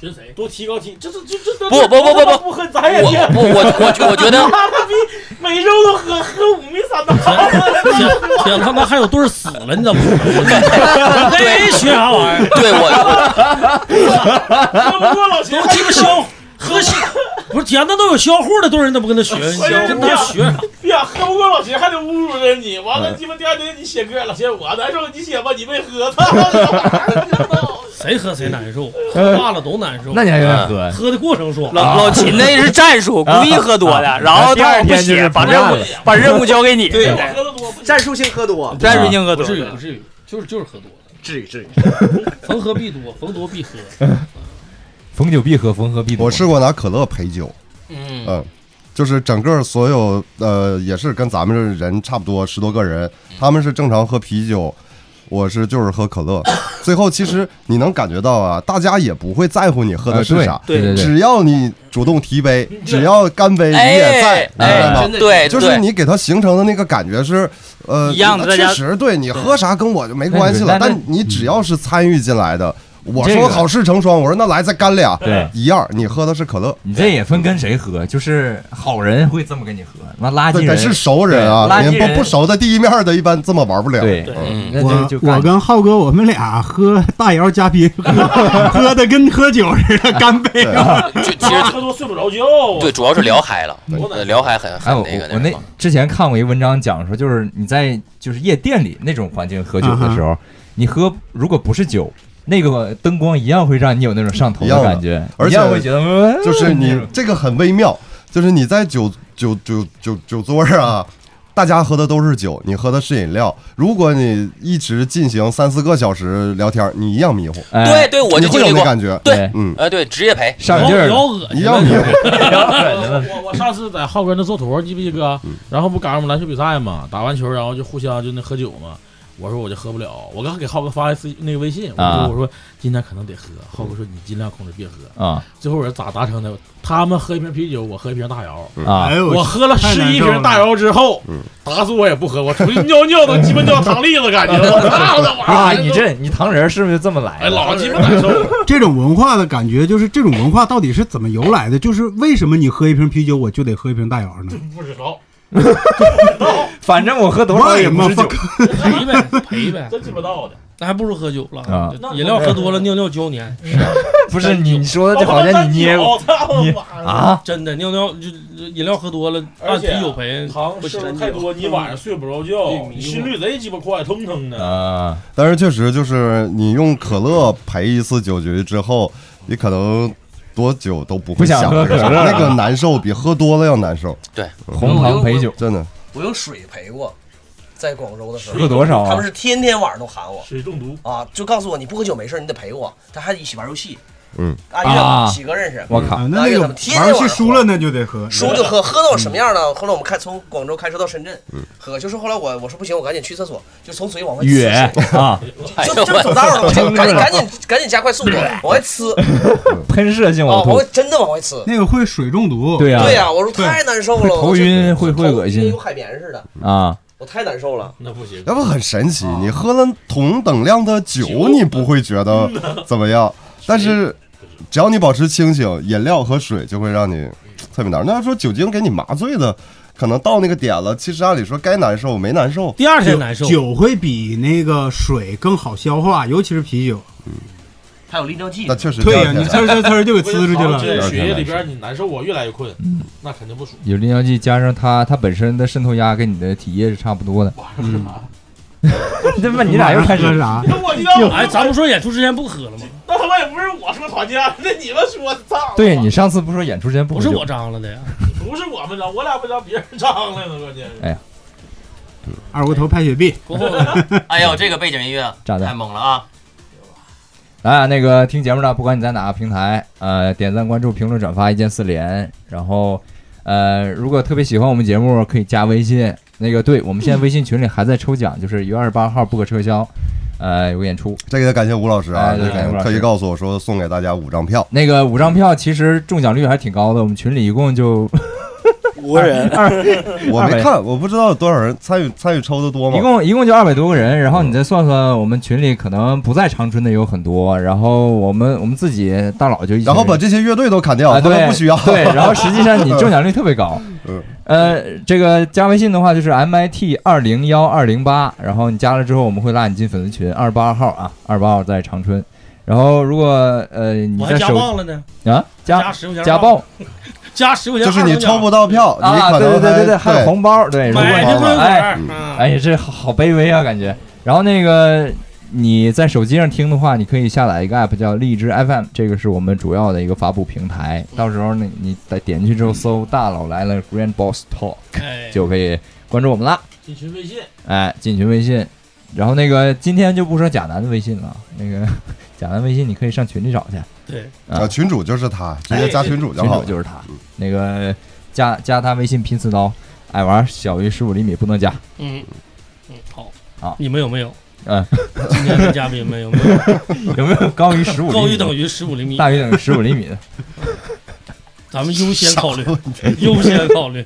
[SPEAKER 5] 学谁？多提高提，这这这这
[SPEAKER 1] 不不不不不
[SPEAKER 5] 不喝咱也
[SPEAKER 1] 我我我我我觉得
[SPEAKER 5] 他比每周都喝喝五米三刀。
[SPEAKER 9] 天他妈还有对死了，你怎么说？哎，学啥玩意儿？
[SPEAKER 1] 对我
[SPEAKER 5] 喝不过老秦，
[SPEAKER 9] 都鸡巴销喝西，不是天，那都有销户的对儿，你怎么跟他学？你跟他学啥？
[SPEAKER 5] 呀，喝不过老秦还得侮辱着你，完了鸡巴第二天你写歌，老秦我难受，你写吧，你没喝，操！
[SPEAKER 9] 谁喝谁难受，喝大了都难受。
[SPEAKER 10] 那你还愿意喝？
[SPEAKER 9] 喝的过程爽。
[SPEAKER 7] 老老秦那是战术，故意喝多的，然后
[SPEAKER 10] 第二天
[SPEAKER 7] 不写，把任务把任务交给你。
[SPEAKER 3] 对，战术性喝多，
[SPEAKER 7] 战术性喝多，
[SPEAKER 9] 不至于不至于，就是就是喝多了。
[SPEAKER 3] 至于至于，
[SPEAKER 9] 逢喝必多，逢多必喝。
[SPEAKER 10] 逢酒必喝，逢喝必多。
[SPEAKER 2] 我试过拿可乐陪酒，
[SPEAKER 1] 嗯
[SPEAKER 2] 嗯，就是整个所有呃也是跟咱们这人差不多十多个人，他们是正常喝啤酒，我是就是喝可乐。最后其实你能感觉到啊，大家也不会在乎你喝的是啥，
[SPEAKER 10] 对对对，
[SPEAKER 2] 只要你主动提杯，只要干杯你也在，
[SPEAKER 1] 哎，对，
[SPEAKER 2] 就是你给他形成的那个感觉是呃
[SPEAKER 7] 一样的，
[SPEAKER 2] 确实对你喝啥跟我就没关系了，但你只要是参与进来的。我说好事成双，我说那来再干俩，
[SPEAKER 10] 对，
[SPEAKER 2] 一样。你喝的是可乐，
[SPEAKER 10] 你这也分跟谁喝，就是好人会这么跟你喝，那垃圾人
[SPEAKER 2] 是熟人啊，你不不熟的第一面的，一般这么玩不了。
[SPEAKER 10] 对，
[SPEAKER 4] 我我跟浩哥我们俩喝大窑加冰，喝的跟喝酒似的，干杯。
[SPEAKER 1] 就其实
[SPEAKER 5] 喝多睡不着觉。
[SPEAKER 1] 对，主要是聊嗨了，聊嗨很很那个。
[SPEAKER 10] 我那之前看过一文章讲说，就是你在就是夜店里那种环境喝酒的时候，你喝如果不是酒。那个灯光一样会让你有那种上头的感觉，
[SPEAKER 2] 而且
[SPEAKER 10] 会觉得
[SPEAKER 2] 就是你这个很微妙，就是你在酒酒酒酒酒桌上啊，大家喝的都是酒，你喝的是饮料。如果你一直进行三四个小时聊天，你一样迷糊。
[SPEAKER 1] 对对，我就
[SPEAKER 2] 会有那感觉。
[SPEAKER 1] 对，嗯，哎，对，职业陪
[SPEAKER 10] 上劲儿，
[SPEAKER 2] 一样迷糊。
[SPEAKER 5] 我我上次在浩哥那做图，记不记哥？然后不赶上我们篮球比赛嘛，打完球然后就互相就那喝酒嘛。我说我就喝不了，我刚给浩哥发一次那个微信，我说我说今天可能得喝，浩哥说你尽量控制别喝
[SPEAKER 10] 啊。
[SPEAKER 5] 最后我是咋达成的？他们喝一瓶啤酒，我喝一瓶大窑
[SPEAKER 10] 啊。
[SPEAKER 5] 我喝了十一瓶大窑之后，打死我也不喝，我出去尿尿都鸡巴尿糖粒子，感觉
[SPEAKER 10] 啊！你这你糖人是不是就这么来的？
[SPEAKER 5] 哎，老鸡巴难受。
[SPEAKER 4] 这种文化的感觉，就是这种文化到底是怎么由来的？就是为什么你喝一瓶啤酒，我就得喝一瓶大窑呢？
[SPEAKER 5] 不知道。
[SPEAKER 10] 反正我喝多少也不是酒，
[SPEAKER 9] 赔呗赔呗，
[SPEAKER 5] 真鸡巴道的，
[SPEAKER 9] 那还不如喝酒了啊！饮料喝多了尿尿胶粘，
[SPEAKER 10] 不是你说的，就好像你捏
[SPEAKER 5] 你
[SPEAKER 10] 啊，
[SPEAKER 9] 真的尿尿就饮料喝多了，按啤酒赔，
[SPEAKER 5] 糖摄入太多，你晚上睡不着觉，心率贼鸡巴快，腾腾的
[SPEAKER 10] 啊。
[SPEAKER 2] 但是确实就是你用可乐陪一次酒局之后，你可能。多久都不会想
[SPEAKER 10] 喝可乐，
[SPEAKER 2] 那个难受比喝多了要难受。
[SPEAKER 1] 对，
[SPEAKER 10] 红糖陪酒
[SPEAKER 2] 真的。
[SPEAKER 3] 我用水陪过，在广州的时候
[SPEAKER 10] 喝多少啊？
[SPEAKER 3] 他们是天天晚上都喊我
[SPEAKER 5] 水中毒
[SPEAKER 3] 啊，就告诉我你不喝酒没事，你得陪我，咱还得一起玩游戏。
[SPEAKER 2] 嗯
[SPEAKER 3] 啊，喜哥认识。
[SPEAKER 10] 我靠，
[SPEAKER 4] 那那个玩游戏输了那就得喝，
[SPEAKER 3] 输就喝，喝到什么样呢？后来我们开从广州开车到深圳，喝就是后来我我说不行，我赶紧去厕所，就从嘴往外呲
[SPEAKER 10] 啊，
[SPEAKER 3] 就就走道了，我就赶紧赶紧赶紧加快速度往外呲，
[SPEAKER 10] 喷射性往
[SPEAKER 3] 吐，往真的往外呲，
[SPEAKER 4] 那个会水中毒。
[SPEAKER 10] 对呀
[SPEAKER 3] 对呀，我说太难受了，
[SPEAKER 10] 头晕会会恶心，
[SPEAKER 3] 有海绵似的
[SPEAKER 10] 啊。
[SPEAKER 3] 我太难受了，
[SPEAKER 5] 那不行。
[SPEAKER 2] 要不很神奇，你喝了同等量的酒，你不会觉得怎么样，但是只要你保持清醒，饮料和水就会让你特别难受。那要说酒精给你麻醉的，可能到那个点了，其实按理说该难受没难受，
[SPEAKER 9] 第二天难受。
[SPEAKER 4] 酒会比那个水更好消化，尤其是啤酒。
[SPEAKER 3] 嗯，它有利尿剂。
[SPEAKER 2] 那确实
[SPEAKER 4] 对呀，你呲呲呲就给呲出去了。
[SPEAKER 5] 这血液里边你难受啊，越来越困，那肯定不舒服。
[SPEAKER 10] 有利尿剂加上它它本身的渗透压跟你的体液是差不多的。
[SPEAKER 5] 嗯。
[SPEAKER 10] 这问你俩又开始
[SPEAKER 4] 啥？
[SPEAKER 9] 哎，咱不说演出之前不喝了吗？
[SPEAKER 5] 那他妈也不是我说团建，那你们说脏。
[SPEAKER 10] 对你上次不说演出之前不喝
[SPEAKER 9] 不是我张了的呀？
[SPEAKER 5] 不是我们张，我俩不让别人张来了，关键是。
[SPEAKER 10] 哎呀，
[SPEAKER 4] 二锅头拍雪碧。
[SPEAKER 1] 过后呢？哎呦，这个背景音乐太猛了啊！
[SPEAKER 10] 来，那个听节目的，不管你在哪个平台，呃，点赞、关注、评论、转发，一键四连。然后，呃，如果特别喜欢我们节目，可以加微信。那个，对我们现在微信群里还在抽奖，就是一月二十八号不可撤销，呃，有演出。
[SPEAKER 2] 这个得感谢吴老师啊，
[SPEAKER 10] 哎、对，感谢吴老师
[SPEAKER 2] 特意告诉我说送给大家五张票。
[SPEAKER 10] 那个五张票其实中奖率还挺高的，我们群里一共就
[SPEAKER 11] 五个人，
[SPEAKER 2] 我没看，我不知道有多少人参与参与抽的多吗？
[SPEAKER 10] 一共一共就二百多个人，然后你再算算，我们群里可能不在长春的也有很多，然后我们我们自己大佬就一
[SPEAKER 2] 然后把这些乐队都砍掉，
[SPEAKER 10] 啊、对，
[SPEAKER 2] 不需要。
[SPEAKER 10] 对，然后实际上你中奖率特别高。嗯，呃，这个加微信的话就是 M I T 二零幺二零八，然后你加了之后，我们会拉你进粉丝群，二十八号啊，二十八号在长春。然后如果呃你在手
[SPEAKER 9] 加爆了呢
[SPEAKER 10] 啊加
[SPEAKER 9] 加十块钱
[SPEAKER 10] 加爆。
[SPEAKER 9] 加十块钱，
[SPEAKER 2] 就是你抽不到票，
[SPEAKER 10] 啊，
[SPEAKER 2] 你可能
[SPEAKER 10] 对对对对，还有红包，对，
[SPEAKER 9] 买这棍
[SPEAKER 10] 哎，哎呀，这好好卑微啊，感觉。然后那个你在手机上听的话，你可以下载一个 app 叫荔枝 F M， 这个是我们主要的一个发布平台。到时候呢，你再点进去之后搜“大佬来了 Grand Boss Talk”，就可以关注我们了。
[SPEAKER 9] 进群微信，
[SPEAKER 10] 哎，进群微信。然后那个今天就不说贾楠的微信了，那个贾楠微信你可以上群里找去。
[SPEAKER 9] 对，
[SPEAKER 2] 啊，群主就是他，直接加群主就好。
[SPEAKER 10] 群主就是他，那个加加他微信拼刺刀，爱玩小于十五厘米不能加。
[SPEAKER 9] 嗯嗯，好，
[SPEAKER 10] 好，
[SPEAKER 9] 你们有没有？
[SPEAKER 10] 嗯，
[SPEAKER 9] 今天的嘉宾们有没有？
[SPEAKER 10] 有没有高于十五？
[SPEAKER 9] 高于等于十五厘米，
[SPEAKER 10] 大于等于十五厘米的？
[SPEAKER 9] 咱们优先考虑，优先考虑。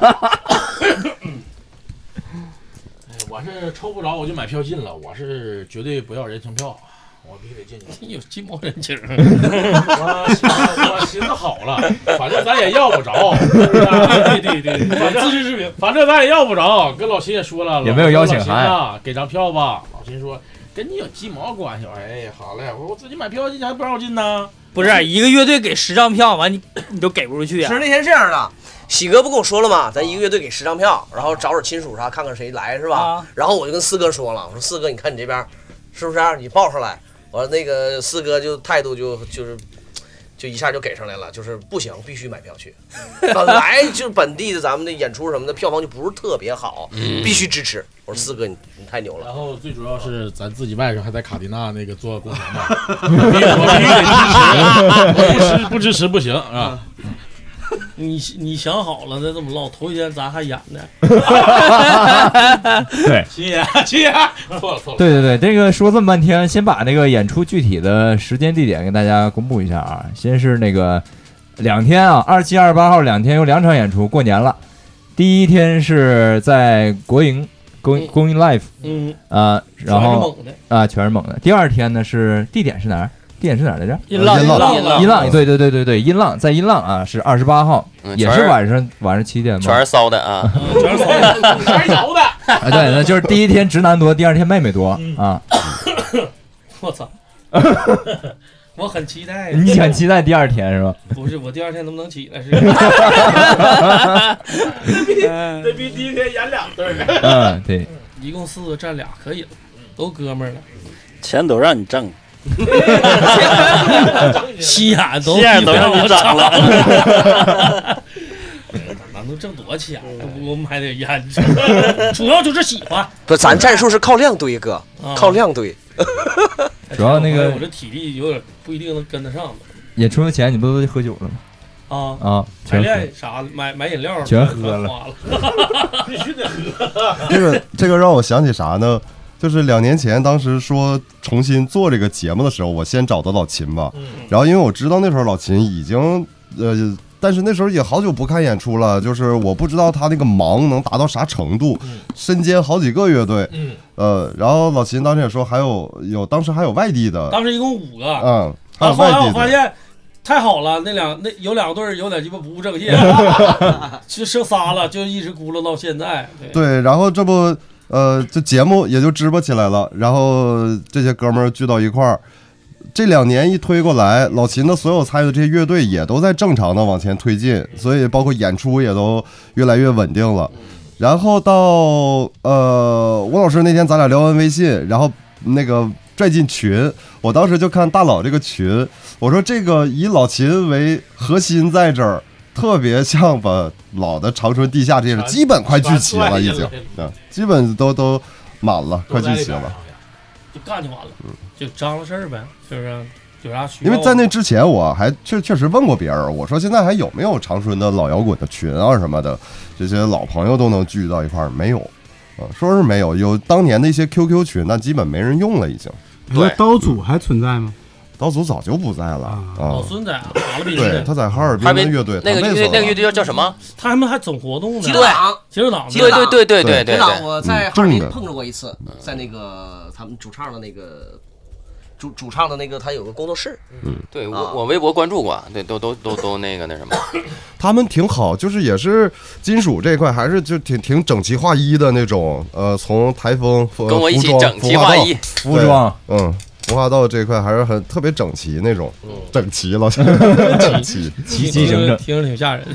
[SPEAKER 9] 我是抽不着我就买票进了，我是绝对不要人情票，我必须得进去。有鸡毛人情？我我寻思好了，反正咱也要不着，对对对，反正自知之明，反正咱也要不着。跟老秦也说了，
[SPEAKER 10] 也没有邀请函
[SPEAKER 9] 啊，给张票吧。老秦说跟你有鸡毛关系？哎，好嘞，我我自己买票进去还不让我进呢？
[SPEAKER 7] 不是一个乐队给十张票，完你你就给不出去啊？
[SPEAKER 3] 是那天这样的。喜哥不跟我说了吗？咱一个乐队给十张票，然后找找亲属啥，看看谁来是吧？啊、然后我就跟四哥说了，我说四哥，你看你这边是不是、啊？你报上来。我说那个四哥就态度就就是就一下就给上来了，就是不行，必须买票去。本来就是本地的咱们的演出什么的票房就不是特别好，嗯、必须支持。我说四哥你你太牛了。
[SPEAKER 5] 然后最主要是咱自己外甥还在卡迪娜那个做工程嘛，我必须得支持，不支不支持不行啊。
[SPEAKER 9] 你你想好了再这么唠，头一天咱还演呢。
[SPEAKER 10] 对，
[SPEAKER 9] 秦爷，秦爷，错了错了。
[SPEAKER 10] 对对对，这个说这么半天，先把那个演出具体的时间地点跟大家公布一下啊。先是那个两天啊，二十七、二十八号两天有两场演出，过年了。第一天是在国营公公营 live， 嗯啊，然后啊全是猛的。第二天呢是地点是哪儿？地点是哪儿来着？
[SPEAKER 7] 音浪，
[SPEAKER 10] 音浪，音浪，对对对对对，音浪在音浪啊，是二十八号，
[SPEAKER 1] 嗯、
[SPEAKER 10] 也是晚上晚上七点吗？
[SPEAKER 1] 全是骚的啊，
[SPEAKER 9] 全是骚的，全是摇的。
[SPEAKER 10] 啊，对，那就是第一天直男多，第二天妹妹多、嗯、啊。
[SPEAKER 9] 我操！我很期待。
[SPEAKER 10] 你很期待第二天是吧？
[SPEAKER 9] 不是，我第二天能不能起来是？得比得比第一天演两对儿。
[SPEAKER 10] 嗯，对。
[SPEAKER 9] 一共四个占俩可以了，都哥们儿了，
[SPEAKER 11] 钱都让你挣。
[SPEAKER 9] 心眼都
[SPEAKER 11] 心眼都让你长了，
[SPEAKER 9] 咱都挣多少钱？都不我们还得研究，主要就是喜欢。
[SPEAKER 3] 不，咱战术是靠量堆，哥，靠量堆。
[SPEAKER 10] 主要那个
[SPEAKER 9] 我这体力有点不一定能跟得上。
[SPEAKER 10] 演出的钱你不都喝酒了吗？
[SPEAKER 9] 啊
[SPEAKER 10] 啊，
[SPEAKER 9] 排练啥买买饮料
[SPEAKER 10] 全喝了，
[SPEAKER 9] 必须得喝。
[SPEAKER 2] 这个这个让我想起啥呢？就是两年前，当时说重新做这个节目的时候，我先找的老秦吧。然后因为我知道那时候老秦已经呃，但是那时候也好久不看演出了，就是我不知道他那个忙能达到啥程度，身兼好几个乐队。呃，然后老秦当时也说还有有，当时还有外地的，
[SPEAKER 9] 当时一共五个。
[SPEAKER 2] 嗯，
[SPEAKER 9] 还有外地的。后来我发现太好了，那两那有两队有点鸡巴不务正业，其实剩仨了，就一直咕噜到现在。
[SPEAKER 2] 对，对然后这不。呃，这节目也就支巴起来了，然后这些哥们儿聚到一块儿，这两年一推过来，老秦的所有参与的这些乐队也都在正常的往前推进，所以包括演出也都越来越稳定了。然后到呃，吴老师那天咱俩聊完微信，然后那个拽进群，我当时就看大佬这个群，我说这个以老秦为核心在这儿。特别像把老的长春地下这些人基本快聚齐了，已经，嗯，基本都都满了，快聚齐了，
[SPEAKER 9] 就干就完了，就张罗事儿呗，是不是？有啥需要？
[SPEAKER 2] 因为在那之前，我还确确实问过别人，我说现在还有没有长春的老摇滚的群啊什么的，这些老朋友都能聚到一块儿？没有，啊，说是没有，有当年的一些 Q Q 群，但基本没人用了，已经。
[SPEAKER 4] 对，刀组还存在吗？
[SPEAKER 2] 刀祖早就不在了啊。
[SPEAKER 9] 老孙在哈尔滨，
[SPEAKER 2] 对，他在哈尔滨的乐队，
[SPEAKER 1] 那个乐队那个乐队叫叫什么？
[SPEAKER 9] 他们还整活动呢。
[SPEAKER 3] 极乐党，
[SPEAKER 9] 极乐党，
[SPEAKER 1] 对对对对对对。
[SPEAKER 3] 我在哈尔滨碰着过一次，在那个他们主唱的那个。主主唱的那个，他有个工作室。
[SPEAKER 1] 嗯，对我我微博关注过，对，都都都都那个那什么。
[SPEAKER 2] 他们挺好，就是也是金属这块，还是就挺挺整齐划一的那种。呃，从台风
[SPEAKER 1] 跟我一起整齐划一，
[SPEAKER 10] 服装，
[SPEAKER 2] 嗯，文化道这块还是很特别整齐那种，
[SPEAKER 1] 嗯、
[SPEAKER 2] 整齐了，整齐，
[SPEAKER 10] 齐齐整整，
[SPEAKER 9] 听着挺吓人。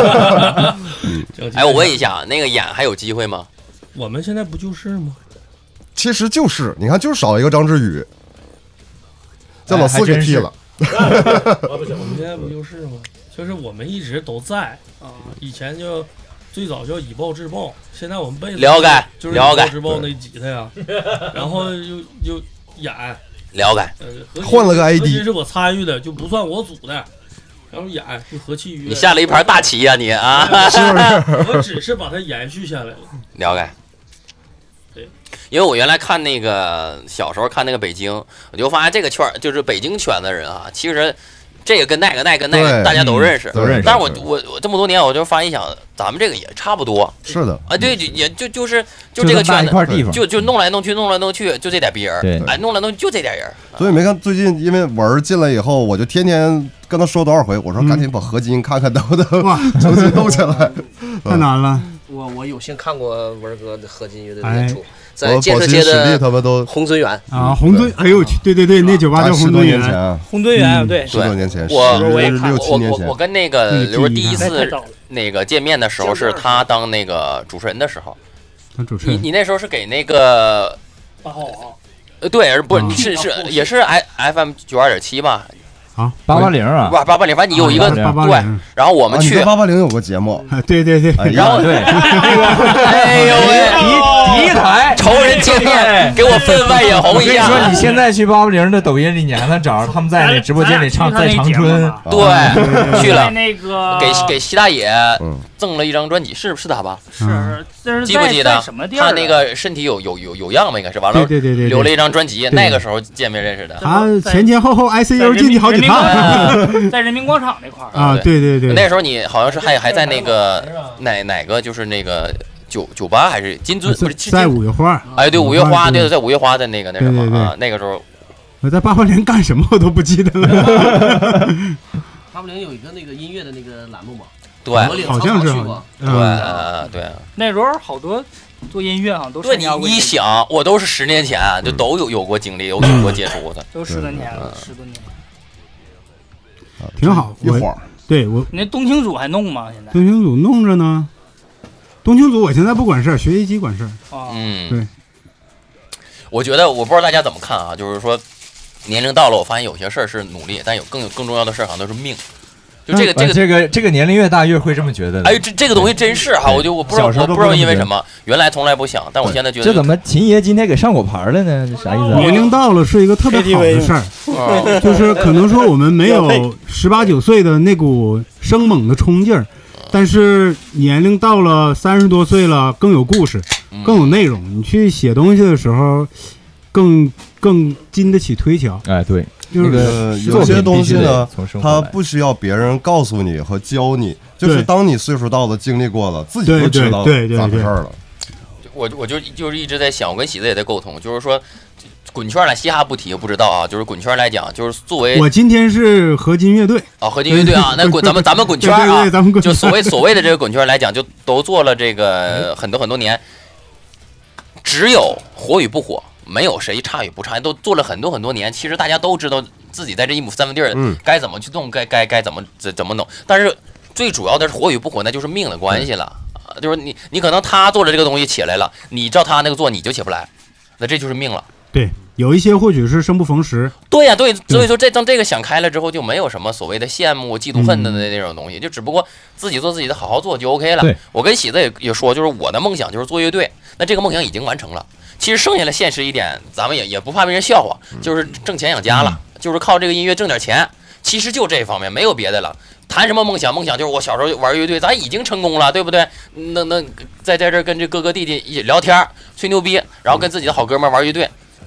[SPEAKER 1] 哎，我问一下，那个演还有机会吗？
[SPEAKER 9] 我们现在不就是吗？
[SPEAKER 2] 其实就是，你看，就是少一个张志宇。叫老四给替了，
[SPEAKER 9] 我们现在不就是吗？就是我们一直都在啊，以前就最早叫以暴制暴，现在我们被
[SPEAKER 1] 了解，
[SPEAKER 9] 就是以暴制暴那吉他呀，然后又又演
[SPEAKER 1] 了解，
[SPEAKER 9] 呃，
[SPEAKER 2] 换了个 I D，
[SPEAKER 9] 这是我参与的，就不算我组的，然后演就和气娱，
[SPEAKER 1] 你下了一盘大棋呀你啊，
[SPEAKER 2] 是不
[SPEAKER 9] 是？我只是把它延续下来了，
[SPEAKER 1] 了解。因为我原来看那个小时候看那个北京，我就发现这个圈就是北京圈的人啊，其实这个跟那个那个那个大家都认识，
[SPEAKER 10] 都认识。
[SPEAKER 1] 但是我我我这么多年，我就发现一想，咱们这个也差不多。
[SPEAKER 2] 是的
[SPEAKER 1] 啊，对，也就就是就这个圈子，
[SPEAKER 10] 一块地方，
[SPEAKER 1] 就就弄来弄去，弄来弄去，就这点逼人。
[SPEAKER 10] 对，
[SPEAKER 1] 哎，弄来弄去就这点人。
[SPEAKER 2] 所以没看最近，因为文儿进来以后，我就天天跟他说多少回，我说赶紧把合金看看能不能重新弄起来，
[SPEAKER 4] 太难了。
[SPEAKER 3] 我我有幸看过文儿哥的合金乐队的演出。
[SPEAKER 2] 哎
[SPEAKER 3] 在建设街的
[SPEAKER 2] 他们都
[SPEAKER 3] 红尊园
[SPEAKER 4] 啊，红尊，哎呦我去，对对对，那酒吧叫红尊园，
[SPEAKER 7] 红尊园，对，
[SPEAKER 2] 十多年前，
[SPEAKER 1] 我
[SPEAKER 3] 我也看
[SPEAKER 2] 六七年前，
[SPEAKER 1] 我跟那个刘文第一次那个见面的时候，是他当那个主持人的时候，
[SPEAKER 4] 当主持人，
[SPEAKER 1] 你你那时候是给那个
[SPEAKER 7] 八号网，
[SPEAKER 1] 呃，对，不是，你是是也是 I F M 九二点七吧？
[SPEAKER 4] 啊，
[SPEAKER 10] 八八零啊，
[SPEAKER 1] 八八八零，反正你有一个对，然后我们去
[SPEAKER 2] 八八零有个节目，
[SPEAKER 4] 对对对，
[SPEAKER 1] 然后
[SPEAKER 10] 对，
[SPEAKER 1] 哎呦喂，
[SPEAKER 10] 第第一台
[SPEAKER 1] 仇人见面，给我分外眼红一下。
[SPEAKER 10] 我跟你说，你现在去八八零的抖音里，你还能找着他们在那直播间里唱《在长春》，
[SPEAKER 1] 对，去了
[SPEAKER 7] 那个
[SPEAKER 1] 给给习大爷赠了一张专辑，是是他吧？
[SPEAKER 7] 是，这是
[SPEAKER 1] 记不记得？
[SPEAKER 7] 什么地儿？
[SPEAKER 1] 他那个身体有有有有样吧，应该是完了，
[SPEAKER 4] 对对对，
[SPEAKER 1] 留了一张专辑，那个时候见面认识的。
[SPEAKER 4] 他前前后后 I C U 进去好几趟，
[SPEAKER 7] 在人民广场那块儿
[SPEAKER 4] 啊，对对对。
[SPEAKER 1] 那时候你好像是还还在那个哪哪个就是那个酒酒吧还是金尊不是
[SPEAKER 4] 在五月花？
[SPEAKER 1] 哎，对，五月花，对，在五月花的那个那什么啊，那个时候
[SPEAKER 4] 我在八八零干什么我都不记得了。
[SPEAKER 3] 八八零有一个那个音乐的那个栏目嘛。
[SPEAKER 1] 对，
[SPEAKER 4] 好像是，
[SPEAKER 1] 对对，
[SPEAKER 7] 那时候好多做音乐啊，都
[SPEAKER 1] 对你一想，我都是十年前就都有有过经历，有有过接触的，
[SPEAKER 7] 都十多年了，十多年，
[SPEAKER 4] 挺好。
[SPEAKER 2] 一会儿，
[SPEAKER 4] 对我
[SPEAKER 7] 那东青组还弄吗？现在
[SPEAKER 4] 东青组弄着呢，东青组我现在不管事儿，学习机管事儿。
[SPEAKER 1] 嗯，
[SPEAKER 4] 对，
[SPEAKER 1] 我觉得我不知道大家怎么看啊，就是说年龄到了，我发现有些事儿是努力，但有更有更重要的事儿好像都是命。就这个这个
[SPEAKER 10] 这个这个年龄越大越会这么觉得。
[SPEAKER 1] 哎，这这个东西真是哈，我就我不知道我不知道因为什么，原来从来不想，但我现在觉得
[SPEAKER 10] 这怎么秦爷今天给上果盘了呢？这啥意思？
[SPEAKER 4] 年龄到了是一个特别好的事儿，就是可能说我们没有十八九岁的那股生猛的冲劲儿，但是年龄到了三十多岁了，更有故事，更有内容。你去写东西的时候，更更经得起推敲。
[SPEAKER 10] 哎，对。
[SPEAKER 2] 就是呃，有些东西呢，它不需要别人告诉你和教你，就是当你岁数到了、经历过了，自己就知道咋回事了。
[SPEAKER 1] 我我就就是一直在想，我跟喜子也在沟通，就是说，滚圈来嘻哈不提，不知道啊，就是滚圈来讲，就是作为
[SPEAKER 4] 我今天是合金乐队
[SPEAKER 1] 啊，合金乐队啊，那滚咱们咱们滚圈啊，就所谓所谓的这个滚圈来讲，就都做了这个很多很多年，只有火与不火。没有谁差与不差，都做了很多很多年。其实大家都知道自己在这一亩三分地儿该怎么去弄，该该该怎么怎怎么弄。但是最主要的是火与不火，那就是命的关系了。就是你你可能他做了这个东西起来了，你照他那个做你就起不来，那这就是命了。
[SPEAKER 4] 对，有一些或许是生不逢时。
[SPEAKER 1] 对呀、啊，对，所以说这当这个想开了之后，就没有什么所谓的羡慕、嫉妒、恨的那种东西，嗯、就只不过自己做自己的，好好做就 OK 了。我跟喜子也也说，就是我的梦想就是做乐队，那这个梦想已经完成了。其实剩下的现实一点，咱们也也不怕被人笑话，就是挣钱养家了，嗯、就是靠这个音乐挣点钱。其实就这方面，没有别的了。谈什么梦想？梦想就是我小时候玩乐队，咱已经成功了，对不对？那那在在这跟这哥哥弟弟一起聊天吹牛逼，然后跟自己的好哥们玩乐队，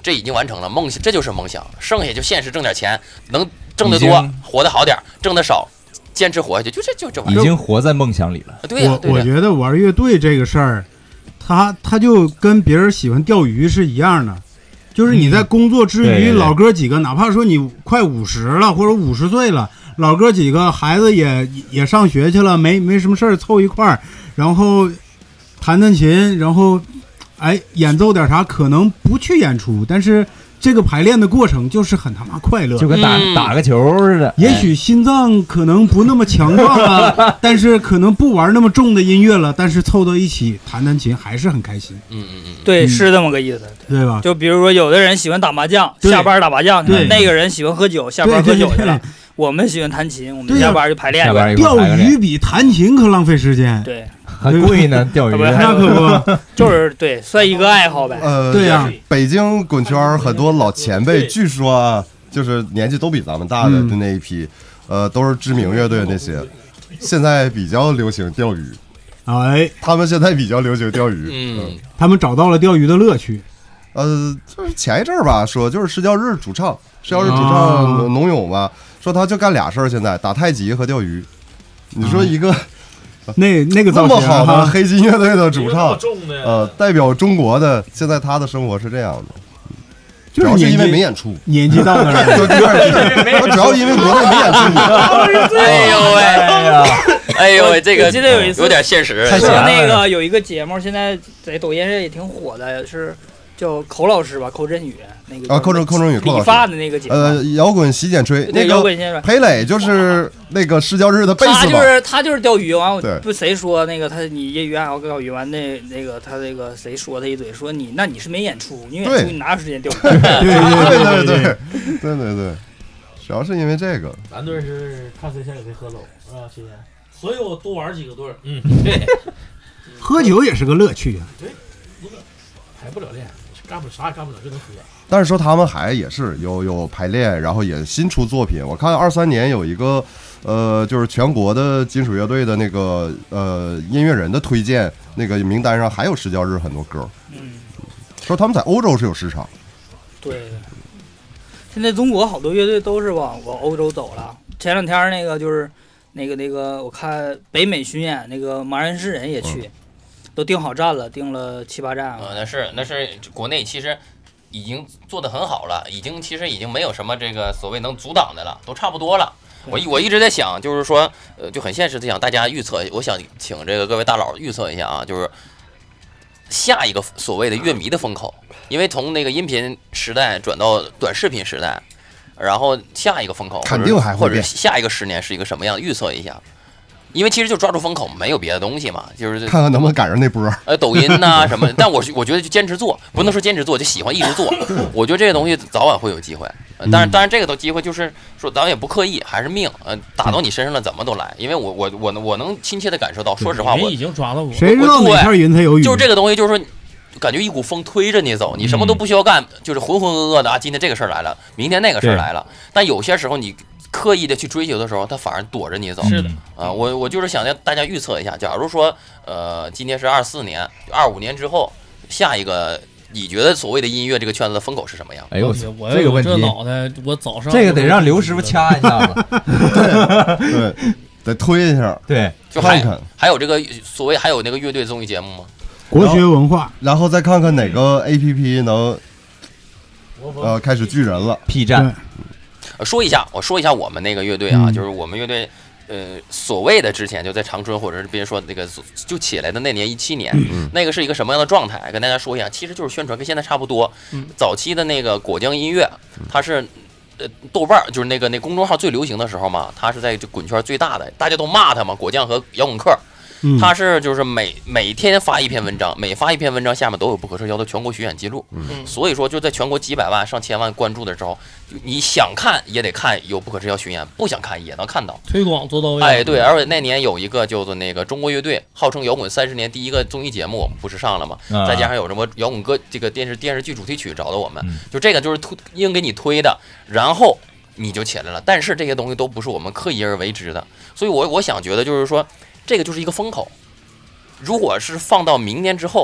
[SPEAKER 1] 这已经完成了梦想，这就是梦想，剩下就现实挣点钱，能挣得多活得好点，挣得少坚持活下去，就这就这
[SPEAKER 10] 已经活在梦想里了。
[SPEAKER 1] 对呀、啊，
[SPEAKER 4] 我我觉得玩乐队这个事儿，他他就跟别人喜欢钓鱼是一样的。就是你在工作之余，嗯、对对对老哥几个，哪怕说你快五十了或者五十岁了，老哥几个孩子也也上学去了，没没什么事儿，凑一块儿，然后弹弹琴，然后哎演奏点啥，可能不去演出，但是这个排练的过程就是很他妈快乐，
[SPEAKER 10] 就跟打、嗯、打个球似的。
[SPEAKER 4] 也许心脏可能不那么强壮了，但是可能不玩那么重的音乐了，但是凑到一起弹弹琴还是很开心。
[SPEAKER 1] 嗯嗯嗯，
[SPEAKER 7] 对，是这么个意思，
[SPEAKER 4] 对吧？
[SPEAKER 7] 就比如说，有的人喜欢打麻将，下班打麻将去了；那个人喜欢喝酒，下班喝酒去了。我们喜欢弹琴，我们下班就排练。
[SPEAKER 4] 钓鱼比弹琴可浪费时间。
[SPEAKER 7] 对。
[SPEAKER 10] 还贵呢，钓鱼
[SPEAKER 4] 那可不，
[SPEAKER 7] 就是对，算一个爱好呗。
[SPEAKER 2] 呃，
[SPEAKER 4] 对呀、啊，
[SPEAKER 2] 北京滚圈很多老前辈，据说啊，就是年纪都比咱们大的那一批，嗯、呃，都是知名乐队那些，现在比较流行钓鱼。
[SPEAKER 4] 哎，
[SPEAKER 2] 他们现在比较流行钓鱼，
[SPEAKER 1] 嗯，
[SPEAKER 4] 他们找到了钓鱼的乐趣。
[SPEAKER 2] 呃，就是前一阵儿吧，说就是施教日主唱，施教日主唱农勇吧，说他就干俩事儿，现在打太极和钓鱼。你说一个。
[SPEAKER 4] 那那个
[SPEAKER 2] 那么好的黑金乐队的主唱，呃，代表中国的，现在他的生活是这样的，主要是因为没演出，
[SPEAKER 4] 年纪到了，
[SPEAKER 2] 他主要因为国内没演出。
[SPEAKER 1] 哎呦喂，哎呀，哎呦喂，这个
[SPEAKER 7] 记得有一次
[SPEAKER 1] 有点现实。
[SPEAKER 7] 那个有一个节目，现在在抖音上也挺火的，是叫寇老师吧，寇振宇那个
[SPEAKER 2] 啊，寇振寇振宇，
[SPEAKER 7] 理发的那个节目，
[SPEAKER 2] 呃，摇滚洗剪吹，那个裴磊就是那个施教日的贝斯，
[SPEAKER 7] 他就是他就是钓鱼完，不谁说那个他你业余爱好钓鱼完那那个他那个谁说他一嘴说你那你是没演出，你演出你哪有时间钓鱼？
[SPEAKER 2] 对对对对对对对对，主要是因为这个。
[SPEAKER 5] 咱队是看谁先给谁喝走是吧？谢谢，所以我多玩几个队，嗯，对，
[SPEAKER 4] 喝酒也是个乐趣啊。
[SPEAKER 5] 对，排不了练。干不啥也干不了就能喝，
[SPEAKER 2] 但是说他们还也是有有排练，然后也新出作品。我看二三年有一个，呃，就是全国的金属乐队的那个呃音乐人的推荐那个名单上还有施教日很多歌。
[SPEAKER 7] 嗯，
[SPEAKER 2] 说他们在欧洲是有市场。
[SPEAKER 7] 对，现在中国好多乐队都是往往欧洲走了。前两天那个就是那个那个，我看北美巡演那个盲人诗人也去。嗯，都定好站了，定了七八站。
[SPEAKER 1] 呃，那是那是国内其实已经做得很好了，已经其实已经没有什么这个所谓能阻挡的了，都差不多了。我我一直在想，就是说，呃，就很现实的想大家预测，我想请这个各位大佬预测一下啊，就是下一个所谓的乐迷的风口，因为从那个音频时代转到短视频时代，然后下一个风口
[SPEAKER 2] 肯定还会
[SPEAKER 1] 或者下一个十年是一个什么样，预测一下。因为其实就抓住风口，没有别的东西嘛，就是
[SPEAKER 2] 看看能不能赶上那波。
[SPEAKER 1] 呃，抖音呐、啊、什么，但我我觉得就坚持做，不能说坚持做，就喜欢一直做。我觉得这个东西早晚会有机会，呃、但是当然这个的机会就是说咱也不刻意，还是命，呃，打到你身上了怎么都来。因为我我我我能亲切的感受到，说实话，我
[SPEAKER 9] 已经抓到过。
[SPEAKER 4] 谁知道哪片云才有雨？
[SPEAKER 1] 就是这个东西，就是说。感觉一股风推着你走，你什么都不需要干，就是浑浑噩噩的啊。今天这个事儿来了，明天那个事儿来了。但有些时候你刻意的去追求的时候，它反而躲着你走。
[SPEAKER 9] 是的
[SPEAKER 1] 啊，我我就是想让大家预测一下，假如说呃今天是二四年，二五年之后，下一个你觉得所谓的音乐这个圈子的风口是什么样？
[SPEAKER 10] 哎呦，
[SPEAKER 9] 我
[SPEAKER 10] 这个问题，
[SPEAKER 9] 这脑袋我早上
[SPEAKER 10] 这个得让刘师傅掐一下子，
[SPEAKER 2] 对对，得推一下，
[SPEAKER 10] 对，
[SPEAKER 1] 就还还有这个所谓还有那个乐队综艺节目吗？
[SPEAKER 4] 国学文化，
[SPEAKER 2] 然后再看看哪个 A P P 能，呃，开始聚人了。
[SPEAKER 10] P 站，
[SPEAKER 1] 说一下，我说一下我们那个乐队啊，嗯、就是我们乐队，呃，所谓的之前就在长春或者是别人说那个就起来的那年一七年，嗯、那个是一个什么样的状态？跟大家说一下，其实就是宣传，跟现在差不多。嗯、早期的那个果酱音乐，它是。呃，豆瓣就是那个那公众号最流行的时候嘛，它是在这滚圈最大的，大家都骂他嘛，果酱和摇滚客。他是就是每每天发一篇文章，每发一篇文章下面都有不可撤销的全国巡演记录，嗯，所以说就在全国几百万上千万关注的时候，你想看也得看有不可撤销巡演，不想看也能看到，
[SPEAKER 9] 推广做到位。
[SPEAKER 1] 哎，对，而且那年有一个叫做那个中国乐队，号称摇滚三十年第一个综艺节目不是上了吗？啊、再加上有什么摇滚歌这个电视电视剧主题曲找的我们，嗯、就这个就是推硬给你推的，然后你就起来了。但是这些东西都不是我们刻意而为之的，所以我我想觉得就是说。这个就是一个风口，如果是放到明年之后，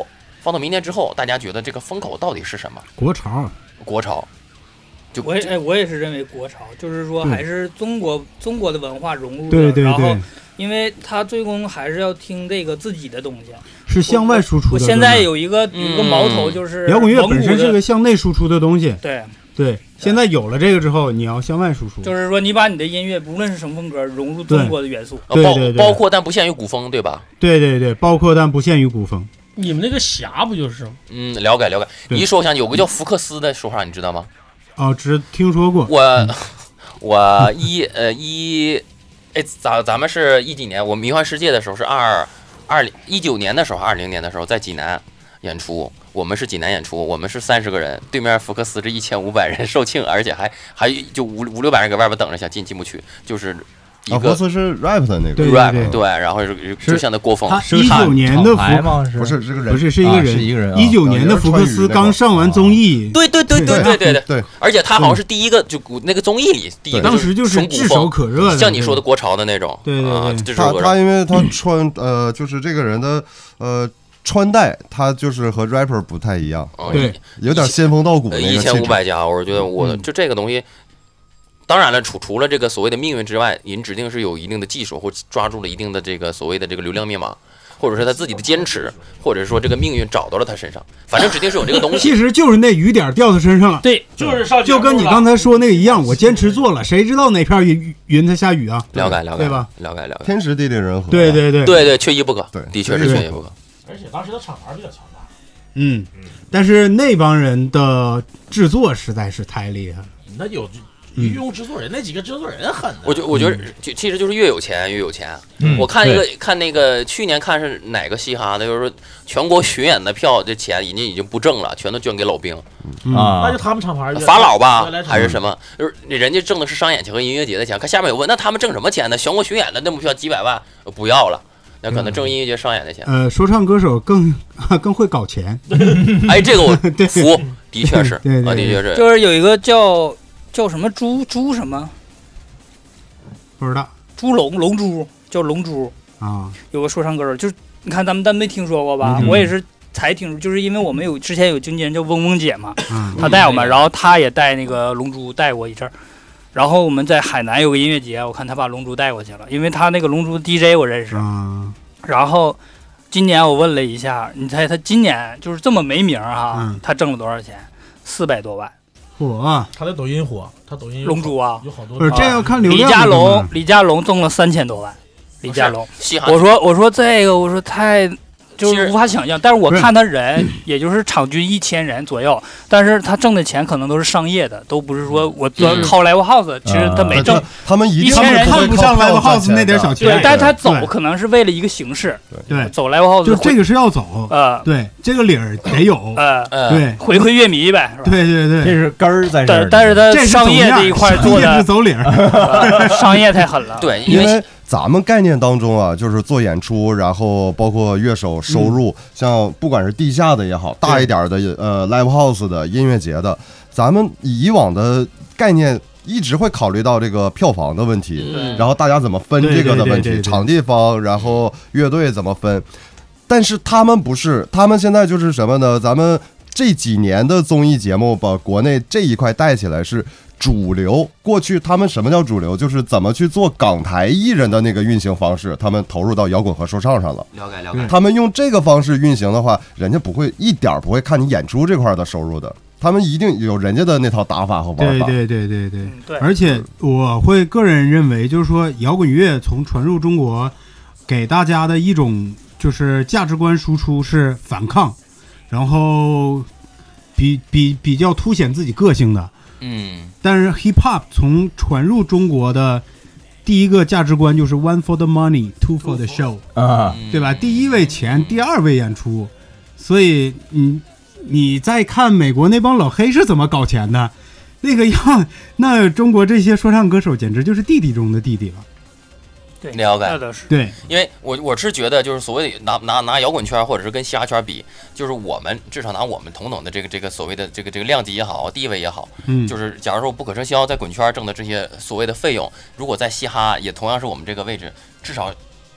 [SPEAKER 1] 放到明年之后，大家觉得这个风口到底是什么？
[SPEAKER 4] 国潮，
[SPEAKER 1] 国潮。就
[SPEAKER 7] 我也哎，我也是认为国潮，就是说还是中国中国的文化融入的，
[SPEAKER 4] 对对对，
[SPEAKER 7] 然后因为他最终还是要听这个自己的东西，
[SPEAKER 4] 是向外输出的。
[SPEAKER 7] 我现在有一个有一个矛头，就是
[SPEAKER 4] 摇滚乐本身是个向内输出的东西，
[SPEAKER 7] 对
[SPEAKER 4] 对。现在有了这个之后，你要向外输出，
[SPEAKER 7] 就是说你把你的音乐无论是什么风格融入中国的元素，
[SPEAKER 4] 对对对，
[SPEAKER 1] 包括但不限于古风，对吧？
[SPEAKER 4] 对对对，包括但不限于古风。
[SPEAKER 9] 你们那个侠不就是吗？
[SPEAKER 1] 嗯，了解了解。你一说我想起有个叫福克斯的说唱，你知道吗？
[SPEAKER 4] 哦，只听说过。
[SPEAKER 1] 我、嗯、我一呃一，哎，咱咱们是一几年？我迷幻世界的时候是二二零一九年的时候，二零年的时候在济南演出。我们是济南演出，我们是三十个人，对面福克斯是一千五百人售罄，而且还还就五五六百人搁外边等着，想进进不去，就是一个。
[SPEAKER 2] 福克斯是 rap 的那个
[SPEAKER 1] rap 对, 对, 对，然后就像那郭峰，
[SPEAKER 4] 一九年的福
[SPEAKER 2] 不是这个人，
[SPEAKER 4] 不是是一个人，
[SPEAKER 10] 是一个人。
[SPEAKER 4] 一九年的福克斯刚上完综艺，
[SPEAKER 1] 对对对对对对
[SPEAKER 2] 对对，
[SPEAKER 1] 而且他好像是第一个，就那个综艺里第一个，
[SPEAKER 4] 当时就是炙手可热的，
[SPEAKER 1] 像你说的国潮的那种，
[SPEAKER 4] 对对
[SPEAKER 1] 对，
[SPEAKER 2] 他他因为他穿呃，就是这个人的呃。穿戴他就是和 rapper 不太一样，
[SPEAKER 4] 对，
[SPEAKER 2] 有点仙风道骨那个
[SPEAKER 1] 一千五百家，我觉得我就这个东西，当然了，除除了这个所谓的命运之外，人指定是有一定的技术或抓住了一定的这个所谓的这个流量密码，或者是他自己的坚持，或者说这个命运找到了他身上，反正指定是有这个东西。
[SPEAKER 4] 其实就是那雨点掉他身上了，
[SPEAKER 9] 对，就是上
[SPEAKER 4] 就跟你刚才说那个一样，我坚持做了，谁知道哪片云云它下雨啊？
[SPEAKER 1] 了解了解，
[SPEAKER 4] 对吧？
[SPEAKER 1] 了解了解，
[SPEAKER 2] 天时地利人和，
[SPEAKER 4] 对对对
[SPEAKER 1] 对对，缺一不可，
[SPEAKER 2] 对，
[SPEAKER 1] 的确是缺一不可。
[SPEAKER 8] 而且当时的厂牌比较强大，
[SPEAKER 4] 嗯，但是那帮人的制作实在是太厉害了。
[SPEAKER 8] 那有御用制作人，那几个制作人狠的。
[SPEAKER 1] 我觉我觉得就其实就是越有钱越有钱。我看一个看那个去年看是哪个嘻哈的，就是说全国巡演的票这钱人家已经不挣了，全都捐给老兵
[SPEAKER 8] 啊，那就他们厂牌
[SPEAKER 1] 法老吧还是什么？就是人家挣的是商演钱和音乐节的钱。看下面有问，那他们挣什么钱呢？全国巡演的那么票几百万不要了。那可能挣音乐节上演的钱，
[SPEAKER 4] 呃，说唱歌手更更会搞钱。
[SPEAKER 1] 哎，这个我服，的确是，
[SPEAKER 4] 对对
[SPEAKER 1] 啊，的确是。
[SPEAKER 7] 就是有一个叫叫什么猪猪什么，
[SPEAKER 4] 不知道，
[SPEAKER 7] 猪龙龙珠叫龙珠
[SPEAKER 4] 啊，
[SPEAKER 7] 有个说唱歌手，就是你看咱们咱没听说过吧？
[SPEAKER 4] 嗯、
[SPEAKER 7] 我也是才听说，就是因为我们有之前有经纪人叫嗡嗡姐嘛，
[SPEAKER 4] 嗯、
[SPEAKER 7] 她带我们，然后她也带那个龙珠带过一阵儿。然后我们在海南有个音乐节，我看他把龙珠带过去了，因为他那个龙珠 D J 我认识。
[SPEAKER 4] 嗯、
[SPEAKER 7] 然后今年我问了一下，你猜他今年就是这么没名哈，
[SPEAKER 4] 嗯、
[SPEAKER 7] 他挣了多少钱？四百多万。
[SPEAKER 4] 火！
[SPEAKER 8] 他的抖音火，他抖音
[SPEAKER 7] 龙珠啊，
[SPEAKER 8] 有好多。
[SPEAKER 4] 不是这要看流量。
[SPEAKER 7] 李佳隆，李佳隆挣了三千多万。李佳隆，我说我说这个我说太。就是无法想象，但是我看他人，也就是场均一千人左右，但是他挣的钱可能都是商业的，都不是说我靠 live house，、嗯、其实他没挣。
[SPEAKER 2] 他们
[SPEAKER 7] 一千人
[SPEAKER 4] 看不上 live house 那点小钱，
[SPEAKER 7] 对，但是他走可能是为了一个形式，
[SPEAKER 4] 对，
[SPEAKER 7] 走 live house
[SPEAKER 4] 就这个是要走，
[SPEAKER 7] 呃，
[SPEAKER 4] 对，这个理儿得有，
[SPEAKER 7] 呃，
[SPEAKER 4] 对，
[SPEAKER 7] 回馈乐迷呗，
[SPEAKER 4] 对对对，
[SPEAKER 10] 这是根儿在这儿，
[SPEAKER 7] 但是他商业这一块做的
[SPEAKER 4] 是走理儿，
[SPEAKER 7] 商业太狠了，
[SPEAKER 1] 对，
[SPEAKER 2] 因为。咱们概念当中啊，就是做演出，然后包括乐手收入，嗯、像不管是地下的也好，大一点的呃 live house 的音乐节的，咱们以往的概念一直会考虑到这个票房的问题，
[SPEAKER 1] 嗯、
[SPEAKER 2] 然后大家怎么分这个的问题，场地方，然后乐队怎么分，但是他们不是，他们现在就是什么呢？咱们这几年的综艺节目把国内这一块带起来是。主流过去他们什么叫主流？就是怎么去做港台艺人的那个运行方式，他们投入到摇滚和说唱上了。
[SPEAKER 1] 了解了解。
[SPEAKER 2] 他们用这个方式运行的话，人家不会一点不会看你演出这块的收入的，他们一定有人家的那套打法和玩法。
[SPEAKER 4] 对对对对对。
[SPEAKER 7] 嗯、对。
[SPEAKER 4] 而且我会个人认为，就是说摇滚乐从传入中国，给大家的一种就是价值观输出是反抗，然后比比比较凸显自己个性的。
[SPEAKER 1] 嗯，
[SPEAKER 4] 但是 hip hop 从传入中国的第一个价值观就是 one for the money, two for the show
[SPEAKER 10] 啊，
[SPEAKER 4] 对吧？第一位钱，第二位演出，所以你你再看美国那帮老黑是怎么搞钱的，那个样，那中国这些说唱歌手简直就是弟弟中的弟弟了。
[SPEAKER 7] 对，
[SPEAKER 1] 了解，
[SPEAKER 7] 那倒是
[SPEAKER 4] 对，
[SPEAKER 1] 因为我我是觉得就是所谓的拿拿拿摇滚圈或者是跟嘻哈圈比，就是我们至少拿我们同等的这个这个所谓的这个这个量级也好，地位也好，
[SPEAKER 4] 嗯，
[SPEAKER 1] 就是假如说不可胜销在滚圈挣的这些所谓的费用，如果在嘻哈也同样是我们这个位置，至少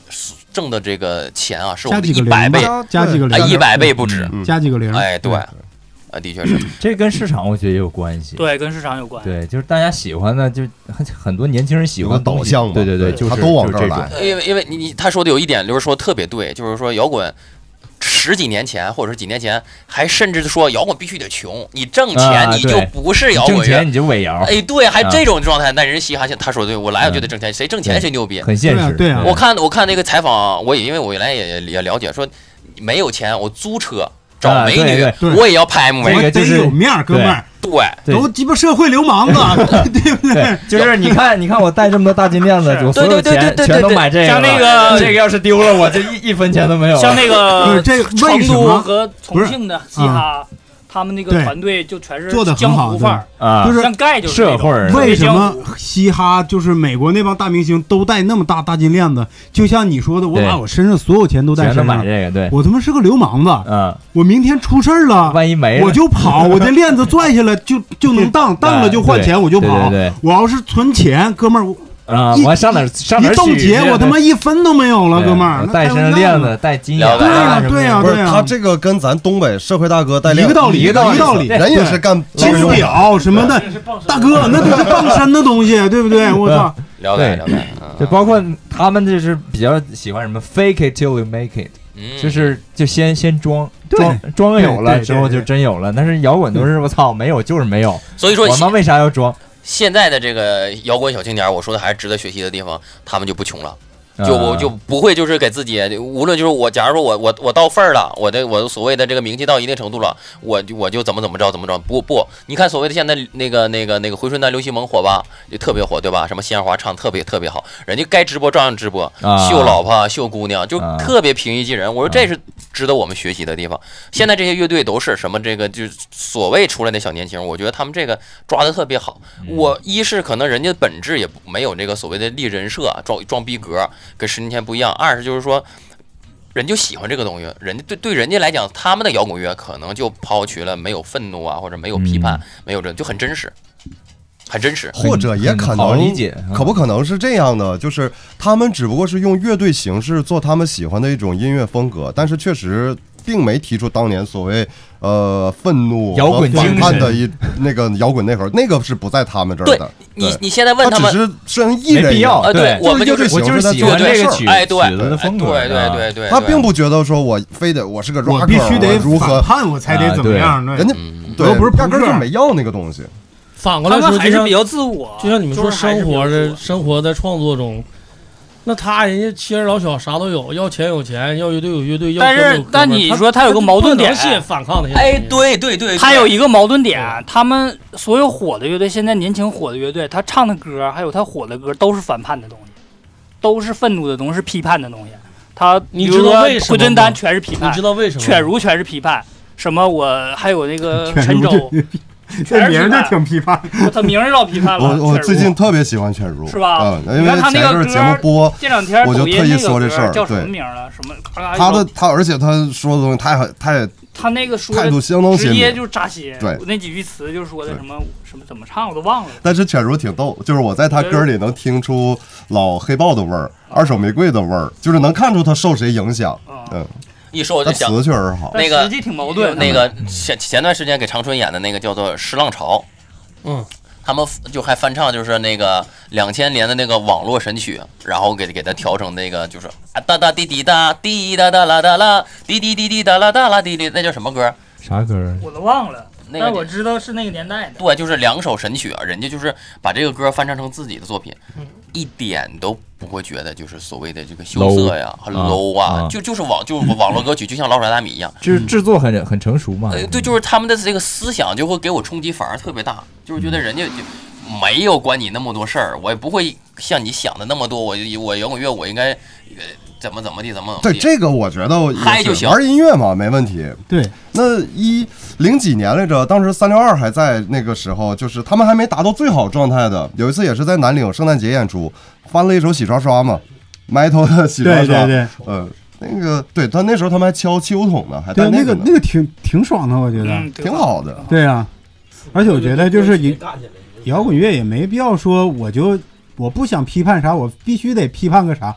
[SPEAKER 1] 挣的这个钱啊，是我们的一百倍，
[SPEAKER 4] 加几个零，
[SPEAKER 1] 一百倍不止，
[SPEAKER 4] 加几个零，
[SPEAKER 1] 哎，对。啊，的确是，
[SPEAKER 10] 这跟市场我觉得也有关系。
[SPEAKER 7] 对，跟市场有关。
[SPEAKER 10] 对，就是大家喜欢的，就很很多年轻人喜欢
[SPEAKER 2] 导向嘛。
[SPEAKER 10] 对对对，就是
[SPEAKER 2] 他都往这儿来。
[SPEAKER 1] 因为因为你你他说的有一点，刘说特别对，就是说摇滚十几年前或者是几年前，还甚至说摇滚必须得穷，你挣钱你就不是摇滚乐，
[SPEAKER 10] 挣钱你就伪摇。
[SPEAKER 1] 哎，对，还这种状态，那人嘻哈现他说对，我来我就得挣钱，谁挣钱谁牛逼，
[SPEAKER 10] 很现实。
[SPEAKER 4] 对啊，
[SPEAKER 1] 我看我看那个采访，我也因为我原来也也了解说，没有钱我租车。找美女，
[SPEAKER 10] 啊、
[SPEAKER 1] 我也要拍 M V，
[SPEAKER 10] 这个就是
[SPEAKER 4] 有面儿，哥们儿，
[SPEAKER 1] 对，
[SPEAKER 4] 都鸡巴社会流氓子，对不对？
[SPEAKER 10] 就是你看，你看我戴这么多大金链子，我所有钱全都买这个，
[SPEAKER 7] 像那个
[SPEAKER 10] 这个要是丢了，我这一一分钱都没有。
[SPEAKER 7] 像那个
[SPEAKER 4] 这
[SPEAKER 7] 成都和重庆的嘻哈。他们那个团队就全是
[SPEAKER 4] 做的
[SPEAKER 7] 江湖范儿
[SPEAKER 10] 啊，
[SPEAKER 4] 就是
[SPEAKER 7] 像盖就是
[SPEAKER 10] 社会人。
[SPEAKER 4] 为什么嘻哈就是美国那帮大明星都戴那么大大金链子？就像你说的，我把我身上所有钱都带身上，
[SPEAKER 10] 买这个，对，
[SPEAKER 4] 我他妈是个流氓子，
[SPEAKER 10] 嗯，
[SPEAKER 4] 我明天出事儿了，
[SPEAKER 10] 万一没了，
[SPEAKER 4] 我就跑，我这链子拽下来就就能当，当了就换钱，我就跑。我要是存钱，哥们儿。
[SPEAKER 10] 啊！我上哪上哪
[SPEAKER 4] 一冻结，我他妈一分都没有了，哥们儿。
[SPEAKER 10] 戴身上链子，戴金
[SPEAKER 4] 牙，对呀，对呀，对呀。
[SPEAKER 2] 他这个跟咱东北社会大哥戴链
[SPEAKER 4] 子一个道理，
[SPEAKER 2] 一个
[SPEAKER 4] 道理。
[SPEAKER 2] 人也是干
[SPEAKER 4] 金表什么的，大哥那都是傍身的东西，对不对？我操！
[SPEAKER 1] 了解了解。
[SPEAKER 10] 对，包括他们就是比较喜欢什么 fake it till you make it，就是就先先装装装有了之后就真有了。但是摇滚都是我操没有就是没有。
[SPEAKER 1] 所以说
[SPEAKER 10] 我们为啥要装？
[SPEAKER 1] 现在的这个摇滚小青年，我说的还是值得学习的地方，他们就不穷了，就我就不会就是给自己，无论就是我，假如说我我我到份儿了，我的我所谓的这个名气到一定程度了，我就我就怎么怎么着怎么着，不不，你看所谓的现在那个那个那个回春丹、刘西蒙火吧，就特别火，对吧？什么鲜花唱特别特别好，人家该直播照样直播，秀老婆秀姑娘，就特别平易近人。我说这是值得我们学习的地方。现在这些乐队都是什么这个就是所谓出来的小年轻，我觉得他们这个抓的特别好。我一是可能人家本质也没有这个所谓的立人设、装装逼格，跟十年前不一样。二是就是说，人就喜欢这个东西，人家对对人家来讲，他们的摇滚乐可能就抛去了没有愤怒啊，或者没有批判，嗯、没有这就很真实。很真实，
[SPEAKER 2] 或者也可能理解，可不可能是这样的？就是他们只不过是用乐队形式做他们喜欢的一种音乐风格，但是确实并没提出当年所谓呃愤怒、
[SPEAKER 10] 摇滚
[SPEAKER 2] 反叛的一那个摇滚内核，那个是不在他们这儿的。
[SPEAKER 1] 你你现在问他们，
[SPEAKER 2] 只是像艺人一样，
[SPEAKER 1] 对，我们就是
[SPEAKER 2] 我
[SPEAKER 10] 就是喜欢这个曲，
[SPEAKER 1] 哎，对，
[SPEAKER 10] 曲子的风格，
[SPEAKER 1] 对对对对，
[SPEAKER 2] 他并不觉得说我非得我是个 rocker，
[SPEAKER 4] 我必须得
[SPEAKER 2] 如何
[SPEAKER 4] 反叛我才得怎么样？
[SPEAKER 2] 人家对，
[SPEAKER 4] 不是
[SPEAKER 2] 压根就没要那个东西。
[SPEAKER 9] 反过来说，
[SPEAKER 7] 还是比较自我，
[SPEAKER 9] 就像你们说，生活的生活在创作中，那他人家妻儿老小啥都有，要钱有钱，要乐队有乐队，要
[SPEAKER 7] 但是但你说他有个矛盾点，
[SPEAKER 9] 反抗的，
[SPEAKER 1] 哎，对对对，
[SPEAKER 7] 他有一个矛盾点，他们所有火的乐队，现在年轻火的乐队，他唱的歌还有他火的歌都是反叛的东西，都是愤怒的东西，是批判的东西。他
[SPEAKER 9] 你知道为什么？
[SPEAKER 7] 回春丹全是批判，
[SPEAKER 9] 你知道为什么？
[SPEAKER 7] 犬儒全是批判，什么我还有那个陈舟。
[SPEAKER 4] 这名就挺批判，
[SPEAKER 7] 他名儿老批判了。
[SPEAKER 2] 我我最近特别喜欢犬儒，
[SPEAKER 7] 是吧？
[SPEAKER 2] 嗯，因为前一阵节目播，
[SPEAKER 7] 这两天
[SPEAKER 2] 我就特意说这事儿，
[SPEAKER 7] 叫什么名了？什么？
[SPEAKER 2] 他的他，而且他说的东西太太，
[SPEAKER 7] 他那个说
[SPEAKER 2] 态度相当
[SPEAKER 7] 直接就是扎心。
[SPEAKER 2] 对，
[SPEAKER 7] 那几句词就是说的什么什么怎么唱我都忘了。
[SPEAKER 2] 但是犬儒挺逗，就是我在他歌里能听出老黑豹的味儿，二手玫瑰的味儿，就是能看出他受谁影响。嗯。
[SPEAKER 1] 一说我就想，
[SPEAKER 2] 词确实好。
[SPEAKER 1] 那个
[SPEAKER 7] 实际挺矛盾。
[SPEAKER 1] 那个前前段时间给长春演的那个叫做《诗浪潮》，
[SPEAKER 9] 嗯，
[SPEAKER 1] 他们就还翻唱，就是那个两千年的那个网络神曲，然后给给他调成那个就是啊哒哒滴滴哒滴哒哒啦哒啦滴滴滴滴哒啦哒啦滴滴，那叫什么歌？
[SPEAKER 10] 啥歌？
[SPEAKER 7] 我都忘了。
[SPEAKER 1] 那个
[SPEAKER 7] 但我知道是那个年代的。
[SPEAKER 1] 对，就是两首神曲啊，人家就是把这个歌翻唱成自己的作品，
[SPEAKER 7] 嗯、
[SPEAKER 1] 一点都不会觉得就是所谓的这个羞涩呀、很 low 啊，
[SPEAKER 10] 啊
[SPEAKER 1] 就就是网就是网络歌曲，就像老鼠爱大米一样，
[SPEAKER 10] 就是制作很很成熟嘛。
[SPEAKER 1] 呃，对，就是他们的这个思想就会给我冲击反而特别大，就是觉得人家就没有管你那么多事儿，我也不会像你想的那么多，我我摇滚乐我应该。怎么怎么地怎么
[SPEAKER 2] 对这个我觉得
[SPEAKER 1] 嗨就行，
[SPEAKER 2] 玩音乐嘛没问题。
[SPEAKER 4] 对，
[SPEAKER 2] 那一零几年来着，当时三六二还在那个时候，就是他们还没达到最好状态的。有一次也是在南岭圣诞节演出，翻了一首洗刷刷嘛 ，metal 的洗刷刷。
[SPEAKER 4] 对对对，
[SPEAKER 2] 呃，那个对他那时候他们还敲汽油桶呢，还带
[SPEAKER 4] 那
[SPEAKER 2] 个
[SPEAKER 4] 那个挺挺爽的，我觉得、
[SPEAKER 7] 嗯、
[SPEAKER 2] 挺好的。
[SPEAKER 4] 对啊，而且我觉得就是摇滚乐也没必要说我就我不想批判啥，我必须得批判个啥。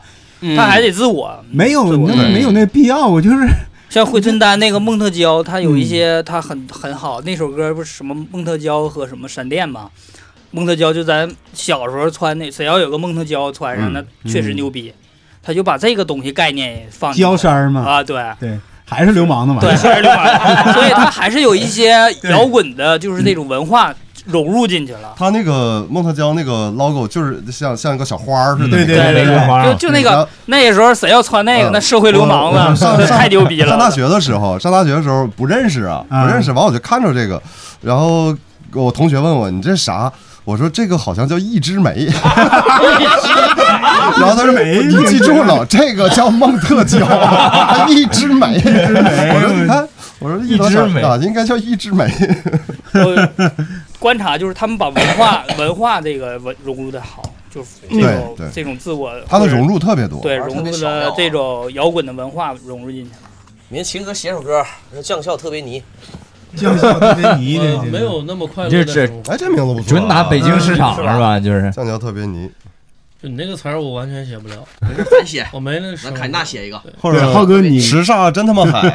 [SPEAKER 7] 他还得自我，
[SPEAKER 4] 没有那没有那必要，我就是
[SPEAKER 7] 像惠春丹那个孟特娇，他有一些他很很好，那首歌不是什么孟特娇和什么闪电吗？孟特娇就咱小时候穿那，谁要有个孟特娇穿上，那确实牛逼。他就把这个东西概念也放进
[SPEAKER 4] 胶衫嘛
[SPEAKER 7] 啊，对
[SPEAKER 4] 对，还是流氓的嘛，
[SPEAKER 7] 对，还是流氓，所以他还是有一些摇滚的，就是那种文化融入进去了。
[SPEAKER 2] 他那个孟特娇那个 logo 就是像像一个小花似的，
[SPEAKER 4] 对
[SPEAKER 7] 对对对，就就那个那时候谁要穿那个，那社会流氓了，太牛逼了。
[SPEAKER 2] 上大学的时候，上大学的时候不认识啊，不认识，完我就看着这个，然后我同学问我你这啥？我说这个好像叫一枝梅，然后他说你记住了，这个叫孟特娇，一枝梅，一枝梅。我说你看，我说一枝梅啊，应该叫一枝梅。
[SPEAKER 7] 观察就是他们把文化文化这个文融入的好，就是这种这种自我，
[SPEAKER 2] 他的融入特别多，
[SPEAKER 7] 对，融入了这种摇滚的文化融入进去了。
[SPEAKER 3] 明天秦哥写首歌，将校特别泥。
[SPEAKER 4] 酱笑特别泥的，
[SPEAKER 9] 没有那么快乐。
[SPEAKER 10] 这这
[SPEAKER 2] 哎，这名字不错，
[SPEAKER 10] 准打北京市场是吧？就是
[SPEAKER 2] 酱椒特别泥。
[SPEAKER 9] 就你那个词儿，我完全写不了。
[SPEAKER 3] 没事，咱写，
[SPEAKER 9] 我没那个。
[SPEAKER 3] 那凯纳写一个，
[SPEAKER 2] 或者
[SPEAKER 4] 浩哥你
[SPEAKER 2] 时尚真他妈嗨。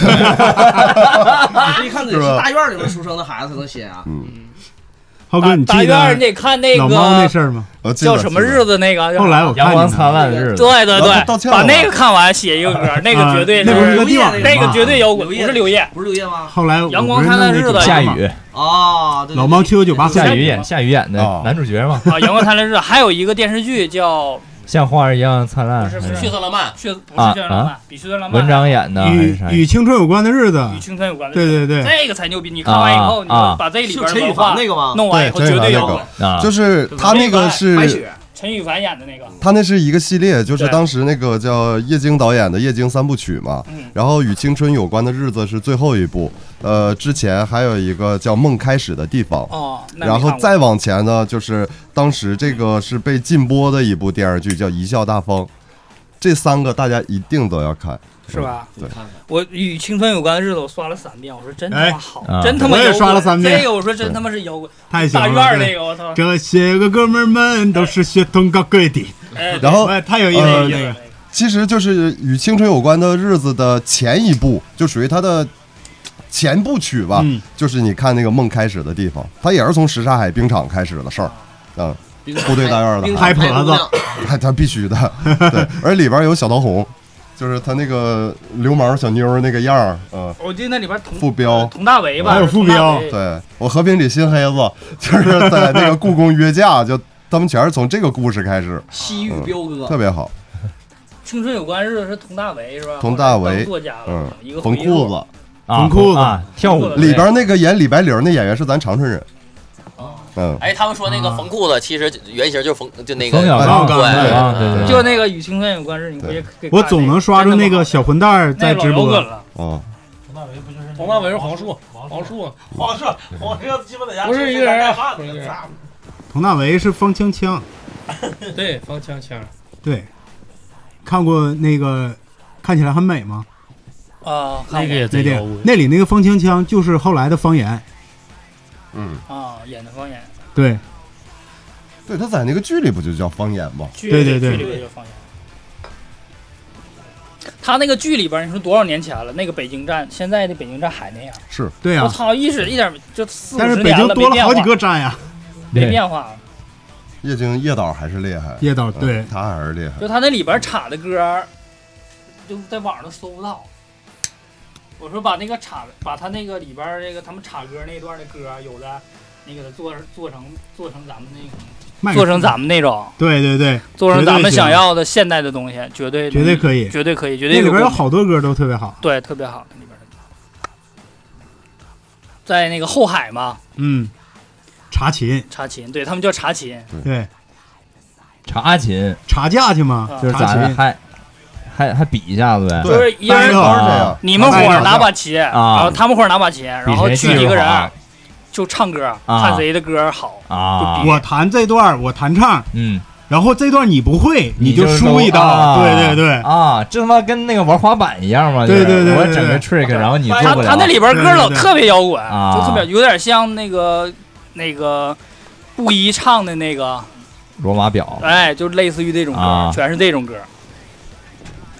[SPEAKER 3] 一看得是大院里面出生的孩子才能写啊。
[SPEAKER 2] 嗯。
[SPEAKER 4] 浩哥，你
[SPEAKER 7] 大院你得看那个
[SPEAKER 4] 老猫那事儿吗？
[SPEAKER 7] 叫什么日子那个？
[SPEAKER 4] 后来我
[SPEAKER 10] 阳光灿烂的日子。
[SPEAKER 7] 对对对，把那个看完写一个歌，那个绝对
[SPEAKER 4] 那不是个地方，
[SPEAKER 7] 那个绝对摇滚，不是柳叶，
[SPEAKER 3] 不是柳叶吗？
[SPEAKER 4] 后来
[SPEAKER 7] 阳光灿烂的日子
[SPEAKER 10] 下雨
[SPEAKER 3] 啊，
[SPEAKER 4] 老猫去我酒吧
[SPEAKER 10] 下雨演下雨演的男主角嘛。
[SPEAKER 7] 啊，阳光灿烂日子还有一个电视剧叫。
[SPEAKER 10] 像花儿一样灿烂，
[SPEAKER 7] 不是
[SPEAKER 1] 血色浪漫，
[SPEAKER 7] 血不是血色浪漫，比血色浪漫。
[SPEAKER 10] 文章演的，
[SPEAKER 4] 与与青春有关的日子，
[SPEAKER 7] 与青春有关的
[SPEAKER 4] 日子，对对对，
[SPEAKER 7] 这个才牛逼！你看完以后，你把这里边
[SPEAKER 3] 陈羽凡那个吗？
[SPEAKER 7] 弄完以后绝对摇滚。
[SPEAKER 2] 就是他那个是
[SPEAKER 7] 白雪，陈羽凡演的那个。
[SPEAKER 2] 他那是一个系列，就是当时那个叫叶京导演的《叶京三部曲》嘛，然后与青春有关的日子是最后一部。呃，之前还有一个叫《梦开始的地方》，
[SPEAKER 7] 哦，
[SPEAKER 2] 然后再往前呢，就是当时这个是被禁播的一部电视剧，叫《贻笑大方》。这三个大家一定都要看，
[SPEAKER 7] 是吧？
[SPEAKER 2] 对，
[SPEAKER 7] 我与青春有关的日子我刷了三遍，我说真他妈好，
[SPEAKER 10] 哎、
[SPEAKER 7] 真他妈
[SPEAKER 4] 我也刷了三遍。
[SPEAKER 7] 这个我说真他妈是摇滚，
[SPEAKER 4] 太
[SPEAKER 7] 大院那个我操！
[SPEAKER 4] 这些个哥们们都是血统高贵的，
[SPEAKER 7] 哎、
[SPEAKER 2] 然后
[SPEAKER 4] 太有意思了。那个
[SPEAKER 2] 其实就是与青春有关的日子的前一部，就属于他的。前部曲吧、嗯，就是你看那个梦开始的地方，他也是从什刹海冰场开始的事儿，嗯，部队大院的
[SPEAKER 4] 拍婆子，
[SPEAKER 2] 他他必须的，对，而里边有小桃红，就是他那个流氓小妞那个样儿，嗯，
[SPEAKER 7] 我记得那里边童
[SPEAKER 2] 副标
[SPEAKER 7] 佟大为吧，
[SPEAKER 4] 还有副标，
[SPEAKER 2] 对我和平里新黑子就是在那个故宫约架，就他们全是从这个故事开始，
[SPEAKER 3] 西域彪哥、
[SPEAKER 2] 嗯、特别好。
[SPEAKER 7] 青春有关日子是佟大为是吧？
[SPEAKER 2] 佟大为
[SPEAKER 7] 作家，
[SPEAKER 2] 嗯，
[SPEAKER 7] 一个
[SPEAKER 2] 缝裤子。
[SPEAKER 4] 缝裤子、
[SPEAKER 10] 啊、跳舞
[SPEAKER 2] 里边那个演李白玲那演员是咱长春人。嗯，
[SPEAKER 1] 哎，他们说那个缝裤子其实原型就是缝，就那个
[SPEAKER 10] 冯小刚，
[SPEAKER 1] 对
[SPEAKER 10] 对对，
[SPEAKER 7] 就那个与青春有关日，你可以。
[SPEAKER 4] 我总能刷着那个小混蛋在直播。
[SPEAKER 2] 哦，
[SPEAKER 9] 佟大为不就是佟大为是黄树，黄树，黄树，黄这个基本在家不是一个人，
[SPEAKER 4] 佟大为是方锵锵，
[SPEAKER 9] 对，方锵锵，
[SPEAKER 4] 对，看过那个看起来很美吗？
[SPEAKER 7] 啊，
[SPEAKER 9] 那个也
[SPEAKER 4] 那里那里那个方锵锵就是后来的方言，
[SPEAKER 2] 嗯
[SPEAKER 7] 啊，演的方言，
[SPEAKER 4] 对，
[SPEAKER 2] 对，他在那个剧里不就叫方言吗？
[SPEAKER 4] 对对对，
[SPEAKER 7] 剧里就方言。他那个剧里边，你说多少年前了？那个北京站，现在的北京站还那样？
[SPEAKER 2] 是，
[SPEAKER 4] 对呀。
[SPEAKER 7] 我操，一直一点就四五
[SPEAKER 4] 十年了，但是北京多了好几个站呀，
[SPEAKER 7] 没变化。
[SPEAKER 2] 叶京叶导还是厉害，
[SPEAKER 4] 叶导对、
[SPEAKER 2] 嗯，他还是厉害。
[SPEAKER 7] 就他那里边插的歌，就在网上都搜不到。我说把那个插，把他那个里边这个他们插歌那段的歌，有的那个做做成做成咱们那个，做成咱们那种，
[SPEAKER 4] 对对对，
[SPEAKER 7] 做成咱们想要的现代的东西，绝对
[SPEAKER 4] 绝对可以，
[SPEAKER 7] 绝对可以，绝对
[SPEAKER 4] 里边有好多歌都特别好，
[SPEAKER 7] 对，特别好。里边在那个后海嘛，
[SPEAKER 4] 嗯，查琴，
[SPEAKER 7] 查琴，对他们叫查琴，
[SPEAKER 4] 对，
[SPEAKER 10] 查琴，
[SPEAKER 4] 查架去嘛，
[SPEAKER 10] 就是咋的还。还还比一下子呗，
[SPEAKER 7] 就是一人
[SPEAKER 2] 啊，
[SPEAKER 7] 你们伙拿把琴，然后他们伙拿把琴，然后去几个人就唱歌，看谁的歌好
[SPEAKER 10] 啊。
[SPEAKER 4] 我弹这段，我弹唱，
[SPEAKER 10] 嗯，
[SPEAKER 4] 然后这段你不会，
[SPEAKER 10] 你
[SPEAKER 4] 就输一刀。对对对，
[SPEAKER 10] 啊，这他妈跟那个玩滑板一样嘛。
[SPEAKER 4] 对对对，
[SPEAKER 10] 我整个 trick， 然后你做不了。
[SPEAKER 7] 他那里边歌老特别摇滚，就特别有点像那个那个布衣唱的那个
[SPEAKER 10] 罗马表，
[SPEAKER 7] 哎，就类似于这种歌，全是这种歌。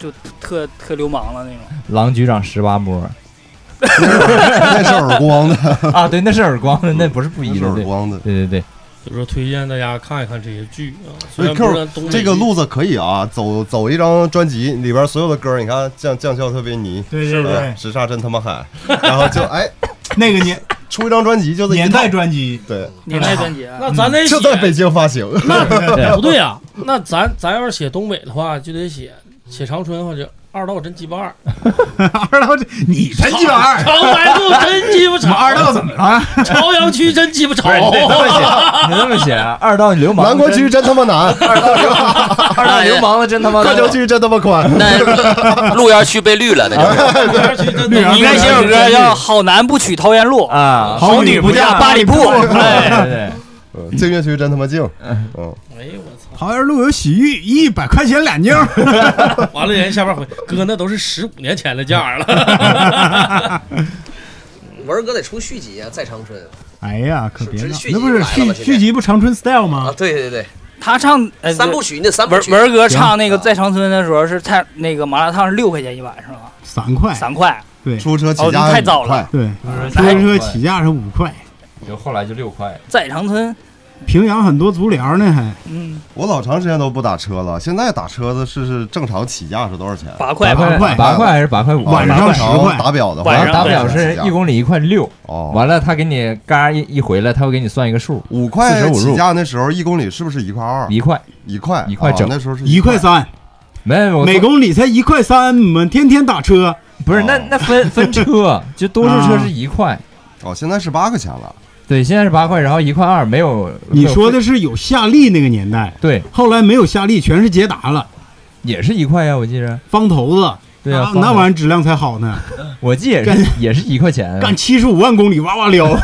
[SPEAKER 7] 就特特流氓了那种。
[SPEAKER 10] 狼局长十八摸。
[SPEAKER 2] 那是耳光的
[SPEAKER 10] 啊，对，那是耳光的，那不是不一的，
[SPEAKER 2] 耳光的，
[SPEAKER 10] 对对对。
[SPEAKER 9] 所以说推荐大家看一看这些剧啊。
[SPEAKER 2] 所以 Q 这个路子可以啊，走走一张专辑里边所有的歌，你看降降校特别泥，
[SPEAKER 4] 对对对，
[SPEAKER 2] 时差真他妈嗨，然后就哎
[SPEAKER 4] 那个年
[SPEAKER 2] 出一张专辑就是
[SPEAKER 4] 年代专辑，
[SPEAKER 2] 对
[SPEAKER 7] 年代专辑，
[SPEAKER 9] 那咱得
[SPEAKER 2] 就在北京发行，
[SPEAKER 9] 那不对啊，那咱咱要是写东北的话，就得写写长春或者。二道真鸡巴二，
[SPEAKER 4] 二道这你真鸡巴二，
[SPEAKER 9] 长白路真鸡巴长，
[SPEAKER 4] 二道怎么了？
[SPEAKER 9] 朝阳区真鸡巴潮，
[SPEAKER 10] 你这么写，二道流氓，
[SPEAKER 2] 南关区真他妈难，
[SPEAKER 10] 二道流二道流氓的真他妈，
[SPEAKER 2] 各州区真他妈宽，
[SPEAKER 1] 那鹿园区被绿了，那就
[SPEAKER 7] 你应该写首歌叫《好男不娶桃源路》
[SPEAKER 10] 啊，
[SPEAKER 7] 好女不嫁八里铺，
[SPEAKER 10] 对对。
[SPEAKER 2] 净月区真他妈净，嗯，
[SPEAKER 9] 哎呦我操！
[SPEAKER 4] 桃园路有洗浴，一百块钱两妞。
[SPEAKER 9] 完了，人下班回哥那都是十五年前的价了。
[SPEAKER 3] 文哥得出续集啊，在长春。
[SPEAKER 4] 哎呀，可别闹，
[SPEAKER 3] 那
[SPEAKER 4] 那不是续续集不长春 style 吗？
[SPEAKER 3] 啊，对对对，
[SPEAKER 7] 他唱呃
[SPEAKER 3] 三部曲，那三部曲。
[SPEAKER 7] 文哥唱那个在长春的时候是太那个麻辣烫是六块钱一碗是吗？
[SPEAKER 4] 三块，
[SPEAKER 7] 三块。
[SPEAKER 4] 对，
[SPEAKER 2] 出租车起价
[SPEAKER 7] 太早了。
[SPEAKER 4] 对，出租车起价是五块。
[SPEAKER 10] 就后来就六块，
[SPEAKER 7] 在长春，
[SPEAKER 4] 平阳很多足疗呢，还
[SPEAKER 7] 嗯，
[SPEAKER 2] 我老长时间都不打车了，现在打车的是是正常起价是多少钱？
[SPEAKER 7] 八块，
[SPEAKER 10] 八块，八块还是八块五？
[SPEAKER 4] 晚上十块
[SPEAKER 2] 打表的，
[SPEAKER 10] 晚上打表是一公里一块六，
[SPEAKER 2] 哦，
[SPEAKER 10] 完了他给你嘎一一回来，他会给你算一个数，
[SPEAKER 2] 五块起价那时候一公里是不是一块二？
[SPEAKER 10] 一块，
[SPEAKER 2] 一块，
[SPEAKER 10] 一块整，
[SPEAKER 2] 那时候是
[SPEAKER 4] 一块三，
[SPEAKER 10] 没有，
[SPEAKER 4] 每公里才一块三，我们天天打车，
[SPEAKER 10] 不是那那分分车，就多数车是一块，
[SPEAKER 2] 哦，现在是八块钱了。
[SPEAKER 10] 对，现在是八块，然后一块二，没有。
[SPEAKER 4] 你说的是有夏利那个年代，
[SPEAKER 10] 对，
[SPEAKER 4] 后来没有夏利，全是捷达了，
[SPEAKER 10] 也是一块呀，我记着。
[SPEAKER 4] 方头子，
[SPEAKER 10] 对啊，
[SPEAKER 4] 那玩意儿质量才好呢。
[SPEAKER 10] 我记也是也是一块钱，
[SPEAKER 4] 干七十五万公里哇哇撩，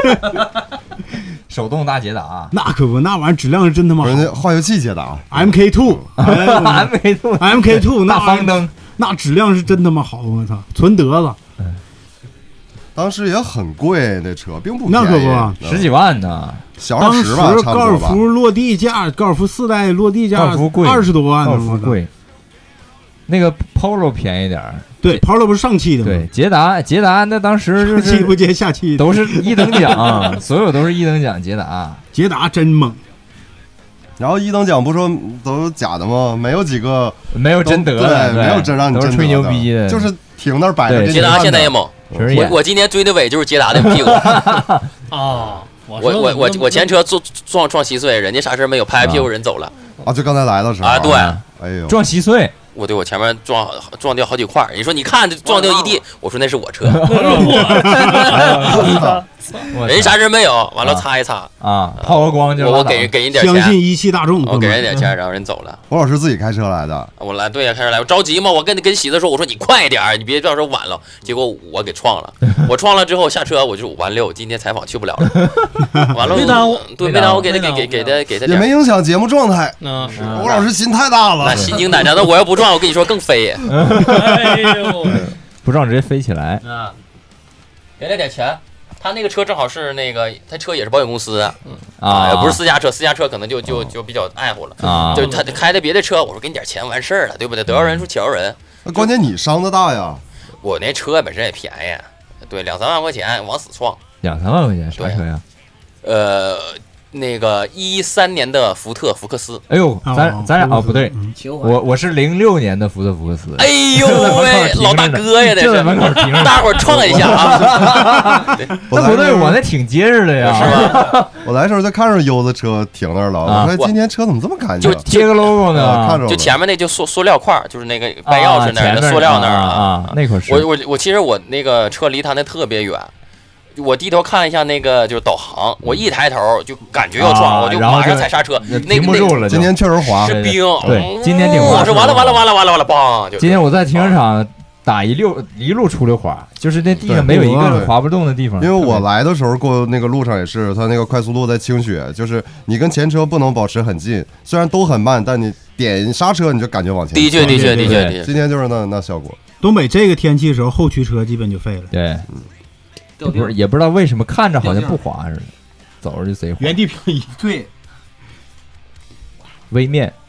[SPEAKER 10] 手动大捷达，
[SPEAKER 4] 那可不，那玩意儿质量是真他妈好。
[SPEAKER 2] 人家化学器捷达
[SPEAKER 4] M K two，M
[SPEAKER 10] K two，M
[SPEAKER 4] K two，
[SPEAKER 10] 大方灯，
[SPEAKER 4] 那质量是真他妈好，我操，纯德子。
[SPEAKER 2] 当时也很贵，那车并不便宜，
[SPEAKER 4] 那可不，
[SPEAKER 10] 十几万呢。
[SPEAKER 2] 小二十吧，
[SPEAKER 4] 高尔夫落地价，高尔夫四代落地价，
[SPEAKER 10] 高尔夫贵，
[SPEAKER 4] 二十多万，
[SPEAKER 10] 高尔夫贵。那个 Polo 便宜点儿，
[SPEAKER 4] 对 ，Polo 不是上汽的吗？
[SPEAKER 10] 对，捷达，捷达那当时就是
[SPEAKER 4] 上汽不接下汽，
[SPEAKER 10] 都是一等奖，所有都是一等奖，捷达，
[SPEAKER 4] 捷达真猛。
[SPEAKER 2] 然后一等奖不说都是假的吗？没有几个
[SPEAKER 10] 没有真得的，
[SPEAKER 2] 对，没有真让你真
[SPEAKER 10] 吹牛逼的，
[SPEAKER 2] 就是停那儿摆着。
[SPEAKER 1] 捷达现在也猛，我我今天追的尾就是捷达的屁股。
[SPEAKER 9] 啊，
[SPEAKER 1] 我我我我前车撞撞撞稀碎，人家啥事没有，拍拍屁股人走了。
[SPEAKER 2] 啊，就刚才来的时候
[SPEAKER 1] 啊，对，
[SPEAKER 2] 哎呦，
[SPEAKER 10] 撞稀碎。
[SPEAKER 1] 我对我前面撞撞掉好几块，你说你看撞掉一地，我说那是我车，人啥事没有，完了擦一擦
[SPEAKER 10] 啊，抛个光就
[SPEAKER 1] 我给人给人点钱，
[SPEAKER 4] 相信一汽大众，
[SPEAKER 1] 我给人点钱，然后人走了。
[SPEAKER 2] 我老师自己开车来的，
[SPEAKER 1] 我来对呀，开车来，我着急嘛，我跟跟喜子说，我说你快点，你别到时候晚了。结果我给撞了，我撞了之后下车我就五万六，今天采访去不了了，完了
[SPEAKER 9] 没耽误，
[SPEAKER 1] 对，没耽误，给他给给给他给他
[SPEAKER 2] 也没影响节目状态。
[SPEAKER 9] 嗯，
[SPEAKER 2] 我老师心太大了，
[SPEAKER 1] 那心惊胆战的，我要不撞，我跟你说更飞。
[SPEAKER 9] 哎呦，
[SPEAKER 10] 不撞直接飞起来。
[SPEAKER 1] 啊，给他点钱。他那个车正好是那个，他车也是保险公司的，啊，不是私家车，私家车可能就就就比较爱护了啊。就他开的别的车，我说给你点钱完事儿了，对不对？得饶人处且饶人。
[SPEAKER 2] 那关键你伤的大呀。
[SPEAKER 1] 我那车本身也便宜，对，两三万块钱往死撞。
[SPEAKER 10] 两三万块钱啥车呀？
[SPEAKER 1] 呃。那个一三年的福特福克斯，
[SPEAKER 10] 哎呦，咱咱俩哦不对，我我是零六年的福特福克斯，
[SPEAKER 1] 哎呦喂，老大哥呀，
[SPEAKER 10] 就在门口停着，
[SPEAKER 1] 大伙儿撞一下啊！
[SPEAKER 10] 那不对，我那挺结实的呀，
[SPEAKER 1] 是吧？
[SPEAKER 2] 我来的时候就看着优子车停那儿了，我说今天车怎么这么干净？
[SPEAKER 1] 就
[SPEAKER 10] 贴个 logo 呢，
[SPEAKER 2] 看着
[SPEAKER 1] 就前面那就塑塑料块，就是那个掰钥匙那儿的塑料那儿
[SPEAKER 10] 啊，那块是。
[SPEAKER 1] 我我我其实我那个车离他那特别远。我低头看一下那个就是导航，我一抬头就感觉要撞，我就马上踩刹车，
[SPEAKER 10] 停不住了。
[SPEAKER 2] 今天确实滑，
[SPEAKER 1] 是冰。
[SPEAKER 10] 对，今天挺滑。
[SPEAKER 1] 我说完了完了完了完了完了，梆！
[SPEAKER 10] 今天我在停车场打一溜一路出溜滑，就是那地上没有一个滑不动的地方。
[SPEAKER 2] 因为我来的时候过那个路上也是，它那个快速路在清雪，就是你跟前车不能保持很近，虽然都很慢，但你点刹车你就感觉往前。
[SPEAKER 1] 的确的确的确的确，
[SPEAKER 2] 今天就是那那效果。
[SPEAKER 4] 东北这个天气的时候，后驱车基本就废了。
[SPEAKER 10] 对，嗯。不是，也不知道为什么看着好像不滑似的，走着就贼滑。
[SPEAKER 4] 原地漂移，
[SPEAKER 12] 对。
[SPEAKER 10] 微面，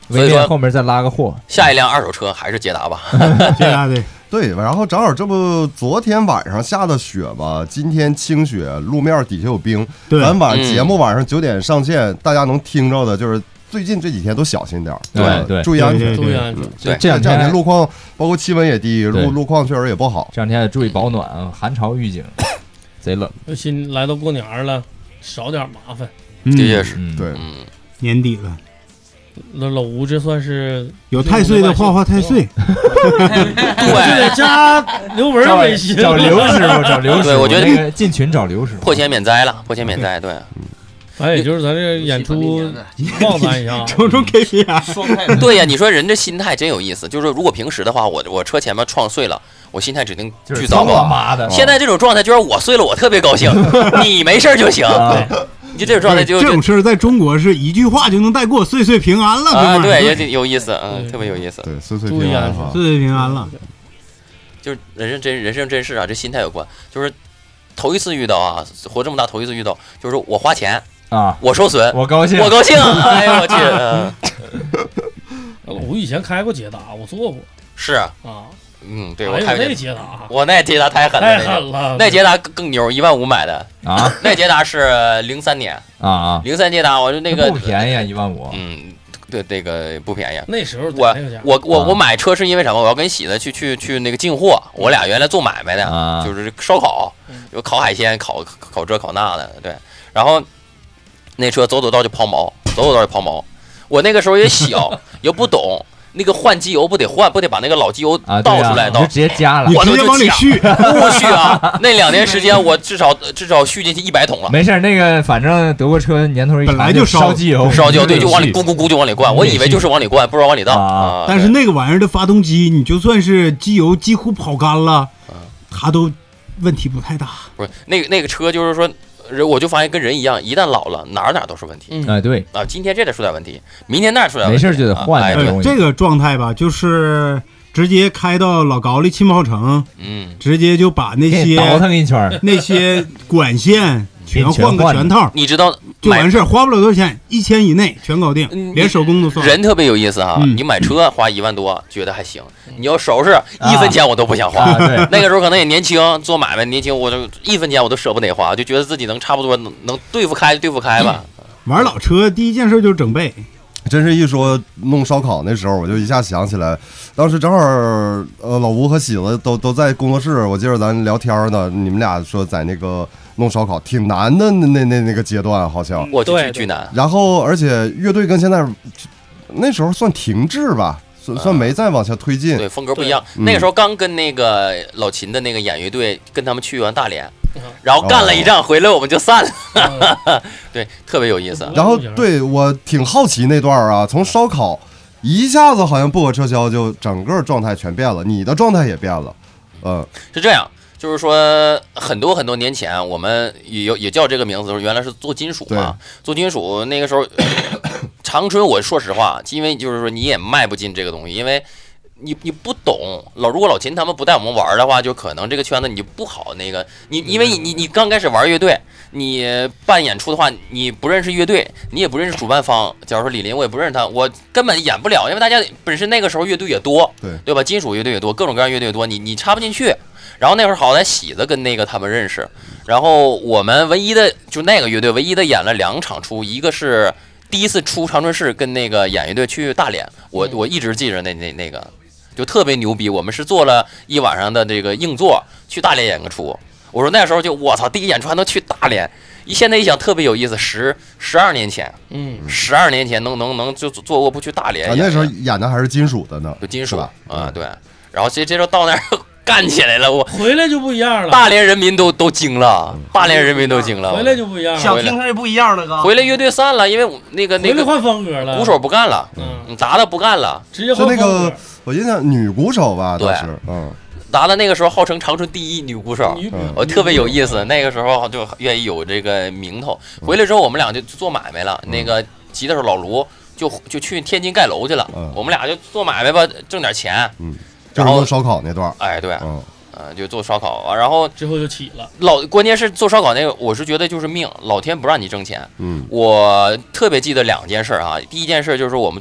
[SPEAKER 1] 所以说
[SPEAKER 10] 后面再拉个货，
[SPEAKER 1] 下一辆二手车还是捷达吧。
[SPEAKER 4] 捷达对
[SPEAKER 2] 对，然后正好这不昨天晚上下的雪吧，今天清雪，路面底下有冰。咱晚节目晚上九点上线，大家能听着的就是最近这几天都小心点，
[SPEAKER 10] 对对，
[SPEAKER 2] 注意安全，
[SPEAKER 9] 注意安全。
[SPEAKER 2] 对，这两天路况包括气温也低，路路况确实也不好。
[SPEAKER 10] 这两天注意保暖啊，寒潮预警，贼冷。
[SPEAKER 9] 尤其来到过年了，少点麻烦。
[SPEAKER 1] 的确是，
[SPEAKER 2] 对，
[SPEAKER 1] 嗯，
[SPEAKER 4] 年底了。
[SPEAKER 9] 那老吴这算是
[SPEAKER 4] 有太岁的画画太岁，
[SPEAKER 9] 对，就得加刘文微信，
[SPEAKER 10] 找刘师傅，找刘师傅。
[SPEAKER 1] 对，我觉得
[SPEAKER 10] 那个进群找刘师傅，
[SPEAKER 1] 破钱免灾了，破钱免灾，对。
[SPEAKER 9] 反正也就是咱这演出旺咱一下，
[SPEAKER 4] 冲冲 K P I。
[SPEAKER 1] 对呀，你说人这心态真有意思，就是如果平时的话，我我车前面撞碎了，我心态指定巨糟糕。
[SPEAKER 10] 妈的！
[SPEAKER 1] 现在这种状态，就是我碎了，我特别高兴，你没事就行。你就这种状态就
[SPEAKER 4] 这种事儿，在中国是一句话就能带过，岁岁平安了。
[SPEAKER 1] 啊，对，也有意思，嗯，特别有意思。
[SPEAKER 2] 对，岁岁平安，
[SPEAKER 4] 岁岁平安了。
[SPEAKER 1] 就是人生真人生真事啊，这心态有关。就是头一次遇到啊，活这么大头一次遇到，就是我花钱。
[SPEAKER 10] 啊！
[SPEAKER 1] 我受损，
[SPEAKER 10] 我高兴，
[SPEAKER 1] 我高兴。哎呦我去！
[SPEAKER 9] 我以前开过捷达，我坐过。
[SPEAKER 1] 是
[SPEAKER 9] 啊，
[SPEAKER 1] 嗯，对我开
[SPEAKER 9] 过那捷达，
[SPEAKER 1] 我那捷达太狠了，
[SPEAKER 9] 太狠了。
[SPEAKER 1] 那捷达更牛，一万五买的
[SPEAKER 10] 啊。
[SPEAKER 1] 那捷达是零三年
[SPEAKER 10] 啊啊，
[SPEAKER 1] 零三捷达，我就那个
[SPEAKER 10] 不便宜啊，一万五。
[SPEAKER 1] 嗯，对，这个不便宜。
[SPEAKER 9] 那时候
[SPEAKER 1] 我我我我买车是因为什么？我要跟喜子去去去那个进货，我俩原来做买卖的，
[SPEAKER 10] 啊、
[SPEAKER 1] 就是烧烤，有烤海鲜、烤烤这烤那的，对，然后。那车走走道就抛锚，走走道就抛锚。我那个时候也小，也不懂，那个换机油不得换，不得把那个老机油倒出来倒，
[SPEAKER 10] 啊、就直接加了，
[SPEAKER 4] 我直接往里续，
[SPEAKER 1] 不续啊！那两年时间，我至少至少续进去一百桶了。
[SPEAKER 10] 没事，那个反正德国车年头一
[SPEAKER 4] 本来就
[SPEAKER 10] 烧机油，
[SPEAKER 1] 烧机油对，就往里咕咕咕就往里灌。我以为就是往里灌，不知道往里倒。啊、
[SPEAKER 4] 但是那个玩意儿的发动机，你就算是机油几乎跑干了，它都问题不太大。
[SPEAKER 1] 不是那个那个车，就是说。我就发现跟人一样，一旦老了，哪儿哪儿都是问题。
[SPEAKER 10] 嗯，哎，对
[SPEAKER 1] 啊，今天这得出点问题，明天那儿出点问题，
[SPEAKER 10] 没事就得换点东西。
[SPEAKER 4] 这个状态吧，就是直接开到老高丽浸泡城，
[SPEAKER 1] 嗯，
[SPEAKER 4] 直接就把那些
[SPEAKER 10] 倒腾一圈，
[SPEAKER 4] 那些管线全换个全套，
[SPEAKER 1] 你知道
[SPEAKER 4] 就完事儿，花不了多少钱，一千以内全搞定，连手工都算。
[SPEAKER 1] 人特别有意思哈，你买车花一万多觉得还行，你要收拾一分钱我都不想花。那个时候可能也年轻，做买卖年轻，我就一分钱我都舍不得花，就觉得自己能差不多能能对付开就对付开吧。
[SPEAKER 4] 玩老车第一件事就是整备。
[SPEAKER 2] 真是一说弄烧烤那时候，我就一下想起来，当时正好呃老吴和喜子都都在工作室，我记得咱聊天呢，你们俩说在那个弄烧烤挺难的那那那那个阶段好像，
[SPEAKER 1] 我去巨难。
[SPEAKER 2] 然后而且乐队跟现在那时候算停滞吧，算算没再往下推进，
[SPEAKER 1] 对，风格不一样。那个时候刚跟那个老秦的那个演乐队跟他们去完大连。然后干了一仗，回来我们就散了，对，特别有意思。
[SPEAKER 2] 然后对我挺好奇那段啊，从烧烤一下子好像不可撤销，就整个状态全变了，你的状态也变了，嗯，
[SPEAKER 1] 是这样，就是说很多很多年前我们也有也叫这个名字的时候，原来是做金属嘛，做金属那个时候，长春我说实话，因为就是说你也卖不进这个东西，因为。你你不懂老，如果老秦他们不带我们玩的话，就可能这个圈子你就不好那个你，因为你你你刚开始玩乐队，你办演出的话，你不认识乐队，你也不认识主办方。假如说李林，我也不认识他，我根本演不了，因为大家本身那个时候乐队也多，
[SPEAKER 2] 对
[SPEAKER 1] 对吧？金属乐队也多，各种各样乐队也多，你你插不进去。然后那会儿好在喜子跟那个他们认识，然后我们唯一的就那个乐队唯一的演了两场出，一个是第一次出长春市跟那个演乐队去大连，我我一直记着那那那个。就特别牛逼，我们是做了一晚上的这个硬座，去大连演个出。我说那时候就我操，第一演出还能去大连，一现在一想特别有意思。十十二年前，
[SPEAKER 9] 嗯，
[SPEAKER 1] 十二年前能能能就坐卧铺去大连、
[SPEAKER 2] 啊，那时候演的还是金属的呢，
[SPEAKER 1] 就金属啊、嗯，对。然后这这时候到那儿干起来了，我
[SPEAKER 9] 回来就不一样了，
[SPEAKER 1] 大连人民都都惊了，大连人民都惊了，
[SPEAKER 9] 回来就不一样了，
[SPEAKER 3] 想听着不一样了，哥。
[SPEAKER 1] 回来乐队散了，因为那个那个
[SPEAKER 9] 换风格了，
[SPEAKER 1] 鼓手不干了，
[SPEAKER 9] 嗯，
[SPEAKER 1] 达达不干了，
[SPEAKER 9] 直接换
[SPEAKER 2] 风格。那个我印象女鼓手吧，
[SPEAKER 1] 对，
[SPEAKER 2] 嗯。
[SPEAKER 1] 达达那个时候号称长春第一女鼓手，我、嗯、特别有意思。那个时候就愿意有这个名头。回来之后，我们俩就做买卖了。嗯、那个吉他手老卢就就去天津盖楼去了。嗯、我们俩就做买卖吧，挣点钱。
[SPEAKER 2] 嗯，然后烧烤那段，
[SPEAKER 1] 哎，对，
[SPEAKER 2] 嗯，
[SPEAKER 1] 呃，就做烧烤，然后
[SPEAKER 9] 之后就起了。
[SPEAKER 1] 老关键是做烧烤那个，我是觉得就是命，老天不让你挣钱。
[SPEAKER 2] 嗯，
[SPEAKER 1] 我特别记得两件事啊。第一件事就是我们做。做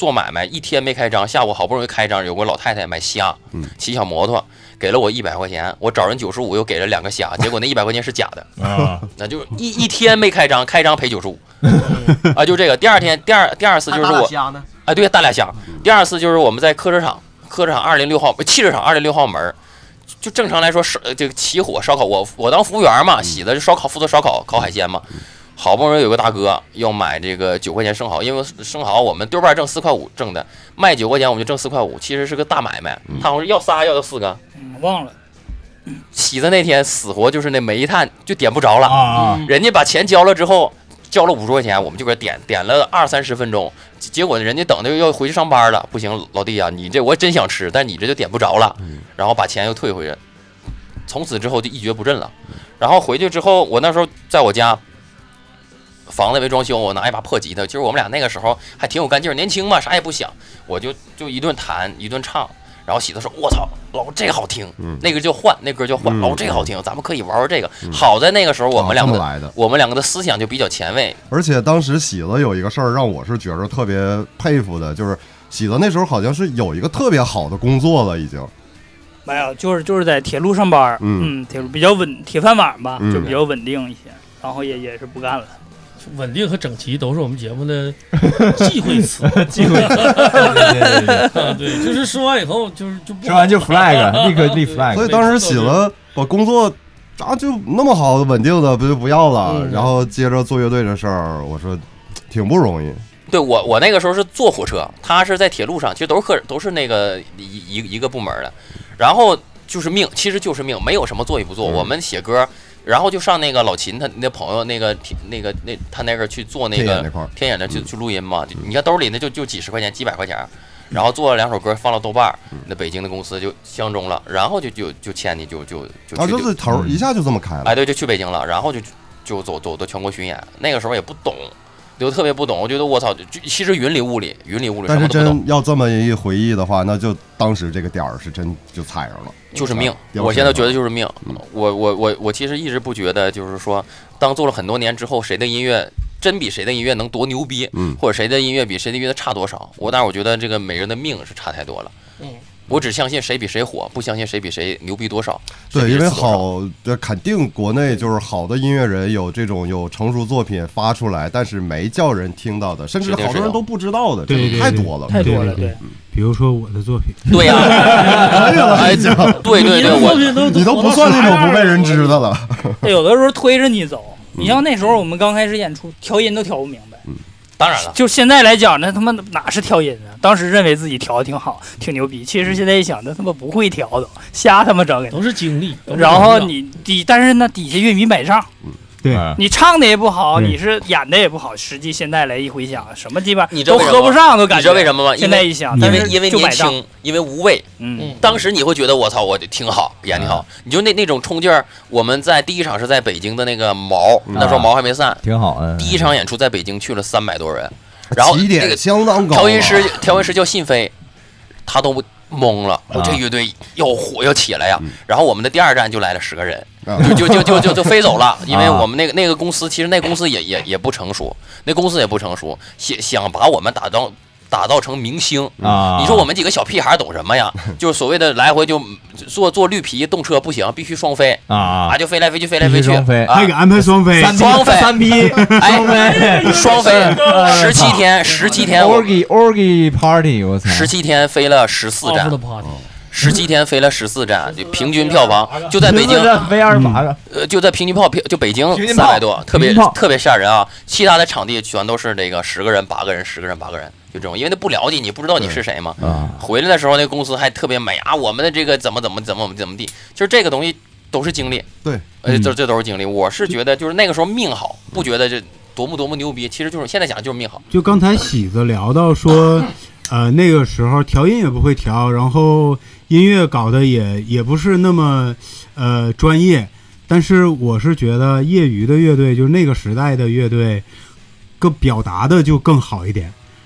[SPEAKER 1] 做买卖，一天没开张，下午好不容易开张，有个老太太买虾，骑小摩托给了我一百块钱，我找人九十五又给了两个虾，结果那一百块钱是假的啊，那就一一天没开张，开张赔九十五啊，就这个。第二天第二第二次就是我啊，对，大俩虾。第二次就是我们在客车厂，客车厂二零六号汽车厂二零六号门。就正常来说，烧这个起火烧烤，我我当服务员嘛，洗的就烧烤，负责烧烤烤海鲜嘛。好不容易有个大哥要买这个九块钱生蚝，因为生蚝我们丢半挣四块五挣的，卖九块钱我们就挣四块五，其实是个大买卖。他好像是要仨要四个，
[SPEAKER 7] 嗯，忘了。
[SPEAKER 1] 洗的那天死活就是那煤炭就点不着了，
[SPEAKER 4] 啊、
[SPEAKER 1] 人家把钱交了之后，交了五十块钱，我们就给点点了二三十分钟，结果人家等着要回去上班了，不行，老弟啊，你这我真想吃，但你这就点不着了，然后把钱又退回去，从此之后就一蹶不振了。然后回去之后，我那时候在我家。房子没装修，我拿一把破吉他。其实我们俩那个时候还挺有干劲儿，年轻嘛，啥也不想，我就就一顿弹一顿唱。然后喜子说：“我操，老这个好听，嗯、那个就换，那歌就换，老、嗯、这个好听，咱们可以玩玩这个。嗯”好在那个时候我们两个、
[SPEAKER 2] 哦、的
[SPEAKER 1] 我们两个的思想就比较前卫。
[SPEAKER 2] 而且当时喜子有一个事儿让我是觉得特别佩服的，就是喜子那时候好像是有一个特别好的工作了，已经。
[SPEAKER 7] 没有，就是就是在铁路上班，嗯，嗯铁路比较稳，铁饭碗吧，嗯、就比较稳定一些。然后也也是不干了。
[SPEAKER 9] 稳定和整齐都是我们节目的忌讳词，
[SPEAKER 10] 忌讳词。
[SPEAKER 9] 啊，对，就是说完以后就是就不
[SPEAKER 10] 说完就 flag， 立刻立 flag。
[SPEAKER 2] 所以当时喜了把工作啊就那么好稳定的不就不要了，嗯、然后接着做乐队的事儿，我说挺不容易。
[SPEAKER 1] 对我我那个时候是坐火车，他是在铁路上，其实都是客都是那个一一一个部门的，然后就是命，其实就是命，没有什么做与不做。嗯、我们写歌。然后就上那个老秦他那朋友那个那个那他那个去做那个天眼的去去录音嘛，嗯、你看兜里那就就几十块钱几百块钱，然后做了两首歌放到豆瓣，嗯、那北京的公司就相中了，然后就就就签你就就就
[SPEAKER 2] 啊就是头一下就这么开了，
[SPEAKER 1] 哎对，就去北京了，然后就就走走到全国巡演，那个时候也不懂。就特别不懂，我觉得我操，其实云里雾里，云里雾里，
[SPEAKER 2] 但是真要这么一回忆的话，那就当时这个点儿是真就踩上了，
[SPEAKER 1] 就是命。我现在觉得就是命。嗯、我我我我其实一直不觉得，就是说，当做了很多年之后，谁的音乐真比谁的音乐能多牛逼，嗯，或者谁的音乐比谁的音乐差多少？我但是我觉得这个每人的命是差太多了。嗯。我只相信谁比谁火，不相信谁比谁牛逼多少。
[SPEAKER 2] 对，因为好，肯定国内就是好的音乐人有这种有成熟作品发出来，但是没叫人听到的，甚至好多人都不知道的，
[SPEAKER 4] 对，
[SPEAKER 2] 太多了，
[SPEAKER 7] 太多了。对，
[SPEAKER 4] 比如说我的作品，
[SPEAKER 1] 对呀，哎，对对对，
[SPEAKER 2] 我你都不算那种不被人知道了。
[SPEAKER 7] 有的时候推着你走，你像那时候我们刚开始演出，调音都调不明白。
[SPEAKER 1] 嗯。当然了，
[SPEAKER 7] 就现在来讲，那他妈哪是调音啊？当时认为自己调的挺好，挺牛逼。其实现在一想，那他妈不会调的，瞎他妈整，
[SPEAKER 9] 都是经历。
[SPEAKER 7] 然后你底，但是那底下乐迷买账，
[SPEAKER 4] 对，
[SPEAKER 7] 你唱的也不好，你是演的也不好。实际现在来一回想，什么鸡巴都喝不上，都感觉。
[SPEAKER 1] 你知道为什么吗？
[SPEAKER 7] 现在一想，
[SPEAKER 1] 因为因为年轻，因为无畏。嗯，当时你会觉得我操，我挺好，演的好。你就那那种冲劲儿。我们在第一场是在北京的那个毛，那时候毛还没散，
[SPEAKER 10] 挺好的。
[SPEAKER 1] 第一场演出在北京去了三百多人。然后
[SPEAKER 2] 起点相当高，
[SPEAKER 1] 调音师调音师叫信飞，他都懵了，我、啊、这乐队要火要起来呀、啊！嗯、然后我们的第二站就来了十个人，啊、就就就就就飞走了，因为我们那个那个公司其实那公司也也也不成熟，那公司也不成熟，想想把我们打造打造成明星啊！你说我们几个小屁孩懂什么呀？就是所谓的来回就做做绿皮动车不行，必须双飞啊啊！就飞来飞去，飞来飞去，
[SPEAKER 4] 还给安排双飞，
[SPEAKER 1] 双飞
[SPEAKER 10] 三批，
[SPEAKER 1] 双飞，双飞，十七天，十七天
[SPEAKER 10] ，orgy orgy party， 我操，
[SPEAKER 1] 十七天飞了十四站。十七天飞了十四站，平均票房就在北京
[SPEAKER 10] 飞二十八个，
[SPEAKER 1] 呃，就在平均票票就北京三百多，特别特别吓人啊！其他的场地全都是这个十个人、八个人、十个人、八个人，就这种，因为他不了解你，不知道你是谁嘛。回来的时候，那公司还特别美啊，我们的这个怎么怎么怎么怎么地，就是这个东西都是经历。
[SPEAKER 2] 对，
[SPEAKER 1] 呃，这这都是经历。我是觉得就是那个时候命好，不觉得这多么多么牛逼，其实就是现在讲就是命好。
[SPEAKER 4] 就刚才喜子聊到说，呃，那个时候调音也不会调，然后音乐搞得也也不是那么呃专业，但是我是觉得业余的乐队，就是那个时代的乐队，更表达的就更好一点。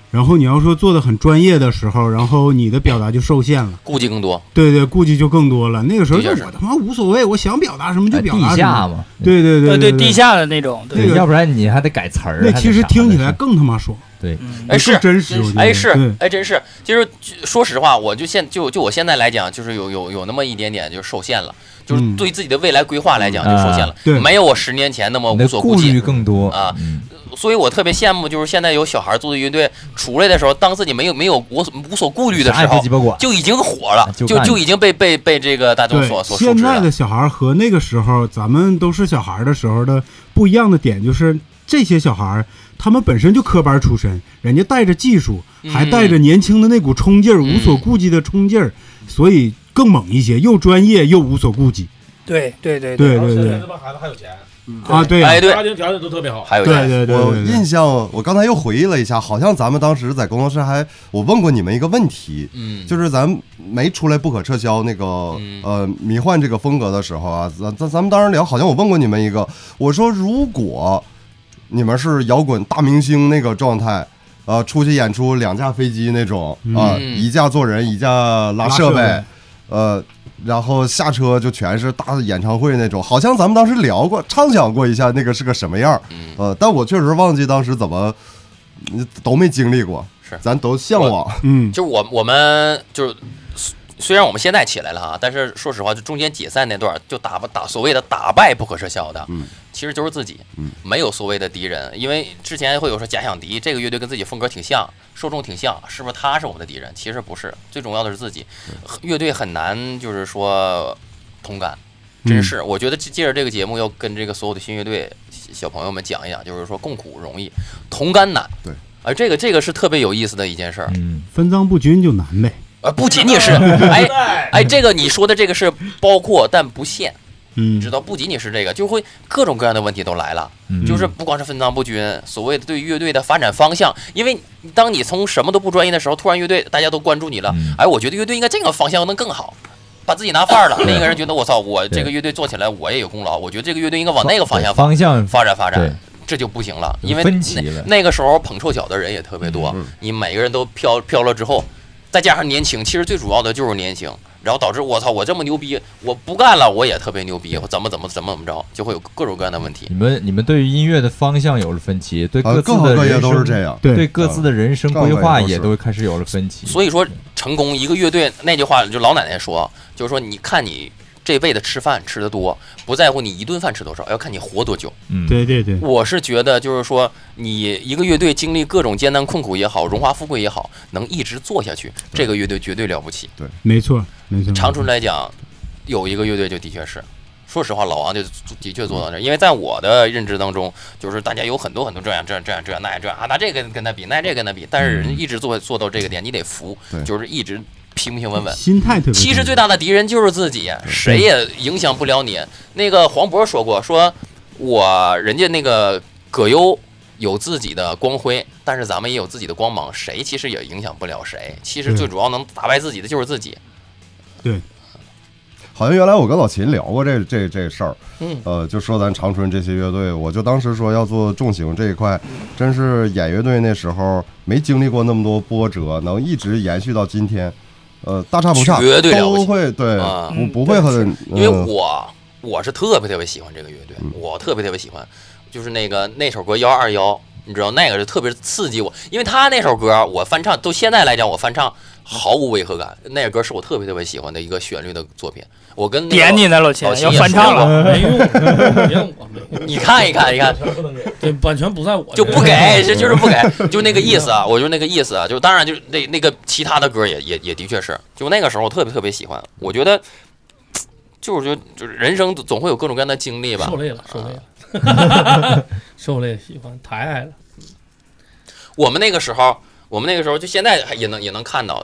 [SPEAKER 4] 然后你要说做的很专业的时候，然后你的表达就受限了，
[SPEAKER 1] 顾忌更多。
[SPEAKER 4] 对对，顾忌就更多了。那个时候就我他妈无所谓，我想表达什么就表达什么。
[SPEAKER 10] 地下嘛，
[SPEAKER 4] 对对对
[SPEAKER 7] 对地下的那种，
[SPEAKER 10] 对，要不然你还得改词儿。
[SPEAKER 4] 那其实听起来更他妈爽。
[SPEAKER 10] 对，
[SPEAKER 1] 哎是
[SPEAKER 4] 真实，
[SPEAKER 1] 哎是，哎真是，就是说实话，我就现就就我现在来讲，就是有有有那么一点点就受限了，就是对自己的未来规划来讲就受限了，
[SPEAKER 4] 嗯、
[SPEAKER 1] 没有我十年前那么无所顾忌，
[SPEAKER 10] 顾虑更多
[SPEAKER 1] 啊。嗯所以我特别羡慕，就是现在有小孩做的乐队出来的时候，当自己没有没有无所无所顾虑的时候，就已经火了，就就已经被被被这个大众所所熟知了。
[SPEAKER 4] 现在的小孩和那个时候咱们都是小孩的时候的不一样的点，就是这些小孩他们本身就科班出身，人家带着技术，还带着年轻的那股冲劲儿，
[SPEAKER 1] 嗯、
[SPEAKER 4] 无所顾忌的冲劲儿，所以更猛一些，又专业又无所顾忌。
[SPEAKER 7] 对对对
[SPEAKER 4] 对对对，
[SPEAKER 8] 这帮孩子还有钱。
[SPEAKER 4] 啊，对
[SPEAKER 1] 哎对，
[SPEAKER 8] 家庭条件都特别好，
[SPEAKER 1] 还有
[SPEAKER 4] 对对对，
[SPEAKER 2] 我印象，我刚才又回忆了一下，好像咱们当时在工作室还我问过你们一个问题，
[SPEAKER 1] 嗯，
[SPEAKER 2] 就是咱没出来不可撤销那个、嗯、呃迷幻这个风格的时候啊，咱咱咱们当时聊，好像我问过你们一个，我说如果你们是摇滚大明星那个状态。呃，出去演出两架飞机那种啊、呃
[SPEAKER 1] 嗯，
[SPEAKER 2] 一架坐人，一架拉设备，呃。然后下车就全是大演唱会那种，好像咱们当时聊过、畅想过一下那个是个什么样，呃，但我确实忘记当时怎么都没经历过，
[SPEAKER 1] 是
[SPEAKER 2] 咱都向往，
[SPEAKER 4] 嗯，
[SPEAKER 1] 就是我我们就是虽然我们现在起来了哈，但是说实话，就中间解散那段就打打所谓的打败不可撤销的，
[SPEAKER 2] 嗯，
[SPEAKER 1] 其实就是自己，
[SPEAKER 2] 嗯，
[SPEAKER 1] 没有所谓的敌人，因为之前会有说假想敌，这个乐队跟自己风格挺像，受众挺像，是不是他是我们的敌人？其实不是，最重要的是自己。乐队很难就是说同感，真是，我觉得借着这个节目要跟这个所有的新乐队小朋友们讲一讲，就是说共苦容易，同甘难。
[SPEAKER 2] 对，
[SPEAKER 1] 而这个这个是特别有意思的一件事儿。
[SPEAKER 10] 嗯，
[SPEAKER 4] 分赃不均就难呗。
[SPEAKER 1] 呃，不仅仅是，哎哎，这个你说的这个是包括但不限。
[SPEAKER 4] 嗯，
[SPEAKER 1] 知道不仅仅是这个，就会各种各样的问题都来了，
[SPEAKER 10] 嗯、
[SPEAKER 1] 就是不光是分赃不均，所谓的对乐队的发展方向，因为当你从什么都不专业的时候，突然乐队大家都关注你了，
[SPEAKER 10] 嗯、
[SPEAKER 1] 哎，我觉得乐队应该这个方向能更好，把自己拿范儿了，另一个人觉得我操，我这个乐队做起来我也有功劳，我觉得这个乐队应该往那个方向
[SPEAKER 10] 方向
[SPEAKER 1] 发展发展，这就不行了，因为
[SPEAKER 10] 分歧了。
[SPEAKER 1] 那个时候捧臭脚的人也特别多，
[SPEAKER 2] 嗯、
[SPEAKER 1] 你每个人都飘飘了之后，再加上年轻，其实最主要的就是年轻。然后导致我操，我这么牛逼，我不干了，我也特别牛逼，我怎么怎么怎么怎么着，就会有各种各样的问题。
[SPEAKER 10] 你们你们对于音乐的方向有了分歧，对各自
[SPEAKER 2] 的
[SPEAKER 10] 人生、啊、
[SPEAKER 2] 都是这样，
[SPEAKER 10] 对各自的人生规划也都开始有了分歧。
[SPEAKER 1] 所以说，成功一个乐队那句话，就老奶奶说，就是说，你看你这辈子吃饭吃得多，不在乎你一顿饭吃多少，要看你活多久。
[SPEAKER 10] 嗯，
[SPEAKER 4] 对对对，
[SPEAKER 1] 我是觉得就是说，你一个乐队经历各种艰难困苦也好，荣华富贵也好，能一直做下去，这个乐队绝对了不起。
[SPEAKER 2] 对，
[SPEAKER 4] 没错没错。
[SPEAKER 1] 长春来讲，有一个乐队就的确是，说实话，老王就的确做到这，因为在我的认知当中，就是大家有很多很多这样这样这样这样那样这样啊，拿这个跟他比，那这个跟他比，但是人一直做做到这个点，你得服，就是一直。平平稳稳，
[SPEAKER 4] 心态特别。
[SPEAKER 1] 其实最大的敌人就是自己，谁也影响不了你。那个黄渤说过，说我人家那个葛优有自己的光辉，但是咱们也有自己的光芒，谁其实也影响不了谁。其实最主要能打败自己的就是自己。
[SPEAKER 4] 对，
[SPEAKER 2] 好像原来我跟老秦聊过这这这事儿，
[SPEAKER 1] 嗯，
[SPEAKER 2] 呃，就说咱长春这些乐队，我就当时说要做重型这一块，真是演乐队那时候没经历过那么多波折，能一直延续到今天。呃，大差不差，
[SPEAKER 1] 绝对
[SPEAKER 2] 都会对，
[SPEAKER 1] 啊、
[SPEAKER 2] 不不会很，
[SPEAKER 1] 因为我我是特别特别喜欢这个乐队，嗯、我特别特别喜欢，就是那个那首歌幺二幺，你知道那个是特别刺激我，因为他那首歌我翻唱，到现在来讲我翻唱毫无违和感，那个歌是我特别特别喜欢的一个旋律的作品。我跟
[SPEAKER 7] 点你呢，老秦
[SPEAKER 1] 要
[SPEAKER 7] 翻唱了，
[SPEAKER 8] 没用，没用，
[SPEAKER 1] 你看一看，你看，
[SPEAKER 8] 对，版权不在我，
[SPEAKER 1] 就不给，就就是不给，就那个意思啊，我就那个意思啊，就当然就是那那个其他的歌也也也的确是，就那个时候我特别特别喜欢，我觉得就是就就是人生总会有各种各样的经历吧，
[SPEAKER 8] 受累了，受累了，受累，喜欢太爱了。
[SPEAKER 1] 我们那个时候，我们那个时候就现在也能也能看到，就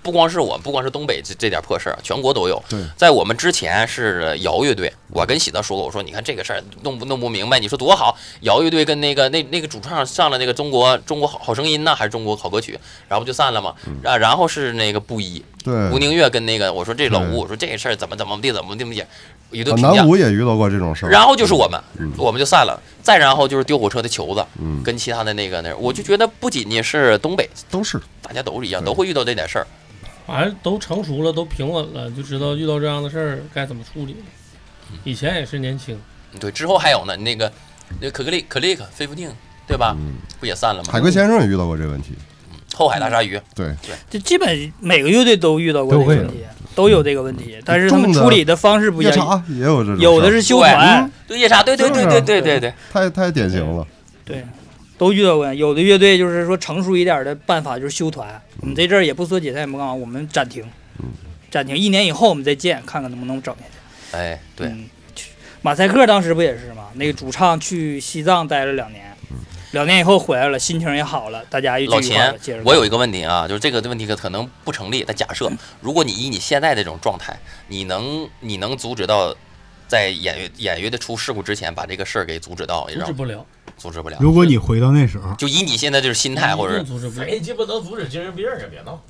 [SPEAKER 1] 不光是我，不光是东北这这点破事儿，全国都有。
[SPEAKER 2] 对，
[SPEAKER 1] 在我们之前是摇乐队，我跟喜德说过，我说你看这个事儿弄不弄不明白，你说多好，摇乐队跟那个那那个主唱上了那个中国中国好好声音呢，还是中国好歌曲，然后就散了嘛。啊，然后是那个布衣，
[SPEAKER 2] 对，
[SPEAKER 1] 吴宁月跟那个我说这老吴，我说这事儿怎么怎么地怎么地么地，一顿评价。
[SPEAKER 2] 南吴也遇到过这种事儿。
[SPEAKER 1] 然后就是我们，
[SPEAKER 2] 嗯、
[SPEAKER 1] 我们就散了。再然后就是丢火车的球子，嗯，跟其他的那个那，我就觉得不仅仅是东北，
[SPEAKER 2] 都是
[SPEAKER 1] 大家都是一样，都会遇到这点事儿。
[SPEAKER 9] 反正都成熟了，都平稳了，就知道遇到这样的事儿该怎么处理。以前也是年轻，
[SPEAKER 1] 对，之后还有呢，那个那可克利可利克菲夫汀，对吧？
[SPEAKER 2] 嗯、
[SPEAKER 1] 不也散了吗？
[SPEAKER 2] 海龟先生也遇到过这个问题。
[SPEAKER 1] 后海大鲨鱼，
[SPEAKER 2] 对
[SPEAKER 1] 对，
[SPEAKER 7] 就基本每个乐队都遇到过这个问题，都有这个问题，但是他们处理的方式不一样。
[SPEAKER 2] 夜叉也有这种，
[SPEAKER 7] 有的是修团，
[SPEAKER 1] 对夜叉，对对对对对对对，
[SPEAKER 2] 太太典型了。
[SPEAKER 7] 对，都遇到过。有的乐队就是说成熟一点的办法就是修团，我们这阵儿也不说解散，也不干嘛，我们暂停，暂停一年以后我们再见，看看能不能整下去。
[SPEAKER 1] 哎，对，
[SPEAKER 7] 嗯，马赛克当时不也是吗？那个主唱去西藏待了两年。两年以后回来了，心情也好了，大家又
[SPEAKER 1] 老钱，我有一个问题啊，就是这个问题可能不成立。但假设，如果你以你现在这种状态，你能你能阻止到在演乐演乐的出事故之前把这个事儿给阻止到？
[SPEAKER 9] 阻止不了，
[SPEAKER 1] 阻止不了。
[SPEAKER 4] 如果你回到那时候，
[SPEAKER 1] 就以你现在这种心态，或者
[SPEAKER 5] 阻止不了，谁鸡巴能阻止精神病啊？别闹！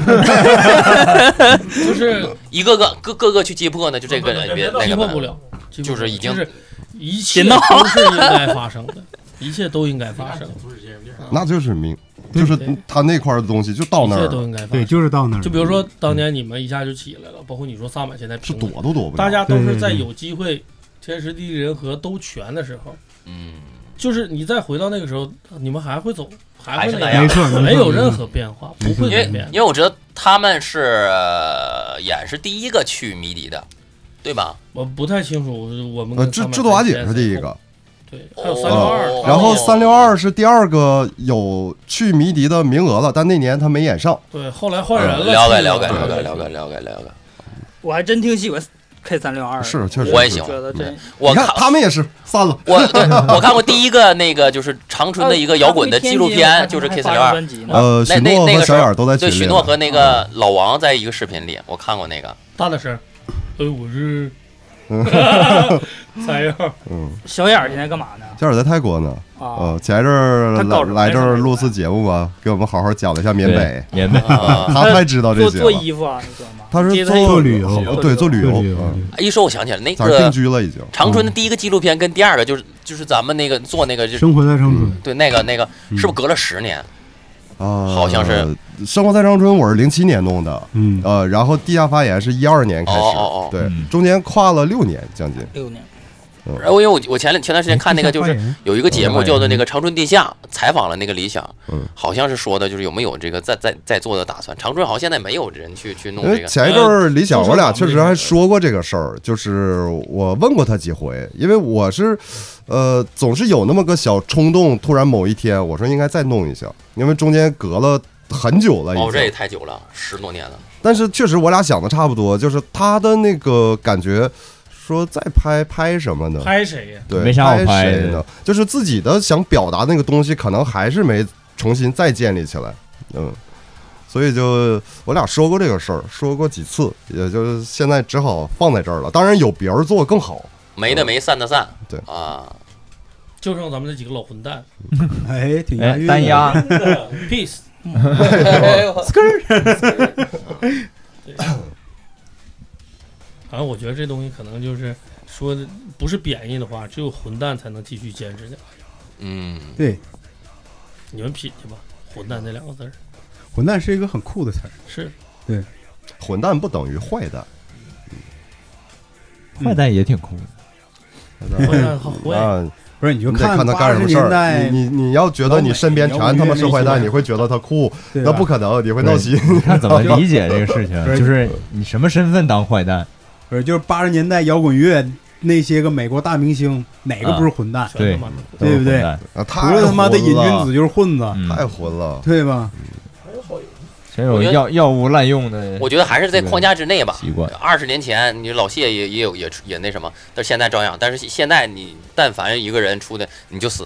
[SPEAKER 9] 就是
[SPEAKER 1] 一个个各各个去击破呢，就这个别那个
[SPEAKER 9] 击破不了，
[SPEAKER 1] 就是已经
[SPEAKER 9] 是一切都是应该发生的。一切都应该发生，
[SPEAKER 2] 那就是命，就是他那块的东西就到那儿，
[SPEAKER 9] 一切都应该发生，
[SPEAKER 4] 对，就是到那儿。
[SPEAKER 9] 就比如说当年你们一下就起来了，包括你说萨满现在
[SPEAKER 2] 是躲都躲不了，
[SPEAKER 9] 大家都是在有机会天时地利人和都全的时候，
[SPEAKER 1] 嗯，
[SPEAKER 9] 就是你再回到那个时候，你们还会走，
[SPEAKER 1] 还
[SPEAKER 9] 会
[SPEAKER 1] 那样，
[SPEAKER 4] 没错，
[SPEAKER 9] 没有任何变化，不会改变。
[SPEAKER 1] 因为我觉得他们是也是第一个去迷笛的，对吧？
[SPEAKER 9] 我不太清楚，我们
[SPEAKER 2] 呃，制制作瓦解是第一个。
[SPEAKER 9] 对，还有三六二，
[SPEAKER 2] 然后三六二是第二个有去迷笛的名额了，但那年他没演上。
[SPEAKER 9] 对，后来换人了。
[SPEAKER 1] 了解了解了解了解了解了解。
[SPEAKER 7] 我还真挺喜欢 K 三六二，
[SPEAKER 2] 是确实，
[SPEAKER 1] 我也喜欢。我
[SPEAKER 2] 看他们也是散了。
[SPEAKER 1] 我对我看过第一个那个就是长春的一个摇滚的纪录片，就是 K 三六二。
[SPEAKER 2] 呃，许诺和小眼都在群里。
[SPEAKER 1] 对，许诺和那个老王在一个视频里，我看过那个。
[SPEAKER 9] 大点声。哎，我是。三幺，
[SPEAKER 2] 嗯，
[SPEAKER 7] 小眼儿现在干嘛呢？
[SPEAKER 2] 小眼在泰国呢，呃，前一阵儿来来这儿录次节目吧，给我们好好讲了一下缅北，
[SPEAKER 10] 缅北，
[SPEAKER 2] 他太知道这些了。
[SPEAKER 7] 做衣服啊，你知道吗？
[SPEAKER 2] 他是
[SPEAKER 4] 做旅游，
[SPEAKER 2] 对，做旅游。
[SPEAKER 1] 一说我想起来，那个
[SPEAKER 2] 定居了已经。
[SPEAKER 1] 长春的第一个纪录片跟第二个就是就是咱们那个做那个
[SPEAKER 4] 生活在长春，
[SPEAKER 1] 对，那个那个是不是隔了十年？
[SPEAKER 2] 啊，
[SPEAKER 1] 好像是
[SPEAKER 2] 生活在长春，我是零七年弄的，
[SPEAKER 4] 嗯，
[SPEAKER 2] 呃，然后地下发言是一二年开始，
[SPEAKER 1] 哦哦哦，
[SPEAKER 2] 对，中间跨了六年，将近
[SPEAKER 7] 六年。
[SPEAKER 1] 然后因为我我前前段时间看那个就是有一个节目叫做那个长春地下，采访了那个李想，
[SPEAKER 2] 嗯，
[SPEAKER 1] 好像是说的就是有没有这个在在在做的打算。长春好像现在没有人去去弄这个。
[SPEAKER 2] 前一阵儿李想我俩确实还说过这个事儿，就是我问过他几回，因为我是。呃，总是有那么个小冲动，突然某一天，我说应该再弄一下，因为中间隔了很久了已经。
[SPEAKER 1] 哦，这也太久了，十多年了。
[SPEAKER 2] 但是确实我俩想的差不多，就是他的那个感觉，说再拍拍什么呢？
[SPEAKER 9] 拍谁呀？
[SPEAKER 2] 对，
[SPEAKER 10] 没啥好拍
[SPEAKER 2] 谁呢？就是自己的想表达那个东西，可能还是没重新再建立起来。嗯，所以就我俩说过这个事儿，说过几次，也就是现在只好放在这儿了。当然有别人做更好。
[SPEAKER 1] 没的没，散的散，
[SPEAKER 2] 对
[SPEAKER 1] 啊，
[SPEAKER 9] 就剩咱们这几个老混蛋，
[SPEAKER 4] 哎，挺押韵，
[SPEAKER 10] 单押
[SPEAKER 9] ，peace，反正我觉得这东西可能就是说的不是贬义的话，只有混蛋才能继续坚持下来。
[SPEAKER 1] 嗯，
[SPEAKER 4] 对，
[SPEAKER 9] 你们品去吧，混蛋这两个字儿，
[SPEAKER 4] 混蛋是一个很酷的词儿，
[SPEAKER 9] 是，
[SPEAKER 4] 对，
[SPEAKER 2] 混蛋不等于坏蛋，
[SPEAKER 10] 坏蛋也挺酷的。
[SPEAKER 9] 坏蛋好坏
[SPEAKER 2] 啊！
[SPEAKER 4] 不是，你就
[SPEAKER 2] 看他干什么事儿。你你你要觉得你身边全他妈是坏蛋，你会觉得他酷，那不可能，你会闹心。
[SPEAKER 10] 你看怎么理解这个事情？就是你什么身份当坏蛋？
[SPEAKER 4] 不是，就是八十年代摇滚乐那些个美国大明星，哪个不是混蛋？
[SPEAKER 10] 对，
[SPEAKER 4] 对不对？除了他妈的瘾君子就是混子，
[SPEAKER 2] 太混了，
[SPEAKER 4] 对吧？
[SPEAKER 10] 真有药药物滥用的，
[SPEAKER 1] 我觉得还是在框架之内吧。
[SPEAKER 10] 习惯
[SPEAKER 1] 二十年前，你老谢也也有也也那什么，但是现在照样。但是现在你但凡一个人出的，你就死，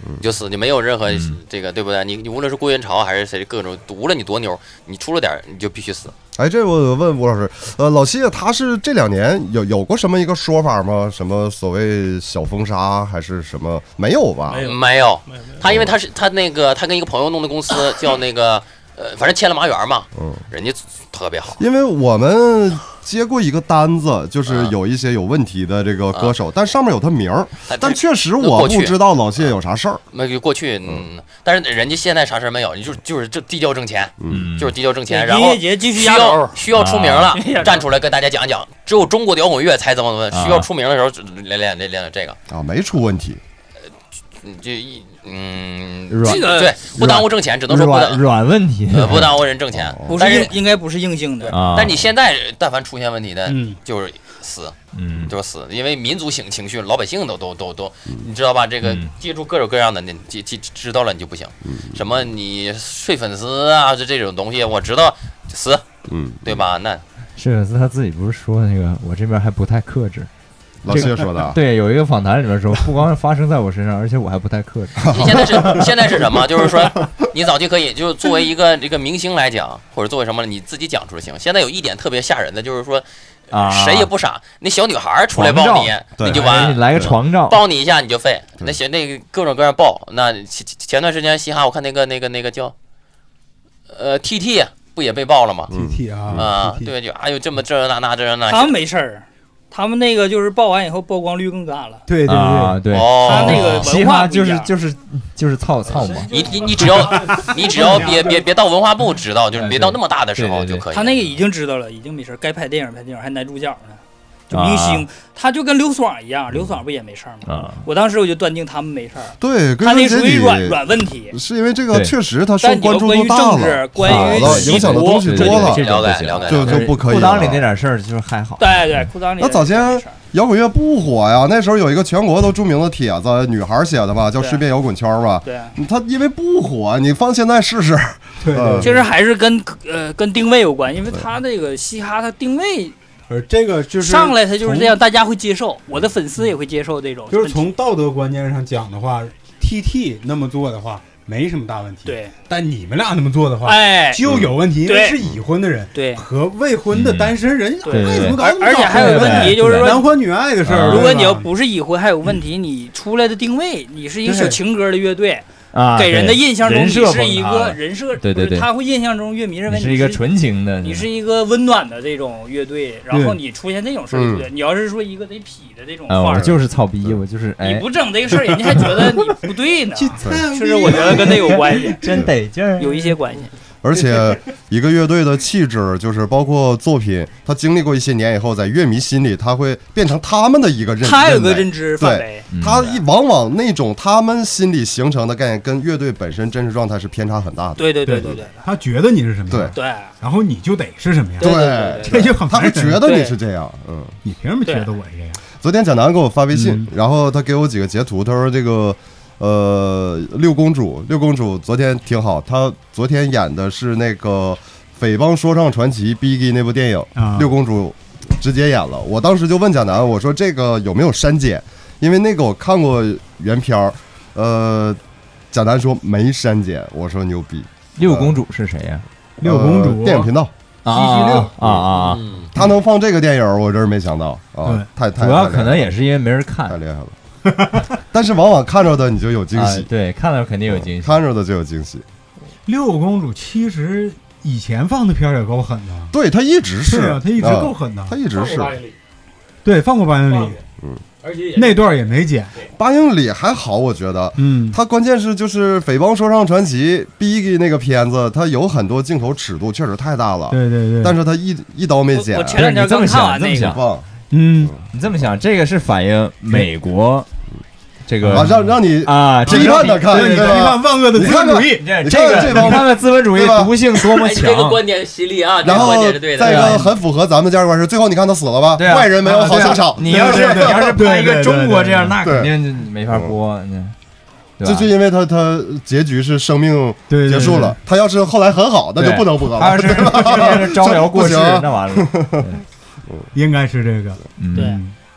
[SPEAKER 1] 你就死，你没有任何这个，对不对？你你无论是郭元朝还是谁，各种无论你多牛，你出了点你就必须死。
[SPEAKER 2] 哎，这我问吴老师，呃，老谢他是这两年有有过什么一个说法吗？什么所谓小封杀还是什么？没有吧？
[SPEAKER 1] 没有，没有。他因为他是他那个他跟一个朋友弄的公司叫那个呃，反正签了麻园嘛，嗯，人家特别好。
[SPEAKER 2] 因为我们接过一个单子，就是有一些有问题的这个歌手，但上面有他名儿，但确实我不知道老谢有啥事儿。
[SPEAKER 1] 那个过去，嗯，但是人家现在啥事儿没有，你就就是这低调挣钱，嗯，就是低调挣钱，然后需要需要出名了，站出来跟大家讲讲，只有中国的摇滚乐才怎么怎么，需要出名的时候练练练练这个
[SPEAKER 2] 啊，没出问题。
[SPEAKER 1] 就一嗯，这个对不耽误挣钱，只能说不
[SPEAKER 10] 软软问题，
[SPEAKER 1] 呃，不耽误人挣钱，
[SPEAKER 7] 不是应该不是硬性的。
[SPEAKER 1] 但你现在但凡出现问题的，就是死，嗯，就是死，因为民族情情绪，老百姓都都都都，你知道吧？这个接触各种各样的，你记记知道了你就不行。什么你睡粉丝啊，就这种东西，我知道死，嗯，对吧？那
[SPEAKER 10] 睡粉丝他自己不是说那个，我这边还不太克制。
[SPEAKER 2] 老谢说的，
[SPEAKER 10] 对，有一个访谈里面说，不光是发生在我身上，而且我还不太克制。
[SPEAKER 1] 你现在是现在是什么？就是说，你早期可以，就是作为一个这个明星来讲，或者作为什么，你自己讲出来行。现在有一点特别吓人的，就是说，啊，谁也不傻，那小女孩出来抱你，你就完，
[SPEAKER 10] 来个床照，
[SPEAKER 1] 抱你一下你就废。那些那个各种各样抱，那前前段时间嘻哈，我看那个那个那个叫，呃 T T 不也被爆了吗
[SPEAKER 4] ？T T 啊，
[SPEAKER 1] 啊，对，就哎呦这么这那那这那，
[SPEAKER 7] 他们没事儿。他们那个就是爆完以后曝光率更高了，
[SPEAKER 4] 对对对、
[SPEAKER 10] 啊、对，
[SPEAKER 7] 他那个
[SPEAKER 10] 嘻哈就是就是就是操操嘛，
[SPEAKER 1] 你你你只要你只要别别别到文化部知道，就是别到那么大的时候就可以。
[SPEAKER 7] 他那个已经知道了，已经没事，该拍电影拍电影，还男主角呢。就明星、啊，他就跟刘爽一样，刘爽不也没事吗？啊、我当时我就断定他们没事。
[SPEAKER 2] 对，
[SPEAKER 7] 他那属于软软问题，
[SPEAKER 2] 是因为这个确实他受关注
[SPEAKER 7] 度
[SPEAKER 2] 大了，
[SPEAKER 7] 关于
[SPEAKER 2] 影响的东西多了，
[SPEAKER 1] 了解了解，
[SPEAKER 2] 就就不可以。
[SPEAKER 10] 裤裆里那点事儿就是还好。
[SPEAKER 7] 对对，裤裆里。
[SPEAKER 2] 那早先摇滚乐不火呀，那时候有一个全国都著名的帖子，女孩写的吧，叫“睡遍摇滚圈”吧。
[SPEAKER 7] 对。
[SPEAKER 2] 他因为不火，你放现在试试。
[SPEAKER 4] 对，
[SPEAKER 7] 其实还是跟呃跟定位有关，因为他这个嘻哈它定位。
[SPEAKER 4] 而这个就是
[SPEAKER 7] 上来他就是这样，大家会接受，我的粉丝也会接受这种。
[SPEAKER 4] 就是从道德观念上讲的话 ，T T 那么做的话没什么大问题。
[SPEAKER 7] 对，
[SPEAKER 4] 但你们俩那么做的话，
[SPEAKER 7] 哎，
[SPEAKER 4] 就有问题，因为是已婚的人，
[SPEAKER 7] 对，
[SPEAKER 4] 和未婚的单身人，
[SPEAKER 7] 爱
[SPEAKER 4] 怎么搞？
[SPEAKER 7] 而且还有问题就是说
[SPEAKER 4] 男欢女爱的事儿。
[SPEAKER 7] 如果你要不是已婚，还有问题，你出来的定位，你是一个小情歌的乐队。
[SPEAKER 10] 啊，
[SPEAKER 7] 给人的印象中你是一个人设，
[SPEAKER 10] 对对对，
[SPEAKER 7] 他会印象中乐迷认为
[SPEAKER 10] 你是一个纯情的，
[SPEAKER 7] 你是一个温暖的这种乐队，然后你出现这种事儿，对不对？你要是说一个得痞的这种话，
[SPEAKER 10] 我就是操逼，我就是
[SPEAKER 7] 你不整这个事儿，人家还觉得你不对呢。其实我觉得跟这有关系，
[SPEAKER 10] 真得劲儿，
[SPEAKER 7] 有一些关系。
[SPEAKER 2] 而且一个乐队的气质，就是包括作品，他经历过一些年以后，在乐迷心里，他会变成他们的一个认，
[SPEAKER 7] 他有个认知范围。
[SPEAKER 2] 他往往那种他们心里形成的概念，跟乐队本身真实状态是偏差很大的。
[SPEAKER 7] 对对对对对，
[SPEAKER 4] 他觉得你是什么样，
[SPEAKER 2] 对，
[SPEAKER 4] 然后你就得是什么样，
[SPEAKER 2] 对，
[SPEAKER 4] 这就很
[SPEAKER 2] 他会觉得你是这样，嗯，
[SPEAKER 4] 你凭什么觉得我是这样？
[SPEAKER 2] 昨天蒋楠给我发微信，然后他给我几个截图，他说这个。呃，六公主，六公主昨天挺好。她昨天演的是那个《匪帮说唱传奇》Biggie 那部电影，啊、六公主直接演了。我当时就问蒋楠，我说这个有没有删减？因为那个我看过原片儿。呃，蒋楠说没删减，我说牛逼。
[SPEAKER 10] 六公主是谁呀、
[SPEAKER 4] 啊？六公主、
[SPEAKER 2] 呃、电影频道。
[SPEAKER 10] 啊啊啊啊！
[SPEAKER 2] 他能放这个电影，我真是没想到啊！太太
[SPEAKER 10] 主要可能也是因为没人看，
[SPEAKER 2] 太厉害了。但是往往看着的你就有惊喜、
[SPEAKER 10] 啊，对，看着肯定有惊喜，
[SPEAKER 2] 看着的就有惊喜。
[SPEAKER 4] 六公主其实以前放的片也够狠的，
[SPEAKER 2] 对，她一直是，
[SPEAKER 4] 啊，她一直够狠的，
[SPEAKER 2] 她、啊、一直是，
[SPEAKER 4] 对，放过八英里，
[SPEAKER 2] 嗯，
[SPEAKER 5] 而且
[SPEAKER 4] 那段也没剪，
[SPEAKER 2] 八英里还好，我觉得，
[SPEAKER 4] 嗯，
[SPEAKER 2] 他关键是就是《匪帮说唱传奇》Biggie 那个片子，它有很多镜头尺度确实太大了，
[SPEAKER 4] 对对对，
[SPEAKER 2] 但是他一一刀没剪。
[SPEAKER 7] 我前两天刚看完那个，
[SPEAKER 4] 嗯，
[SPEAKER 10] 你这么想，这个是反映美国。这个
[SPEAKER 2] 啊，让让你
[SPEAKER 10] 啊，
[SPEAKER 2] 批判的看，
[SPEAKER 4] 批判万恶的资本主义，
[SPEAKER 10] 这个这帮他们资本主义毒性多么强，
[SPEAKER 1] 这个观点犀利啊！
[SPEAKER 2] 然后
[SPEAKER 1] 再
[SPEAKER 2] 一个很符合咱们价值观是，最后你看他死了吧？外人没有好下场。
[SPEAKER 10] 你要是你要是拍一个中国这样，那肯定没法播。
[SPEAKER 2] 这就因为他他结局是生命结束了，他要是后来很好，那就不能播了。
[SPEAKER 10] 他要是是招摇过市，那完了。
[SPEAKER 4] 应该是这个，
[SPEAKER 7] 对。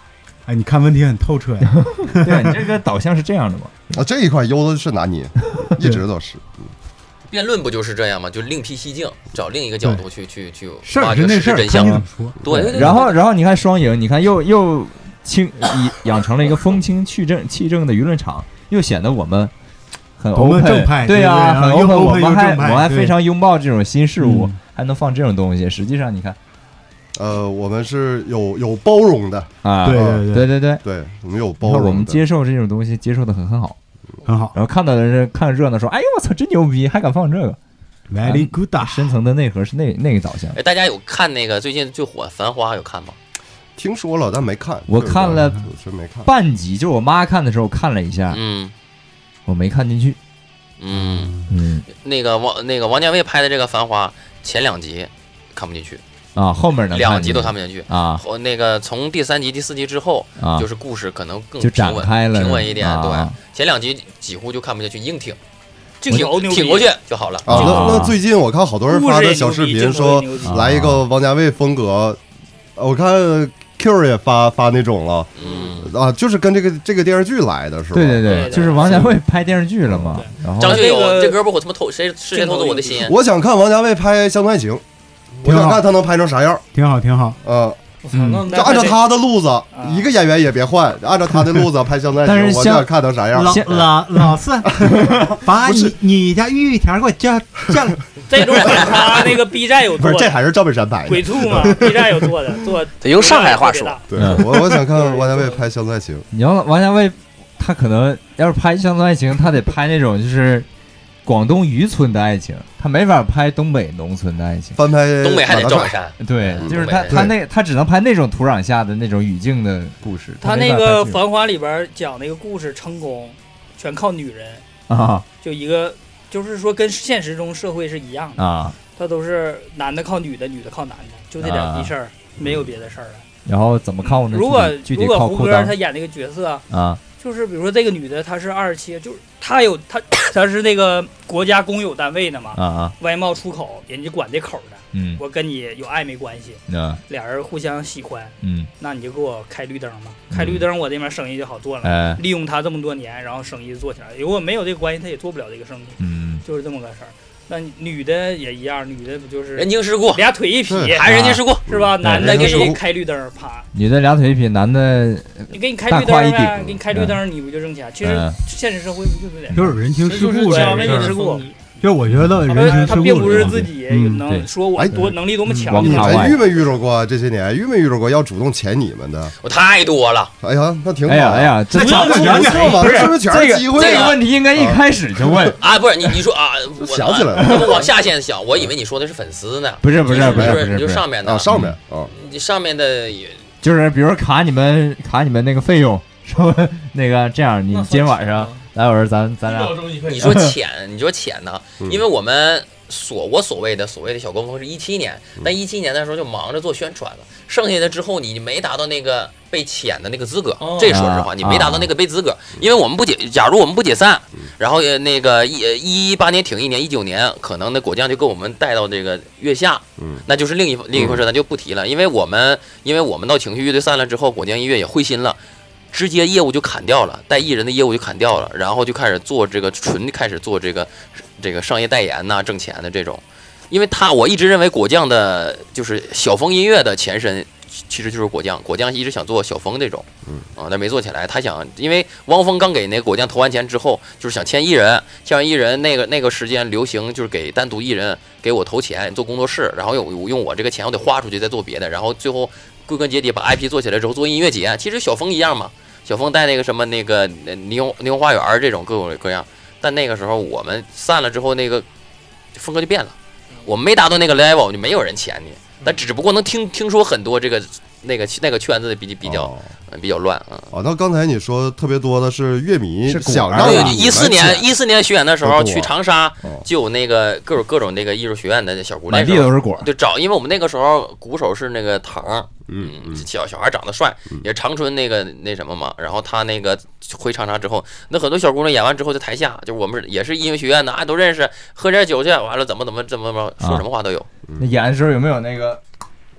[SPEAKER 4] 哎，你看问题很透彻呀。
[SPEAKER 10] 对，你这个导向是这样的嘛？
[SPEAKER 2] 啊，这一块优的是拿捏，一直都是。
[SPEAKER 1] 辩论不就是这样吗？就另辟蹊径，找另一个角度去去去
[SPEAKER 4] 事儿
[SPEAKER 1] 挖掘事实真相。对，
[SPEAKER 10] 然后然后你看双赢，你看又又清养成了一个风清气正气正的舆论场，又显得我们很 open， 对呀，很 open， 我们还我们还非常拥抱这种新事物，还能放这种东西。实际上你看。
[SPEAKER 2] 呃，我们是有有包容的
[SPEAKER 10] 啊，
[SPEAKER 4] 对
[SPEAKER 10] 对对对对
[SPEAKER 2] 对，我们有包容，
[SPEAKER 10] 我们接受这种东西，接受的很很好，
[SPEAKER 4] 很好。
[SPEAKER 10] 然后看到的人看热闹说：“哎呦，我操，真牛逼，还敢放这个
[SPEAKER 4] ，very good。”
[SPEAKER 10] 深层的内核是那那个导向。
[SPEAKER 1] 哎，大家有看那个最近最火《繁花》有看吗？
[SPEAKER 2] 听说了，但没看。
[SPEAKER 10] 我看了，
[SPEAKER 2] 是没看
[SPEAKER 10] 半集，就是我妈看的时候看了一下，
[SPEAKER 1] 嗯，
[SPEAKER 10] 我没看进去。
[SPEAKER 1] 嗯
[SPEAKER 10] 嗯，
[SPEAKER 1] 那个王那个王家卫拍的这个《繁花》前两集看不进去。
[SPEAKER 10] 啊，后面能
[SPEAKER 1] 两集都看不进去
[SPEAKER 10] 啊。
[SPEAKER 1] 后那个从第三集、第四集之后，
[SPEAKER 10] 啊，
[SPEAKER 1] 就是故事可能更
[SPEAKER 10] 就展开了，
[SPEAKER 1] 平稳一点。
[SPEAKER 10] 啊、
[SPEAKER 1] 对，前两集几乎就看不下去，硬挺，
[SPEAKER 7] 挺
[SPEAKER 1] 挺过去就好了。
[SPEAKER 2] 啊，那那最近我看好多人发的小视频说来一个王家卫风格，我看 Q 也发发那种了，
[SPEAKER 1] 嗯
[SPEAKER 2] 啊，就是跟这个这个电视剧来的是吧？
[SPEAKER 10] 对对对，就是王家卫拍电视剧了嘛。然后
[SPEAKER 1] 张学友这歌不我他妈偷谁事先偷走我的心？
[SPEAKER 2] 我想看王家卫拍《乡村爱情》。我想看他能拍成啥样，
[SPEAKER 4] 挺好，挺好。
[SPEAKER 2] 呃，嗯，就按照他的路子，一个演员也别换，按照他的路子拍《乡村爱情》，我想看成啥样。
[SPEAKER 4] 老老老四，把你你家玉田给我叫叫来。
[SPEAKER 7] 这种他那个 B 站有做的，
[SPEAKER 2] 不是，这还是赵本山拍的。
[SPEAKER 7] 鬼畜嘛 ，B 站有做的，做
[SPEAKER 3] 得用上海话说。
[SPEAKER 2] 对，我我想看王家卫拍《乡村爱情》。
[SPEAKER 10] 你要王家卫，他可能要是拍《乡村爱情》，他得拍那种就是。广东渔村的爱情，他没法拍东北农村的爱情。
[SPEAKER 2] 翻拍
[SPEAKER 1] 东北还得赵本山，
[SPEAKER 10] 对，就是他他那他只能拍那种土壤下的那种语境的故事。
[SPEAKER 7] 他那个《繁花》里边讲那个故事成功，全靠女人
[SPEAKER 10] 啊，
[SPEAKER 7] 就一个就是说跟现实中社会是一样的
[SPEAKER 10] 啊，
[SPEAKER 7] 他都是男的靠女的，女的靠男的，就这点逼事儿，没有别的事儿了。
[SPEAKER 10] 然后怎么靠呢？
[SPEAKER 7] 如果如果胡歌他
[SPEAKER 10] 他
[SPEAKER 7] 演那个角色
[SPEAKER 10] 啊。
[SPEAKER 7] 就是比如说这个女的她是二十七，就是她有她她是那个国家公有单位的嘛，
[SPEAKER 10] 啊啊，
[SPEAKER 7] 外贸出口人家管这口的，
[SPEAKER 10] 嗯，
[SPEAKER 7] 我跟你有暧昧关系，
[SPEAKER 10] 啊，
[SPEAKER 7] 俩人互相喜欢，
[SPEAKER 10] 嗯，
[SPEAKER 7] 那你就给我开绿灯嘛，开绿灯我这边生意就好做了，
[SPEAKER 10] 哎，
[SPEAKER 7] 利用他这么多年，然后生意做起来，如果没有这个关系，他也做不了这个生意，
[SPEAKER 10] 嗯，
[SPEAKER 7] 就是这么个事儿。那女的也一样，女的不就是
[SPEAKER 1] 人情世故，
[SPEAKER 7] 俩腿一劈，
[SPEAKER 1] 还人情世故
[SPEAKER 7] 是吧？男的给你开绿灯，啪，
[SPEAKER 10] 女的俩腿一劈，男的
[SPEAKER 7] 你给你开绿灯呗，给你开绿灯，你不就挣钱？其实现实社会不就这点，
[SPEAKER 4] 就是人情世故，
[SPEAKER 7] 人情世故。
[SPEAKER 4] 就我觉得人情世故，
[SPEAKER 7] 他并不是自己能说我多能力多么强。
[SPEAKER 2] 你们遇没遇着过这些年？遇没遇着过要主动舔你们的？
[SPEAKER 1] 我太多了。
[SPEAKER 2] 哎呀，那挺好。
[SPEAKER 10] 哎呀哎呀，这
[SPEAKER 2] 讲讲讲吧，是不是全是机会？
[SPEAKER 10] 这个问题应该一开始就问
[SPEAKER 1] 啊！不是你你说啊，
[SPEAKER 2] 想起来了，
[SPEAKER 1] 我往下线想，我以为你说的是粉丝呢。
[SPEAKER 10] 不是不是不是不
[SPEAKER 1] 是，你就上面的
[SPEAKER 2] 啊，上面啊，
[SPEAKER 1] 你上面的也
[SPEAKER 10] 就是比如卡你们卡你们那个费用，说那个这样，你今天晚上。来，我说咱咱俩，
[SPEAKER 1] 你说浅，你说浅呢？因为我们所我所谓的所谓的小高峰是一七年，但一七年的时候就忙着做宣传了，剩下的之后你没达到那个被潜的那个资格，这说实话你没达到那个被资格，因为我们不解，假如我们不解散，然后那个一一八年挺一年，一九年可能那果酱就给我们带到这个月下，那就是另一另一回事，咱就不提了，因为我们因为我们到情绪乐队散了之后，果酱音乐也灰心了。直接业务就砍掉了，带艺人的业务就砍掉了，然后就开始做这个纯开始做这个这个商业代言呐、啊，挣钱的这种。因为他我一直认为果酱的就是小风音乐的前身，其实就是果酱。果酱一直想做小风这种，啊，但没做起来。他想，因为汪峰刚给那个果酱投完钱之后，就是想签艺人，签完艺人那个那个时间流行就是给单独艺人给我投钱做工作室，然后用用我这个钱我得花出去再做别的，然后最后。归根结底把 I P 做起来之后做音乐节，其实小峰一样嘛，小峰带那个什么那个霓虹霓虹花园这种各种各样，但那个时候我们散了之后，那个风格就变了，我们没达到那个 level 就没有人签你，但只不过能听听说很多这个那个那个圈子比比较、哦、比较乱啊。
[SPEAKER 2] 哦，那刚才你说特别多的是乐迷想让
[SPEAKER 1] 一四年一四年巡演的时候去长沙就有那个各种各种那个艺术学院的小姑娘，
[SPEAKER 10] 满地都是果，
[SPEAKER 1] 对找，因为我们那个时候鼓手是那个腾。
[SPEAKER 2] 嗯
[SPEAKER 1] 嗯，小小孩长得帅，也长春那个那什么嘛，然后他那个回长沙之后，那很多小姑娘演完之后在台下，就我们也是音乐学院的，啊都认识，喝点酒去，完了怎么怎么怎么怎么说什么话都有。
[SPEAKER 10] 那演的时候有没有那个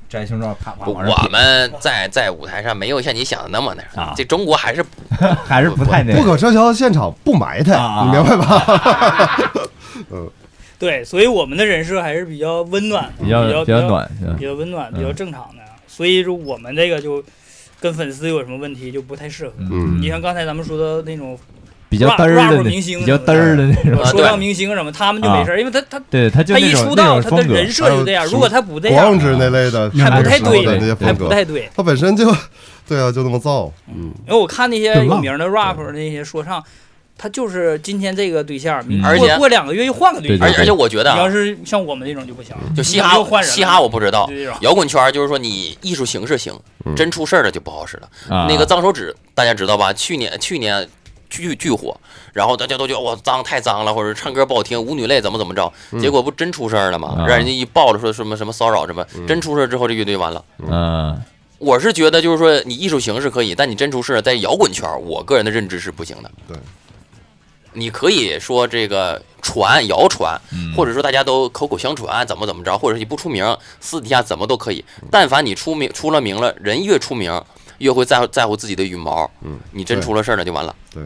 [SPEAKER 10] 摘胸罩啪啪
[SPEAKER 1] 往上。我们在在舞台上没有像你想的那么那样，这中国还是
[SPEAKER 10] 还是不太那
[SPEAKER 2] 不可撤销现场不埋汰，你明白吧？嗯。
[SPEAKER 7] 对，所以我们的人设还是比较温暖，
[SPEAKER 10] 比较
[SPEAKER 7] 比较
[SPEAKER 10] 比较暖，
[SPEAKER 7] 比较温暖，比较正常的。所以说我们这个就跟粉丝有什么问题就不太适合。
[SPEAKER 2] 嗯，
[SPEAKER 7] 你像刚才咱们说的那种
[SPEAKER 10] 比较嘚儿的
[SPEAKER 7] 明星，
[SPEAKER 10] 比较嘚儿的那种
[SPEAKER 7] 说唱明星什么，他们就没事，因为他他
[SPEAKER 10] 对他
[SPEAKER 7] 他一出道，他的人设就这样。如果他不这样，
[SPEAKER 2] 光之那类的
[SPEAKER 7] 还不太对，
[SPEAKER 2] 还
[SPEAKER 7] 不太对。
[SPEAKER 2] 他本身就对啊，就那么造。嗯，
[SPEAKER 7] 因为我看那些有名的 rap 那些说唱。他就是今天这个对象，
[SPEAKER 1] 而且
[SPEAKER 7] 过两个月又换个对象，
[SPEAKER 1] 而且而且我觉得，
[SPEAKER 7] 你要是像我们这种就不行，
[SPEAKER 1] 就嘻哈嘻哈我不知道，摇滚圈就是说你艺术形式行，真出事儿了就不好使了。那个脏手指大家知道吧？去年去年巨巨火，然后大家都觉得哇脏太脏了，或者唱歌不好听，舞女泪怎么怎么着，结果不真出事儿了吗？让人家一爆了说什么什么骚扰什么，真出事儿之后这乐队完了。
[SPEAKER 10] 嗯。
[SPEAKER 1] 我是觉得就是说你艺术形式可以，但你真出事在摇滚圈，我个人的认知是不行的。
[SPEAKER 2] 对。
[SPEAKER 1] 你可以说这个传谣传，或者说大家都口口相传，怎么怎么着，或者是你不出名，私底下怎么都可以。但凡你出名出了名了，人越出名越会在乎在乎自己的羽毛。
[SPEAKER 2] 嗯，
[SPEAKER 1] 你真出了事儿了就完了。
[SPEAKER 2] 对。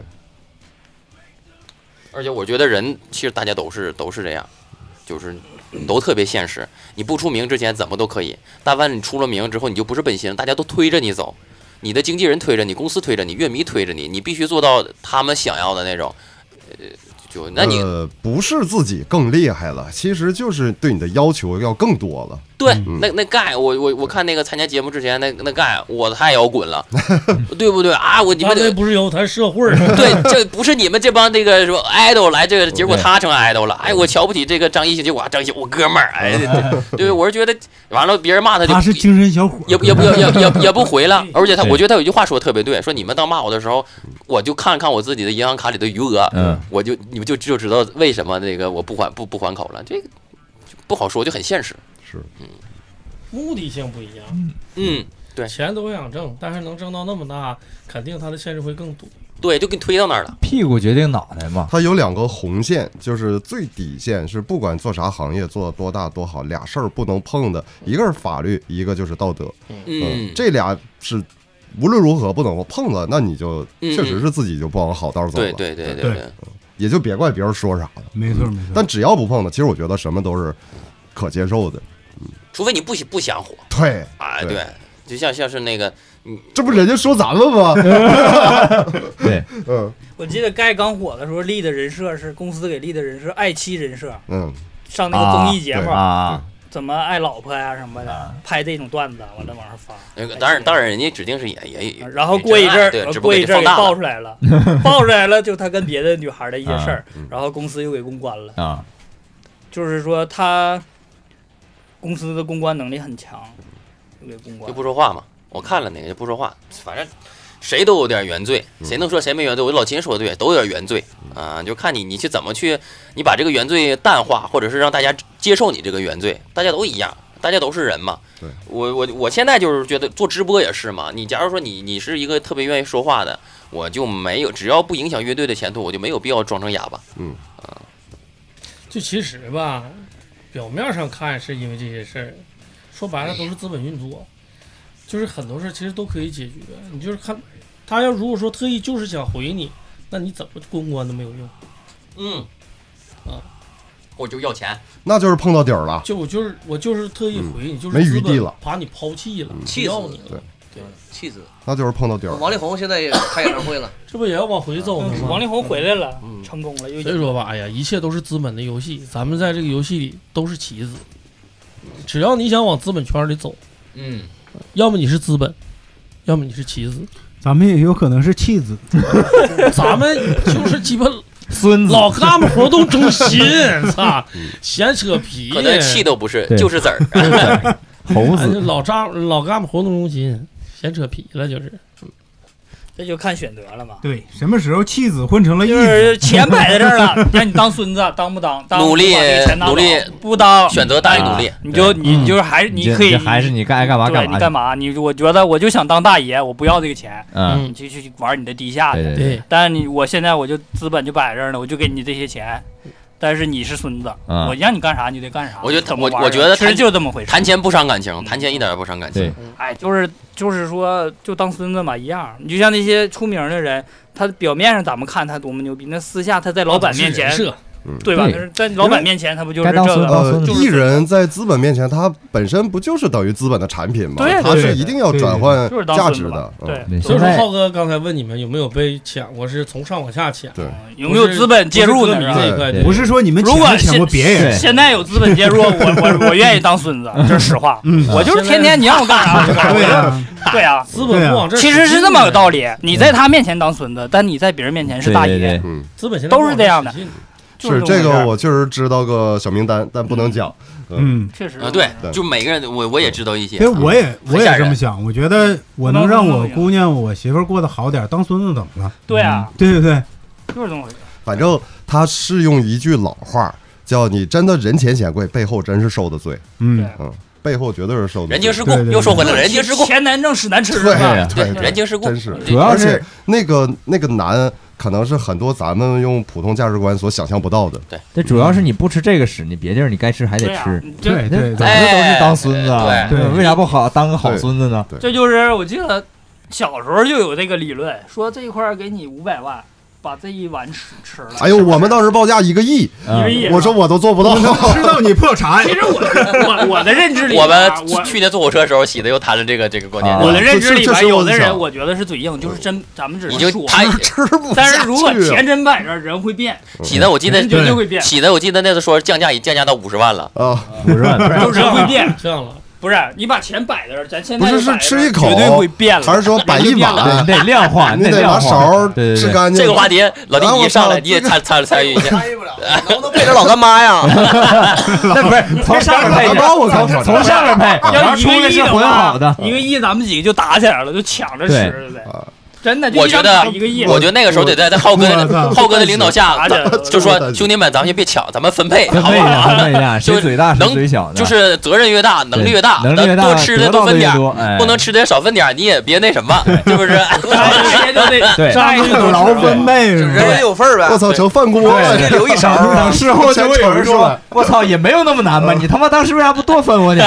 [SPEAKER 1] 而且我觉得人其实大家都是都是这样，就是都特别现实。你不出名之前怎么都可以，但凡你出了名之后，你就不是本心，大家都推着你走，你的经纪人推着你，公司推着你，乐迷推着你，你必须做到他们想要的那种。呃，就那你、
[SPEAKER 2] 呃、不是自己更厉害了，其实就是对你的要求要更多了。
[SPEAKER 1] 对，嗯、那那盖，我我我看那个参加节目之前，那那盖我太摇滚了，对不对啊？我你们
[SPEAKER 9] 这不是摇谈社会，
[SPEAKER 1] 对，这不是你们这帮那个说 idol 来，这个结果他成 idol 了。哎，我瞧不起这个张艺兴，结果张艺兴我哥们儿，哎，对, 对，我是觉得完了，别人骂他就
[SPEAKER 4] 他是精神小伙，
[SPEAKER 1] 也也不也也也也不回了。而且他，我觉得他有一句话说的特别对，说你们当骂我的时候，我就看看我自己的银行卡里的余额，嗯，我就你们就就知道为什么那个我不还不不还口了，这个不好说，就很现实。
[SPEAKER 2] 是，
[SPEAKER 1] 嗯。
[SPEAKER 9] 目的性不一样，
[SPEAKER 1] 嗯，对，
[SPEAKER 9] 钱都想挣，但是能挣到那么大，肯定他的限制会更多。
[SPEAKER 1] 对，就给你推到那儿了。
[SPEAKER 10] 屁股决定脑袋嘛。
[SPEAKER 2] 它有两个红线，就是最底线是不管做啥行业，做多大多好，俩事儿不能碰的，一个是法律，一个就是道德。
[SPEAKER 1] 嗯，
[SPEAKER 2] 嗯这俩是无论如何不能碰了，那你就确实是自己就不往好道走了。
[SPEAKER 1] 对对对对对，
[SPEAKER 2] 也就别怪别人说啥了。
[SPEAKER 4] 没错没错。
[SPEAKER 2] 但只要不碰的，其实我觉得什么都是可接受的。
[SPEAKER 1] 除非你不不想火，
[SPEAKER 2] 对，
[SPEAKER 1] 哎，对，就像像是那个，嗯，
[SPEAKER 2] 这不人家说咱们吗？
[SPEAKER 10] 对，
[SPEAKER 2] 嗯，
[SPEAKER 7] 我记得盖刚火的时候立的人设是公司给立的人设，爱妻人设，
[SPEAKER 2] 嗯，
[SPEAKER 7] 上那个综艺节目
[SPEAKER 10] 啊，
[SPEAKER 7] 怎么爱老婆呀什么的，拍这种段子，完了往上发。
[SPEAKER 1] 那个当然当然，人家指定是也也，
[SPEAKER 7] 然后过一阵儿，过一阵儿给爆出来了，爆出来了，就他跟别的女孩的一些事儿，然后公司又给公关了
[SPEAKER 10] 啊，
[SPEAKER 7] 就是说他。公司的公关能力很强，就给公关
[SPEAKER 1] 就不说话嘛。我看了那个就不说话，反正谁都有点原罪，谁能说谁没原罪？我老秦说的对，都有点原罪啊，就看你你去怎么去，你把这个原罪淡化，或者是让大家接受你这个原罪，大家都一样，大家都是人嘛。
[SPEAKER 2] 对，
[SPEAKER 1] 我我我现在就是觉得做直播也是嘛，你假如说你你是一个特别愿意说话的，我就没有，只要不影响乐队的前途，我就没有必要装成哑巴。
[SPEAKER 2] 嗯
[SPEAKER 1] 啊，
[SPEAKER 9] 就其实吧。表面上看是因为这些事儿，说白了都是资本运作，就是很多事其实都可以解决。你就是看他要如果说特意就是想回你，那你怎么公关都没有用。
[SPEAKER 1] 嗯，
[SPEAKER 9] 啊，
[SPEAKER 1] 我就要钱，
[SPEAKER 2] 那就是碰到底儿了。
[SPEAKER 9] 就我就是我就是特意回你，
[SPEAKER 2] 嗯、
[SPEAKER 9] 就是
[SPEAKER 2] 没余地了，
[SPEAKER 9] 把你抛弃了，
[SPEAKER 3] 气
[SPEAKER 9] 死你了。
[SPEAKER 2] 对
[SPEAKER 3] 对，气死。
[SPEAKER 2] 那就是碰到底儿。
[SPEAKER 3] 王力宏现在也开演唱会了，
[SPEAKER 9] 这不也要往回走呢吗？
[SPEAKER 7] 王力宏回来了，嗯、成功了。
[SPEAKER 9] 所以说吧，哎呀，一切都是资本的游戏，咱们在这个游戏里都是棋子。只要你想往资本圈里走，
[SPEAKER 1] 嗯，
[SPEAKER 9] 要么你是资本，要么你是棋子。
[SPEAKER 4] 咱们也有可能是弃子，
[SPEAKER 9] 咱们就是鸡巴
[SPEAKER 10] 孙子，
[SPEAKER 9] 老干部活动中心，操，闲扯皮，
[SPEAKER 1] 可能气都不是，就是子儿，
[SPEAKER 10] 猴子，
[SPEAKER 9] 老张老干部活动中心，闲扯皮了就是。
[SPEAKER 7] 这就看选择了嘛。
[SPEAKER 4] 对，什么时候弃子混成了义子？
[SPEAKER 7] 就是钱摆在这儿了，让你当孙子，当不当？当
[SPEAKER 1] 努力努力
[SPEAKER 7] 不当，
[SPEAKER 1] 选择大于努力，
[SPEAKER 7] 你就你就是还是你可以，
[SPEAKER 10] 还是你该干嘛干嘛，
[SPEAKER 7] 你干嘛？你我觉得我就想当大爷，我不要这个钱，
[SPEAKER 10] 嗯，
[SPEAKER 7] 你就去玩你的地下
[SPEAKER 10] 的。
[SPEAKER 7] 对，但是你我现在我就资本就摆这儿呢，我就给你这些钱。 但是你是孙子，我让你干啥你就得干啥。
[SPEAKER 1] 我觉得我
[SPEAKER 7] 我
[SPEAKER 1] 觉得
[SPEAKER 7] 其实就这么回事。
[SPEAKER 1] 谈钱不伤感情，谈钱一点也不伤感情。
[SPEAKER 7] 哎，就是就是说，就当孙子嘛一样。你就像那些出名的人，他表面上咱们看他多么牛逼，那私下他在老板面前。
[SPEAKER 2] 嗯、
[SPEAKER 7] 对吧？是在老板面前，他不就是这个？
[SPEAKER 2] 呃，艺人在资本面前，他本身不就是等于资本的产品吗？
[SPEAKER 7] 对，
[SPEAKER 2] 他是一定要转换价值的。
[SPEAKER 7] 对，
[SPEAKER 9] 所以说浩哥刚才问你们有没有被抢过，是从上往下抢，
[SPEAKER 2] 对，
[SPEAKER 7] 有没有资本介入呢？
[SPEAKER 9] 这一块，
[SPEAKER 4] 不是说你们
[SPEAKER 7] 如果
[SPEAKER 4] 抢过别人，
[SPEAKER 7] 现在有资本介入，我我我愿意当孙子，这是实话。
[SPEAKER 4] 嗯，
[SPEAKER 7] 我就是天天你让我干啥我就干啥。
[SPEAKER 4] 对呀，
[SPEAKER 7] 对呀，
[SPEAKER 9] 资本不往这，
[SPEAKER 7] 其实是这么个道理。你在他面前当孙子，但你在别人面前是大爷。
[SPEAKER 2] 嗯，
[SPEAKER 9] 资本现在
[SPEAKER 7] 都是这样的。
[SPEAKER 2] 是这个，我确实知道个小名单，但不能讲。
[SPEAKER 4] 嗯，
[SPEAKER 7] 确实
[SPEAKER 1] 啊，对，就每个人，我我也知道一些。
[SPEAKER 4] 其实我也我也这么想，我觉得我能让我姑娘、我媳妇儿过得好点，当孙子怎么了？
[SPEAKER 7] 对啊，
[SPEAKER 4] 对对对，
[SPEAKER 7] 就是这么回事。
[SPEAKER 2] 反正他是用一句老话，叫你真的人前显贵，背后真是受的罪。
[SPEAKER 4] 嗯
[SPEAKER 2] 嗯。背后绝对是受的
[SPEAKER 1] 人情世故，又说回来了，人情世故，
[SPEAKER 7] 钱难挣，屎难吃，
[SPEAKER 2] 对
[SPEAKER 1] 对，人情世故，
[SPEAKER 2] 真是。
[SPEAKER 10] 主要是
[SPEAKER 2] 那个那个难，可能是很多咱们用普通价值观所想象不到的。
[SPEAKER 1] 对，
[SPEAKER 10] 这主要是你不吃这个屎，你别地儿你该吃还得吃。
[SPEAKER 4] 对对，
[SPEAKER 10] 怎么都是当孙子，
[SPEAKER 1] 对，
[SPEAKER 10] 为啥不好当个好孙子呢？
[SPEAKER 7] 这就是我记得小时候就有这个理论，说这一块给你五百万。把这一碗吃吃了。
[SPEAKER 2] 哎呦，我们当时报价一个亿，
[SPEAKER 7] 一个亿，
[SPEAKER 2] 我说我都做不到，
[SPEAKER 4] 吃到你破产。
[SPEAKER 7] 其实我我我的认知里，
[SPEAKER 1] 我们去年坐火车的时候，喜的又谈了这个这个观点。
[SPEAKER 7] 我的认知里边，有的人我觉得是嘴硬，就是真，咱们只是说
[SPEAKER 1] 他
[SPEAKER 2] 吃不下去。
[SPEAKER 7] 但是如果钱真摆这，人会变。
[SPEAKER 1] 喜的，我记得
[SPEAKER 7] 人就会变。
[SPEAKER 1] 喜的，我记得那次说降价已降价到五十万了
[SPEAKER 2] 啊，
[SPEAKER 10] 五十万，
[SPEAKER 7] 就是人会变，
[SPEAKER 9] 这样了。
[SPEAKER 7] 不是你把钱摆在这儿，咱现在
[SPEAKER 2] 不是是吃一口，
[SPEAKER 7] 绝对会变了。
[SPEAKER 2] 还是说摆一碗？
[SPEAKER 10] 得量化，
[SPEAKER 2] 你得把勺吃干净。
[SPEAKER 1] 这个话题，老弟你一上来你也参参参与一下。
[SPEAKER 3] 参与不了，能不能配着老干妈呀？
[SPEAKER 10] 那不是从上面配，从从上面配，
[SPEAKER 7] 要一个亿的
[SPEAKER 10] 话，
[SPEAKER 7] 一个亿咱们几个就打起来了，就抢着吃，对不对？真的，
[SPEAKER 1] 我觉得，
[SPEAKER 7] 一个亿，
[SPEAKER 1] 我觉得那个时候得在在浩哥浩哥的领导下，就说兄弟们，咱们先别抢，咱们分配，好不好？
[SPEAKER 10] 分配一下，谁嘴大谁嘴小的，
[SPEAKER 1] 就是责任越大，能力越大，
[SPEAKER 10] 能力越大，
[SPEAKER 1] 多吃的多分点，不能吃的少分点，你也别那什么，是不是？
[SPEAKER 10] 对，
[SPEAKER 4] 这就劳分配，
[SPEAKER 3] 人人有份呗。
[SPEAKER 2] 我操，成饭锅
[SPEAKER 3] 了，留一勺。
[SPEAKER 10] 等事后就会有人说，我操，也没有那么难吧？你他妈当时为啥不多分我点？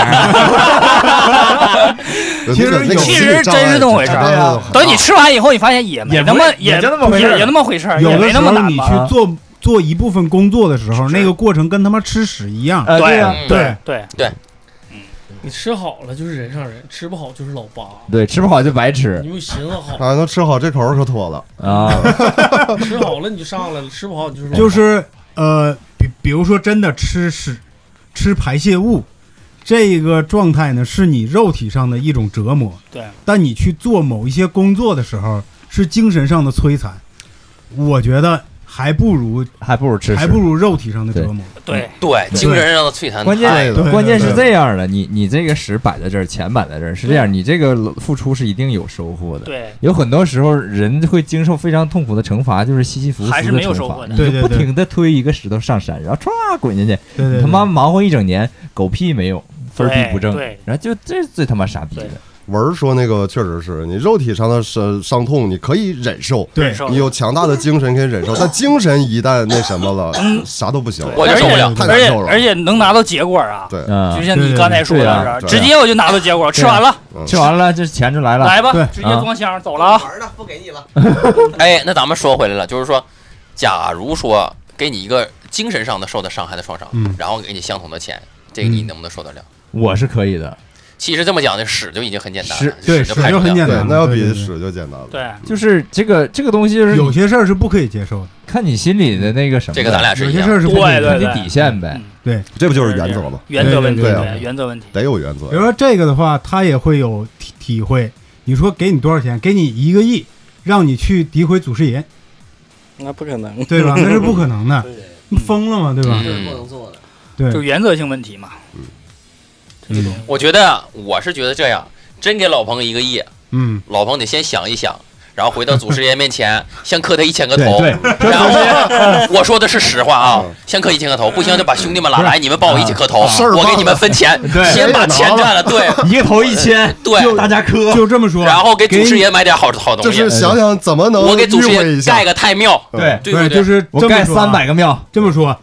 [SPEAKER 4] 其实
[SPEAKER 7] 其实真是这么回事儿。等你吃完以后。你发现也没那么
[SPEAKER 10] 也就那么回事，
[SPEAKER 7] 也那么回事，
[SPEAKER 4] 有的时候你去做做一部分工作的时候，那个过程跟他妈吃屎一样。
[SPEAKER 7] 对呀，
[SPEAKER 4] 对
[SPEAKER 7] 对
[SPEAKER 1] 对。
[SPEAKER 9] 你吃好了就是人上人，吃不好就是老八。
[SPEAKER 10] 对，吃不好就白吃。
[SPEAKER 9] 你就寻思好，
[SPEAKER 2] 啊，能吃好这口可妥了
[SPEAKER 10] 啊！
[SPEAKER 9] 吃好了你就上来了，吃不好你就是
[SPEAKER 4] 就是呃，比比如说真的吃屎，吃排泄物。这个状态呢，是你肉体上的一种折磨，
[SPEAKER 7] 对。
[SPEAKER 4] 但你去做某一些工作的时候，是精神上的摧残。我觉得还不如
[SPEAKER 10] 还不如吃，
[SPEAKER 4] 还不如肉体上的折磨。
[SPEAKER 7] 对
[SPEAKER 1] 对，精神上的摧残。
[SPEAKER 10] 关键关键是这样的，你你这个屎摆在这儿，钱摆在这儿，是这样，你这个付出是一定有收获的。
[SPEAKER 7] 对，
[SPEAKER 10] 有很多时候人会经受非常痛苦的惩罚，就是西西弗斯的惩罚，你就不停的推一个石头上山，然后唰滚进去，
[SPEAKER 4] 你
[SPEAKER 10] 他妈忙活一整年，狗屁没有。分儿不正，
[SPEAKER 7] 然
[SPEAKER 10] 后就这最他妈傻逼的。
[SPEAKER 2] 文儿说那个确实是你肉体上的伤伤痛你可以忍受，
[SPEAKER 4] 对，
[SPEAKER 2] 你有强大的精神可以忍受，但精神一旦那什么了，啥都不行，
[SPEAKER 1] 我就受不了，
[SPEAKER 2] 太难受了。
[SPEAKER 7] 而且能拿到结果啊，
[SPEAKER 2] 对，
[SPEAKER 7] 就像你刚才说的是，直接我就拿到结果，吃完了，
[SPEAKER 10] 吃完了这钱就来了，
[SPEAKER 7] 来吧，直接装箱走了啊。
[SPEAKER 3] 玩呢，不给你了。
[SPEAKER 1] 哎，那咱们说回来了，就是说，假如说给你一个精神上的受的伤害的创伤，然后给你相同的钱，这个你能不能受得了？
[SPEAKER 10] 我是可以的。
[SPEAKER 1] 其实这么讲的屎就已经很简单了，
[SPEAKER 4] 对，
[SPEAKER 1] 屎就
[SPEAKER 4] 很简单，
[SPEAKER 2] 那要比屎就简单了。
[SPEAKER 7] 对，
[SPEAKER 10] 就是这个这个东西，就是
[SPEAKER 4] 有些事儿是不可以接受的，
[SPEAKER 10] 看你心里的那个什么。
[SPEAKER 1] 这个咱俩是
[SPEAKER 4] 有些事儿是
[SPEAKER 7] 对对
[SPEAKER 10] 对底线呗。
[SPEAKER 4] 对，
[SPEAKER 2] 这不就是原则吗？
[SPEAKER 7] 原则问题，
[SPEAKER 2] 对啊，
[SPEAKER 7] 原则问题
[SPEAKER 2] 得有原则。
[SPEAKER 4] 比如说这个的话，他也会有体体会。你说给你多少钱？给你一个亿，让你去诋毁祖师爷，
[SPEAKER 11] 那不可能，
[SPEAKER 4] 对吧？那是不可能的，你疯了吗？对吧？
[SPEAKER 3] 这是不能做的。
[SPEAKER 4] 对，
[SPEAKER 7] 就原则性问题嘛。
[SPEAKER 4] 嗯，
[SPEAKER 1] 我觉得我是觉得这样，真给老彭一个亿，
[SPEAKER 4] 嗯，
[SPEAKER 1] 老彭得先想一想，然后回到祖师爷面前，先磕他一千个头，
[SPEAKER 10] 对，
[SPEAKER 1] 然后我说的是实话啊，先磕一千个头，不行就把兄弟们拉来，你们帮我一起磕头，我给你们分钱，先把钱赚了，对，
[SPEAKER 10] 一个头一千，
[SPEAKER 1] 对，
[SPEAKER 10] 大家磕，
[SPEAKER 4] 就这么说，
[SPEAKER 1] 然后给祖师爷买点好好东
[SPEAKER 2] 西，就是想想怎么能
[SPEAKER 1] 我给祖师爷盖个太庙，
[SPEAKER 10] 对
[SPEAKER 1] 对不对？
[SPEAKER 4] 就是
[SPEAKER 10] 我盖三百个庙，
[SPEAKER 4] 这么说。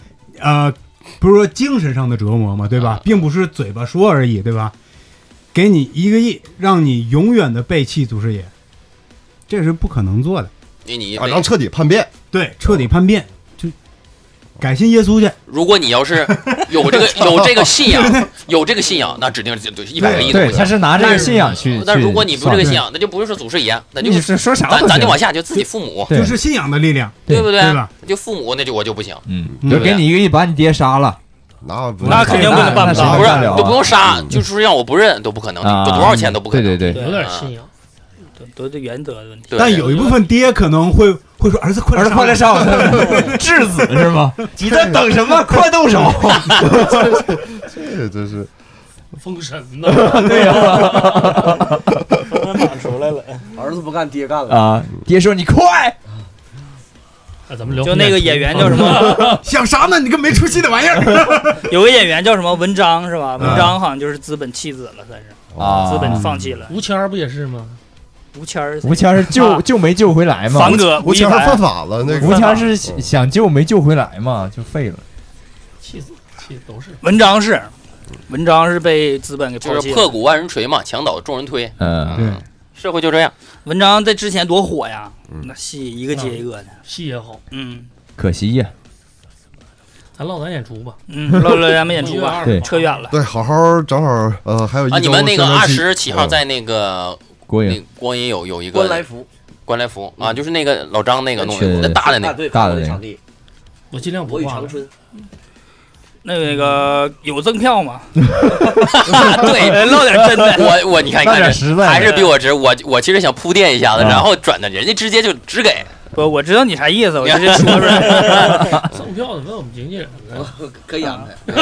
[SPEAKER 4] 呃，不是说精神上的折磨嘛，对吧？并不是嘴巴说而已，对吧？给你一个亿，让你永远的背弃祖师爷，这是不可能做的。
[SPEAKER 1] 你你
[SPEAKER 2] 啊，让彻底叛变，
[SPEAKER 4] 对，彻底叛变，就改信耶稣去。
[SPEAKER 1] 如果你要是有这个有这个信仰，有这个信仰，那指定对一百个亿都
[SPEAKER 10] 对，他是拿这个信仰去。
[SPEAKER 1] 但如果你不这个信仰，那就不是祖师爷，那就
[SPEAKER 10] 你是说啥？
[SPEAKER 1] 咱咱就往下，就自己父母，
[SPEAKER 4] 就是信仰的力量，
[SPEAKER 1] 对不对？
[SPEAKER 4] 对吧？
[SPEAKER 1] 就父母，那就我就不行。
[SPEAKER 10] 嗯，就给你一个亿，把你爹杀了。
[SPEAKER 2] 那
[SPEAKER 7] 那肯定不能办不到，
[SPEAKER 1] 不是都不用杀，就是让我不认都不可能，都多少钱都不可能。
[SPEAKER 10] 对对对，
[SPEAKER 8] 有点信仰，
[SPEAKER 7] 都是原则的问题。
[SPEAKER 4] 但有一部分爹可能会会说：“儿子，快
[SPEAKER 10] 儿子快来杀我！”质子是吗？你在等什么？快动手！
[SPEAKER 2] 这真是
[SPEAKER 8] 封神呢。
[SPEAKER 10] 对呀，
[SPEAKER 11] 封神榜出来了，
[SPEAKER 3] 儿子不干，爹干了
[SPEAKER 10] 啊！爹说：“你快！”
[SPEAKER 8] 咱们聊
[SPEAKER 7] 就那个演员叫什么？
[SPEAKER 4] 想啥呢？你个没出息的玩意儿！
[SPEAKER 7] 有个演员叫什么文章是吧？文章好像就是资本弃子了，算是
[SPEAKER 10] 啊，
[SPEAKER 7] 资本放弃了。
[SPEAKER 8] 吴谦不也是吗？
[SPEAKER 7] 吴谦儿，
[SPEAKER 10] 吴谦儿救救没救回来嘛？
[SPEAKER 7] 凡哥，
[SPEAKER 2] 吴谦儿犯法了，那个
[SPEAKER 10] 吴谦儿是想救没救回来嘛，就废了。
[SPEAKER 8] 气死，气都是。
[SPEAKER 7] 文章是，文章是被资本给抛弃了，
[SPEAKER 1] 就是破鼓万人锤嘛，墙倒众人推。
[SPEAKER 10] 嗯，
[SPEAKER 4] 对，
[SPEAKER 1] 社会就这样。
[SPEAKER 7] 文章在之前多火呀，那戏一个接一个的，
[SPEAKER 8] 戏也好，
[SPEAKER 7] 嗯。
[SPEAKER 10] 可惜呀，
[SPEAKER 8] 咱唠咱演出吧，
[SPEAKER 7] 嗯，唠唠咱们演出吧，
[SPEAKER 10] 对，
[SPEAKER 7] 扯远了。
[SPEAKER 2] 对，好好正好呃，还有一周
[SPEAKER 1] 啊，你们那个二十
[SPEAKER 2] 十
[SPEAKER 1] 七号在那个
[SPEAKER 10] 国营
[SPEAKER 1] 国营有有一个
[SPEAKER 3] 观来福，
[SPEAKER 1] 观来福啊，就是那个老张那个弄
[SPEAKER 10] 的
[SPEAKER 1] 那大的那
[SPEAKER 3] 个
[SPEAKER 10] 大的那
[SPEAKER 3] 场地，
[SPEAKER 8] 我尽量不挂了。
[SPEAKER 7] 那个有赠票吗？
[SPEAKER 1] 对，
[SPEAKER 7] 唠点真的。
[SPEAKER 1] 我我你看你看，还是比我值。我我其实想铺垫一下子，然后转的人家直接就只给。
[SPEAKER 7] 不，我知道你啥意思，我直接说出来。
[SPEAKER 8] 赠票的问我们经纪人呢，
[SPEAKER 3] 可以安排。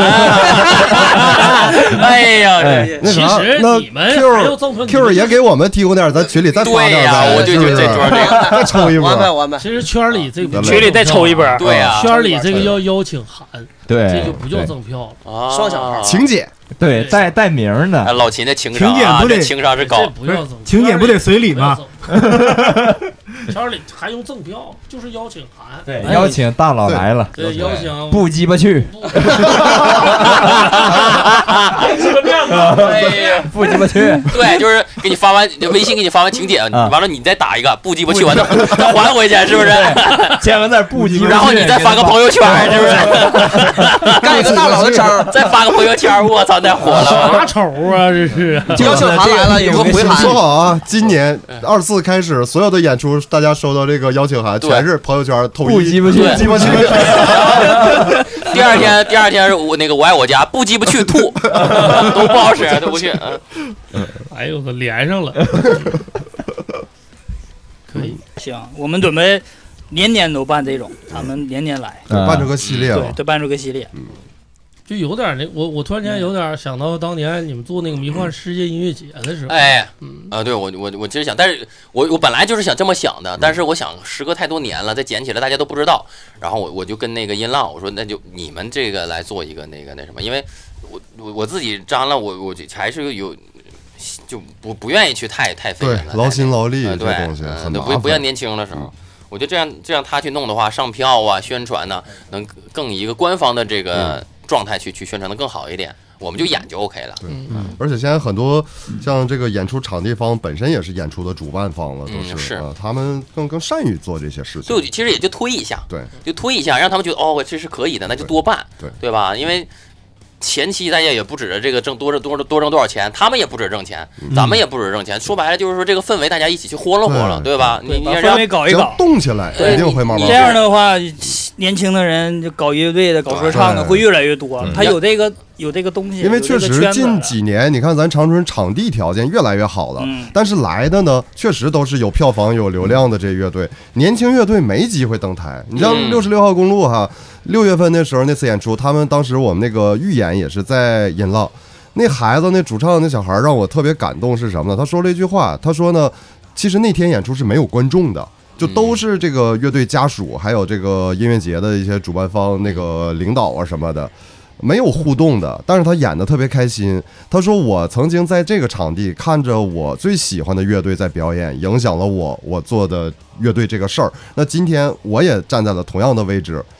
[SPEAKER 1] 哎呀，
[SPEAKER 2] 那
[SPEAKER 8] 其实你们还有赠票
[SPEAKER 2] Q 也给我们提供点，咱群里再发点。
[SPEAKER 1] 对呀，我就就这桌这个
[SPEAKER 2] 再抽一波，
[SPEAKER 3] 完呗完呗。
[SPEAKER 8] 其实圈里这个
[SPEAKER 7] 群里再抽一波，
[SPEAKER 1] 对呀，
[SPEAKER 8] 圈里这个要邀请函，
[SPEAKER 10] 对，
[SPEAKER 8] 这就不叫赠票了
[SPEAKER 1] 啊，
[SPEAKER 3] 双小号
[SPEAKER 2] 请柬。
[SPEAKER 10] 对，带带名的。
[SPEAKER 1] 老秦的情商啊，这情商是高，
[SPEAKER 8] 这不要赠，
[SPEAKER 4] 请柬不得随礼吗？
[SPEAKER 8] 圈里还用赠票，就是邀请函。
[SPEAKER 10] 对，邀请大佬来了，
[SPEAKER 8] 对，邀请
[SPEAKER 10] 不鸡巴去，
[SPEAKER 8] 鸡巴面子，
[SPEAKER 1] 哎呀，
[SPEAKER 10] 不鸡巴去。
[SPEAKER 1] 对，就是给你发完微信，给你发完请柬，完了你再打一个不鸡巴去，完再再还回去，是不是？
[SPEAKER 10] 签完字不鸡巴，
[SPEAKER 1] 然后你再发个朋友圈，是不是？
[SPEAKER 3] 干一个大佬的招，
[SPEAKER 1] 再发个朋友圈，我操，那火了，
[SPEAKER 8] 啥仇啊？这是
[SPEAKER 3] 邀请函来了，有个回函。
[SPEAKER 2] 说好啊，今年二次开始，所有的演出，大家收到这个邀请函，全是朋友圈统一
[SPEAKER 10] 不鸡巴去，
[SPEAKER 2] 鸡巴去。
[SPEAKER 1] 第二天，第二天我那个我爱我家不鸡巴去吐，都不好使，都不去。
[SPEAKER 8] 哎呦，我连上了，可以，
[SPEAKER 7] 行，我们准备年年都办这种，咱们年年来，
[SPEAKER 2] 办出个系列，
[SPEAKER 7] 对，对，办出个系列。
[SPEAKER 8] 就有点那我我突然间有点想到当年你们做那个迷幻世界音乐节的时候，
[SPEAKER 1] 哎，啊，对我我我其实想，但是我我本来就是想这么想的，但是我想时隔太多年了，再捡起来大家都不知道，然后我我就跟那个音浪我说，那就你们这个来做一个那个那什么，因为我我我自己张了，我我还是有就不不愿意去太太费
[SPEAKER 2] 对
[SPEAKER 1] 人了，
[SPEAKER 2] 劳心劳力这
[SPEAKER 1] 对
[SPEAKER 2] 东西很麻
[SPEAKER 1] 不
[SPEAKER 2] 烦。
[SPEAKER 1] 不像年轻的时候。我觉得这样这样他去弄的话，上票啊、宣传呢、啊，能更以一个官方的这个状态去去宣传的更好一点。我们就演就 OK 了。
[SPEAKER 2] 对，嗯、而且现在很多像这个演出场地方本身也是演出的主办方了，都是、
[SPEAKER 1] 嗯、是、
[SPEAKER 2] 呃、他们更更善于做这些事情。
[SPEAKER 1] 就其实也就推一下，
[SPEAKER 2] 对，
[SPEAKER 1] 就推一下，让他们觉得哦，这是可以的，那就多办，
[SPEAKER 2] 对
[SPEAKER 1] 对吧？因为前期大家也不指着这个挣多挣多多挣多少钱，他们也不指着挣钱，
[SPEAKER 2] 嗯、
[SPEAKER 1] 咱们也不指着挣钱。说白了就是说这个氛围大家一起去活了活了，对吧？你你
[SPEAKER 7] 氛围搞一搞，
[SPEAKER 2] 动起来，一定会慢慢。
[SPEAKER 7] 这样的话，年轻的人就搞乐队的、搞说唱的会越来越多。他有这个有这个东西，
[SPEAKER 2] 因为确实近几年你看咱长春场地条件越来越好了，
[SPEAKER 7] 嗯、
[SPEAKER 2] 但是来的呢，确实都是有票房、有流量的这乐队。年轻乐队没机会登台。你像六十六号公路哈。六月份那时候那次演出，他们当时我们那个预演也是在音浪，那孩子那主唱那小孩让我特别感动是什么呢？他说了一句话，他说呢，其实那天演出是没有观众的，就都是这个乐队家属，还有这个音乐节的一些主办方那个领导啊什么的，没有互动的，但是他演得特别开心。他说我曾经在这个场地看着我最喜欢的乐队在表演，影响了我我做的乐队这个事儿。那今天我也站在了同样的位置。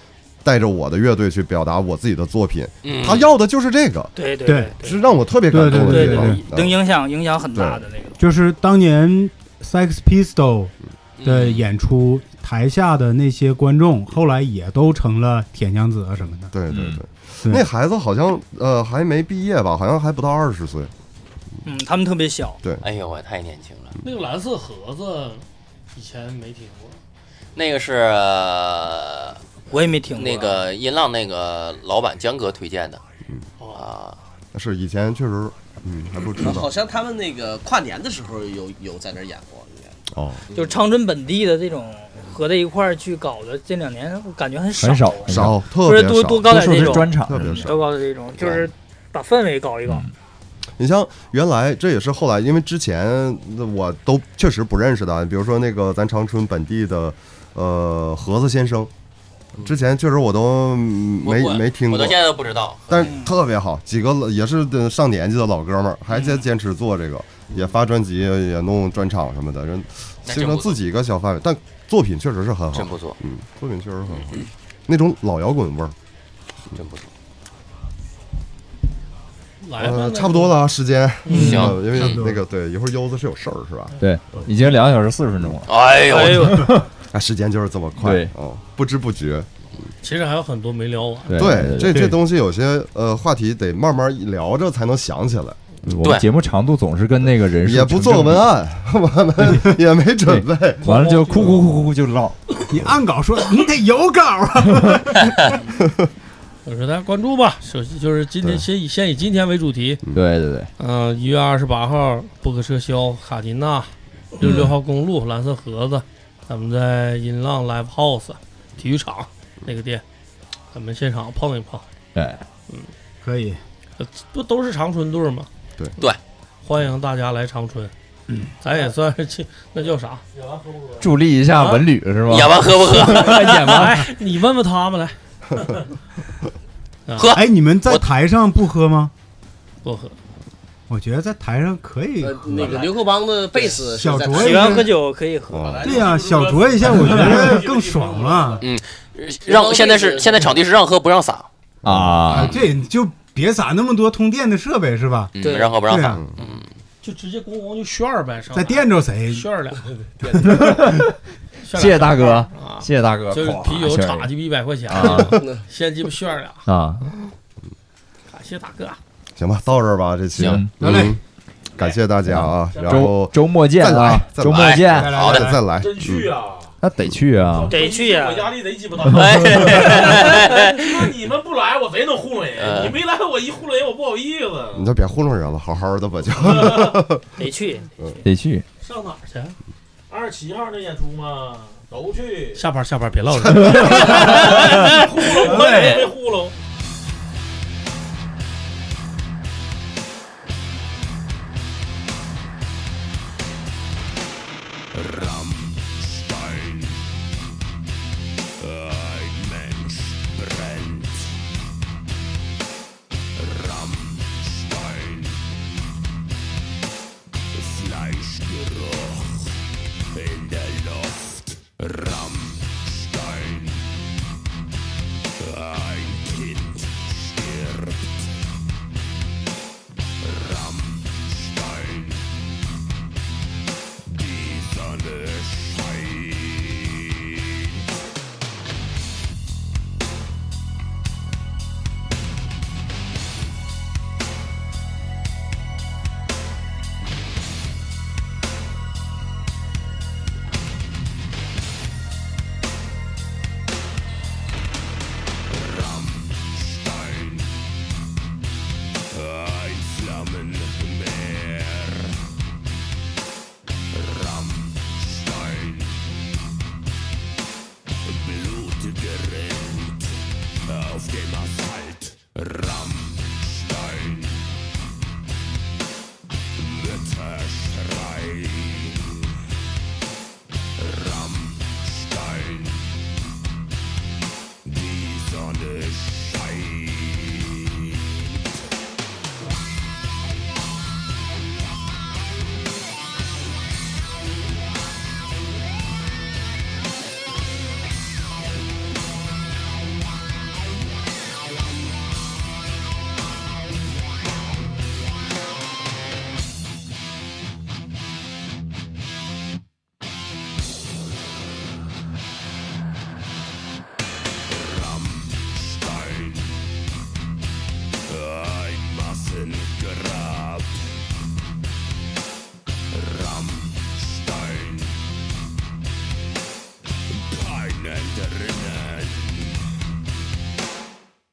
[SPEAKER 2] 带着我的乐队去表达我自己的作品，
[SPEAKER 1] 嗯、
[SPEAKER 2] 他要的就是这个，
[SPEAKER 7] 对对对，
[SPEAKER 2] 是让我特别感动的地方，
[SPEAKER 7] 能影响影响很大的那个。
[SPEAKER 4] 就是当年 Sex Pistol 的演出，嗯、台下的那些观众后来也都成了田香子啊什么的。
[SPEAKER 2] 对对对，嗯、那孩子好像呃还没毕业吧，好像还不到二十岁。
[SPEAKER 7] 嗯，他们特别小。
[SPEAKER 2] 对，
[SPEAKER 1] 哎呦，我太年轻了。
[SPEAKER 8] 那个蓝色盒子以前没听过，
[SPEAKER 1] 那个是
[SPEAKER 7] 我也没听过。
[SPEAKER 1] 那个音浪那个老板江哥推荐的，
[SPEAKER 2] 嗯
[SPEAKER 1] 啊，
[SPEAKER 2] 是以前确实，嗯，还不知道。
[SPEAKER 3] 好像他们那个跨年的时候有有在那儿演过，应该。
[SPEAKER 2] 哦，
[SPEAKER 7] 就是长春本地的这种合在一块儿去搞的，这两年我感觉很少，
[SPEAKER 10] 很少，
[SPEAKER 2] 少，
[SPEAKER 7] 特别少。多多搞点这种
[SPEAKER 10] 专场，
[SPEAKER 2] 特别少，
[SPEAKER 7] 多搞点这种，就是把氛围搞一搞。
[SPEAKER 2] 嗯你像原来这也是后来，因为之前我都确实不认识的，比如说那个咱长春本地的呃盒子先生，之前确实我都没没听过，
[SPEAKER 1] 我到现在都不知道，
[SPEAKER 2] 但是特别好，几个也是上年纪的老哥们儿，还在坚持做这个，也发专辑，也弄专场什么的，人形成自己一个小范围，但作品确实是很好，
[SPEAKER 1] 真不错，
[SPEAKER 2] 嗯，作品确实很好，那种老摇滚味儿，
[SPEAKER 1] 真不错。
[SPEAKER 8] 来吧、
[SPEAKER 2] 呃，差不多了啊，时间
[SPEAKER 1] 行、
[SPEAKER 2] 嗯，因为那个对，一会儿柚子是有事儿是吧？
[SPEAKER 10] 对，已经两个小时四十分钟了。
[SPEAKER 1] 哎呦，哎呦，
[SPEAKER 2] 啊，时间就是这么快，
[SPEAKER 10] 对，
[SPEAKER 2] 哦，不知不觉。
[SPEAKER 8] 其实还有很多没聊完。
[SPEAKER 10] 对，
[SPEAKER 2] 对这这东西有些呃话题得慢慢聊着才能想起来。
[SPEAKER 10] 我们节目长度总是跟那个人数
[SPEAKER 2] 也不做个文案，我们也没准备，
[SPEAKER 10] 完了就哭哭哭哭哭就唠。
[SPEAKER 4] 你按稿说，你得有稿啊。
[SPEAKER 8] 我说大家关注吧，首先就是今天先以先以今天为主题，
[SPEAKER 10] 对对对，
[SPEAKER 8] 嗯、呃，一月二十八号不可撤销卡迪娜，六十六号公路、嗯、蓝色盒子，咱们在音浪 Live House 体育场那个店，咱们现场碰一碰。
[SPEAKER 10] 哎，
[SPEAKER 8] 嗯，
[SPEAKER 4] 可以，
[SPEAKER 8] 不都是长春队吗？
[SPEAKER 2] 对
[SPEAKER 1] 对，
[SPEAKER 8] 欢迎大家来长春。嗯，咱也算是去，那叫啥？
[SPEAKER 10] 助力一下文旅、啊、是吧？
[SPEAKER 1] 演完喝不喝？
[SPEAKER 8] 演完，哎，你问问他们来。
[SPEAKER 1] 喝！
[SPEAKER 4] 哎，你们在台上不喝吗？
[SPEAKER 8] 不喝。
[SPEAKER 4] 我觉得在台上可以。
[SPEAKER 3] 呃、那个刘克邦的贝斯
[SPEAKER 4] 小酌，
[SPEAKER 7] 喜欢喝酒可以喝。
[SPEAKER 4] 对呀、啊，小酌一下，我觉得更爽了。
[SPEAKER 1] 嗯，让现在是现在场地是让喝不让洒
[SPEAKER 10] 啊,
[SPEAKER 4] 啊。对，就别撒那么多通电的设备是吧？
[SPEAKER 1] 嗯、对，让喝不让洒。
[SPEAKER 4] 啊、
[SPEAKER 1] 嗯，
[SPEAKER 8] 就直接咣咣就炫儿呗，
[SPEAKER 4] 再电着谁
[SPEAKER 8] 炫两。
[SPEAKER 10] 谢谢大哥，啊、谢谢大哥。
[SPEAKER 8] 就是啤酒差鸡巴一百块钱啊，先鸡巴炫俩
[SPEAKER 10] 啊！
[SPEAKER 8] 感谢大哥。
[SPEAKER 2] 行吧，到这儿吧，这期
[SPEAKER 8] 行，
[SPEAKER 4] 来嘞、
[SPEAKER 2] 嗯，感谢大家啊！然后
[SPEAKER 10] 周末见
[SPEAKER 2] 啊，
[SPEAKER 10] 周末见，
[SPEAKER 2] 好的，再来，
[SPEAKER 5] 真去啊！
[SPEAKER 10] 那得去啊，
[SPEAKER 7] 得去呀！
[SPEAKER 5] 我压力贼鸡巴大。那你们不来，我贼能糊弄人。你没来，我一糊弄人，我不好意思。
[SPEAKER 2] 你就别糊弄人了，好好的吧就。
[SPEAKER 7] 得去，
[SPEAKER 10] 得去。
[SPEAKER 8] 上哪儿去？
[SPEAKER 5] 二十七号那演出嘛，都去。
[SPEAKER 8] 下班下班别唠了。
[SPEAKER 5] 糊弄我也没糊弄。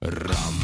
[SPEAKER 6] Ram.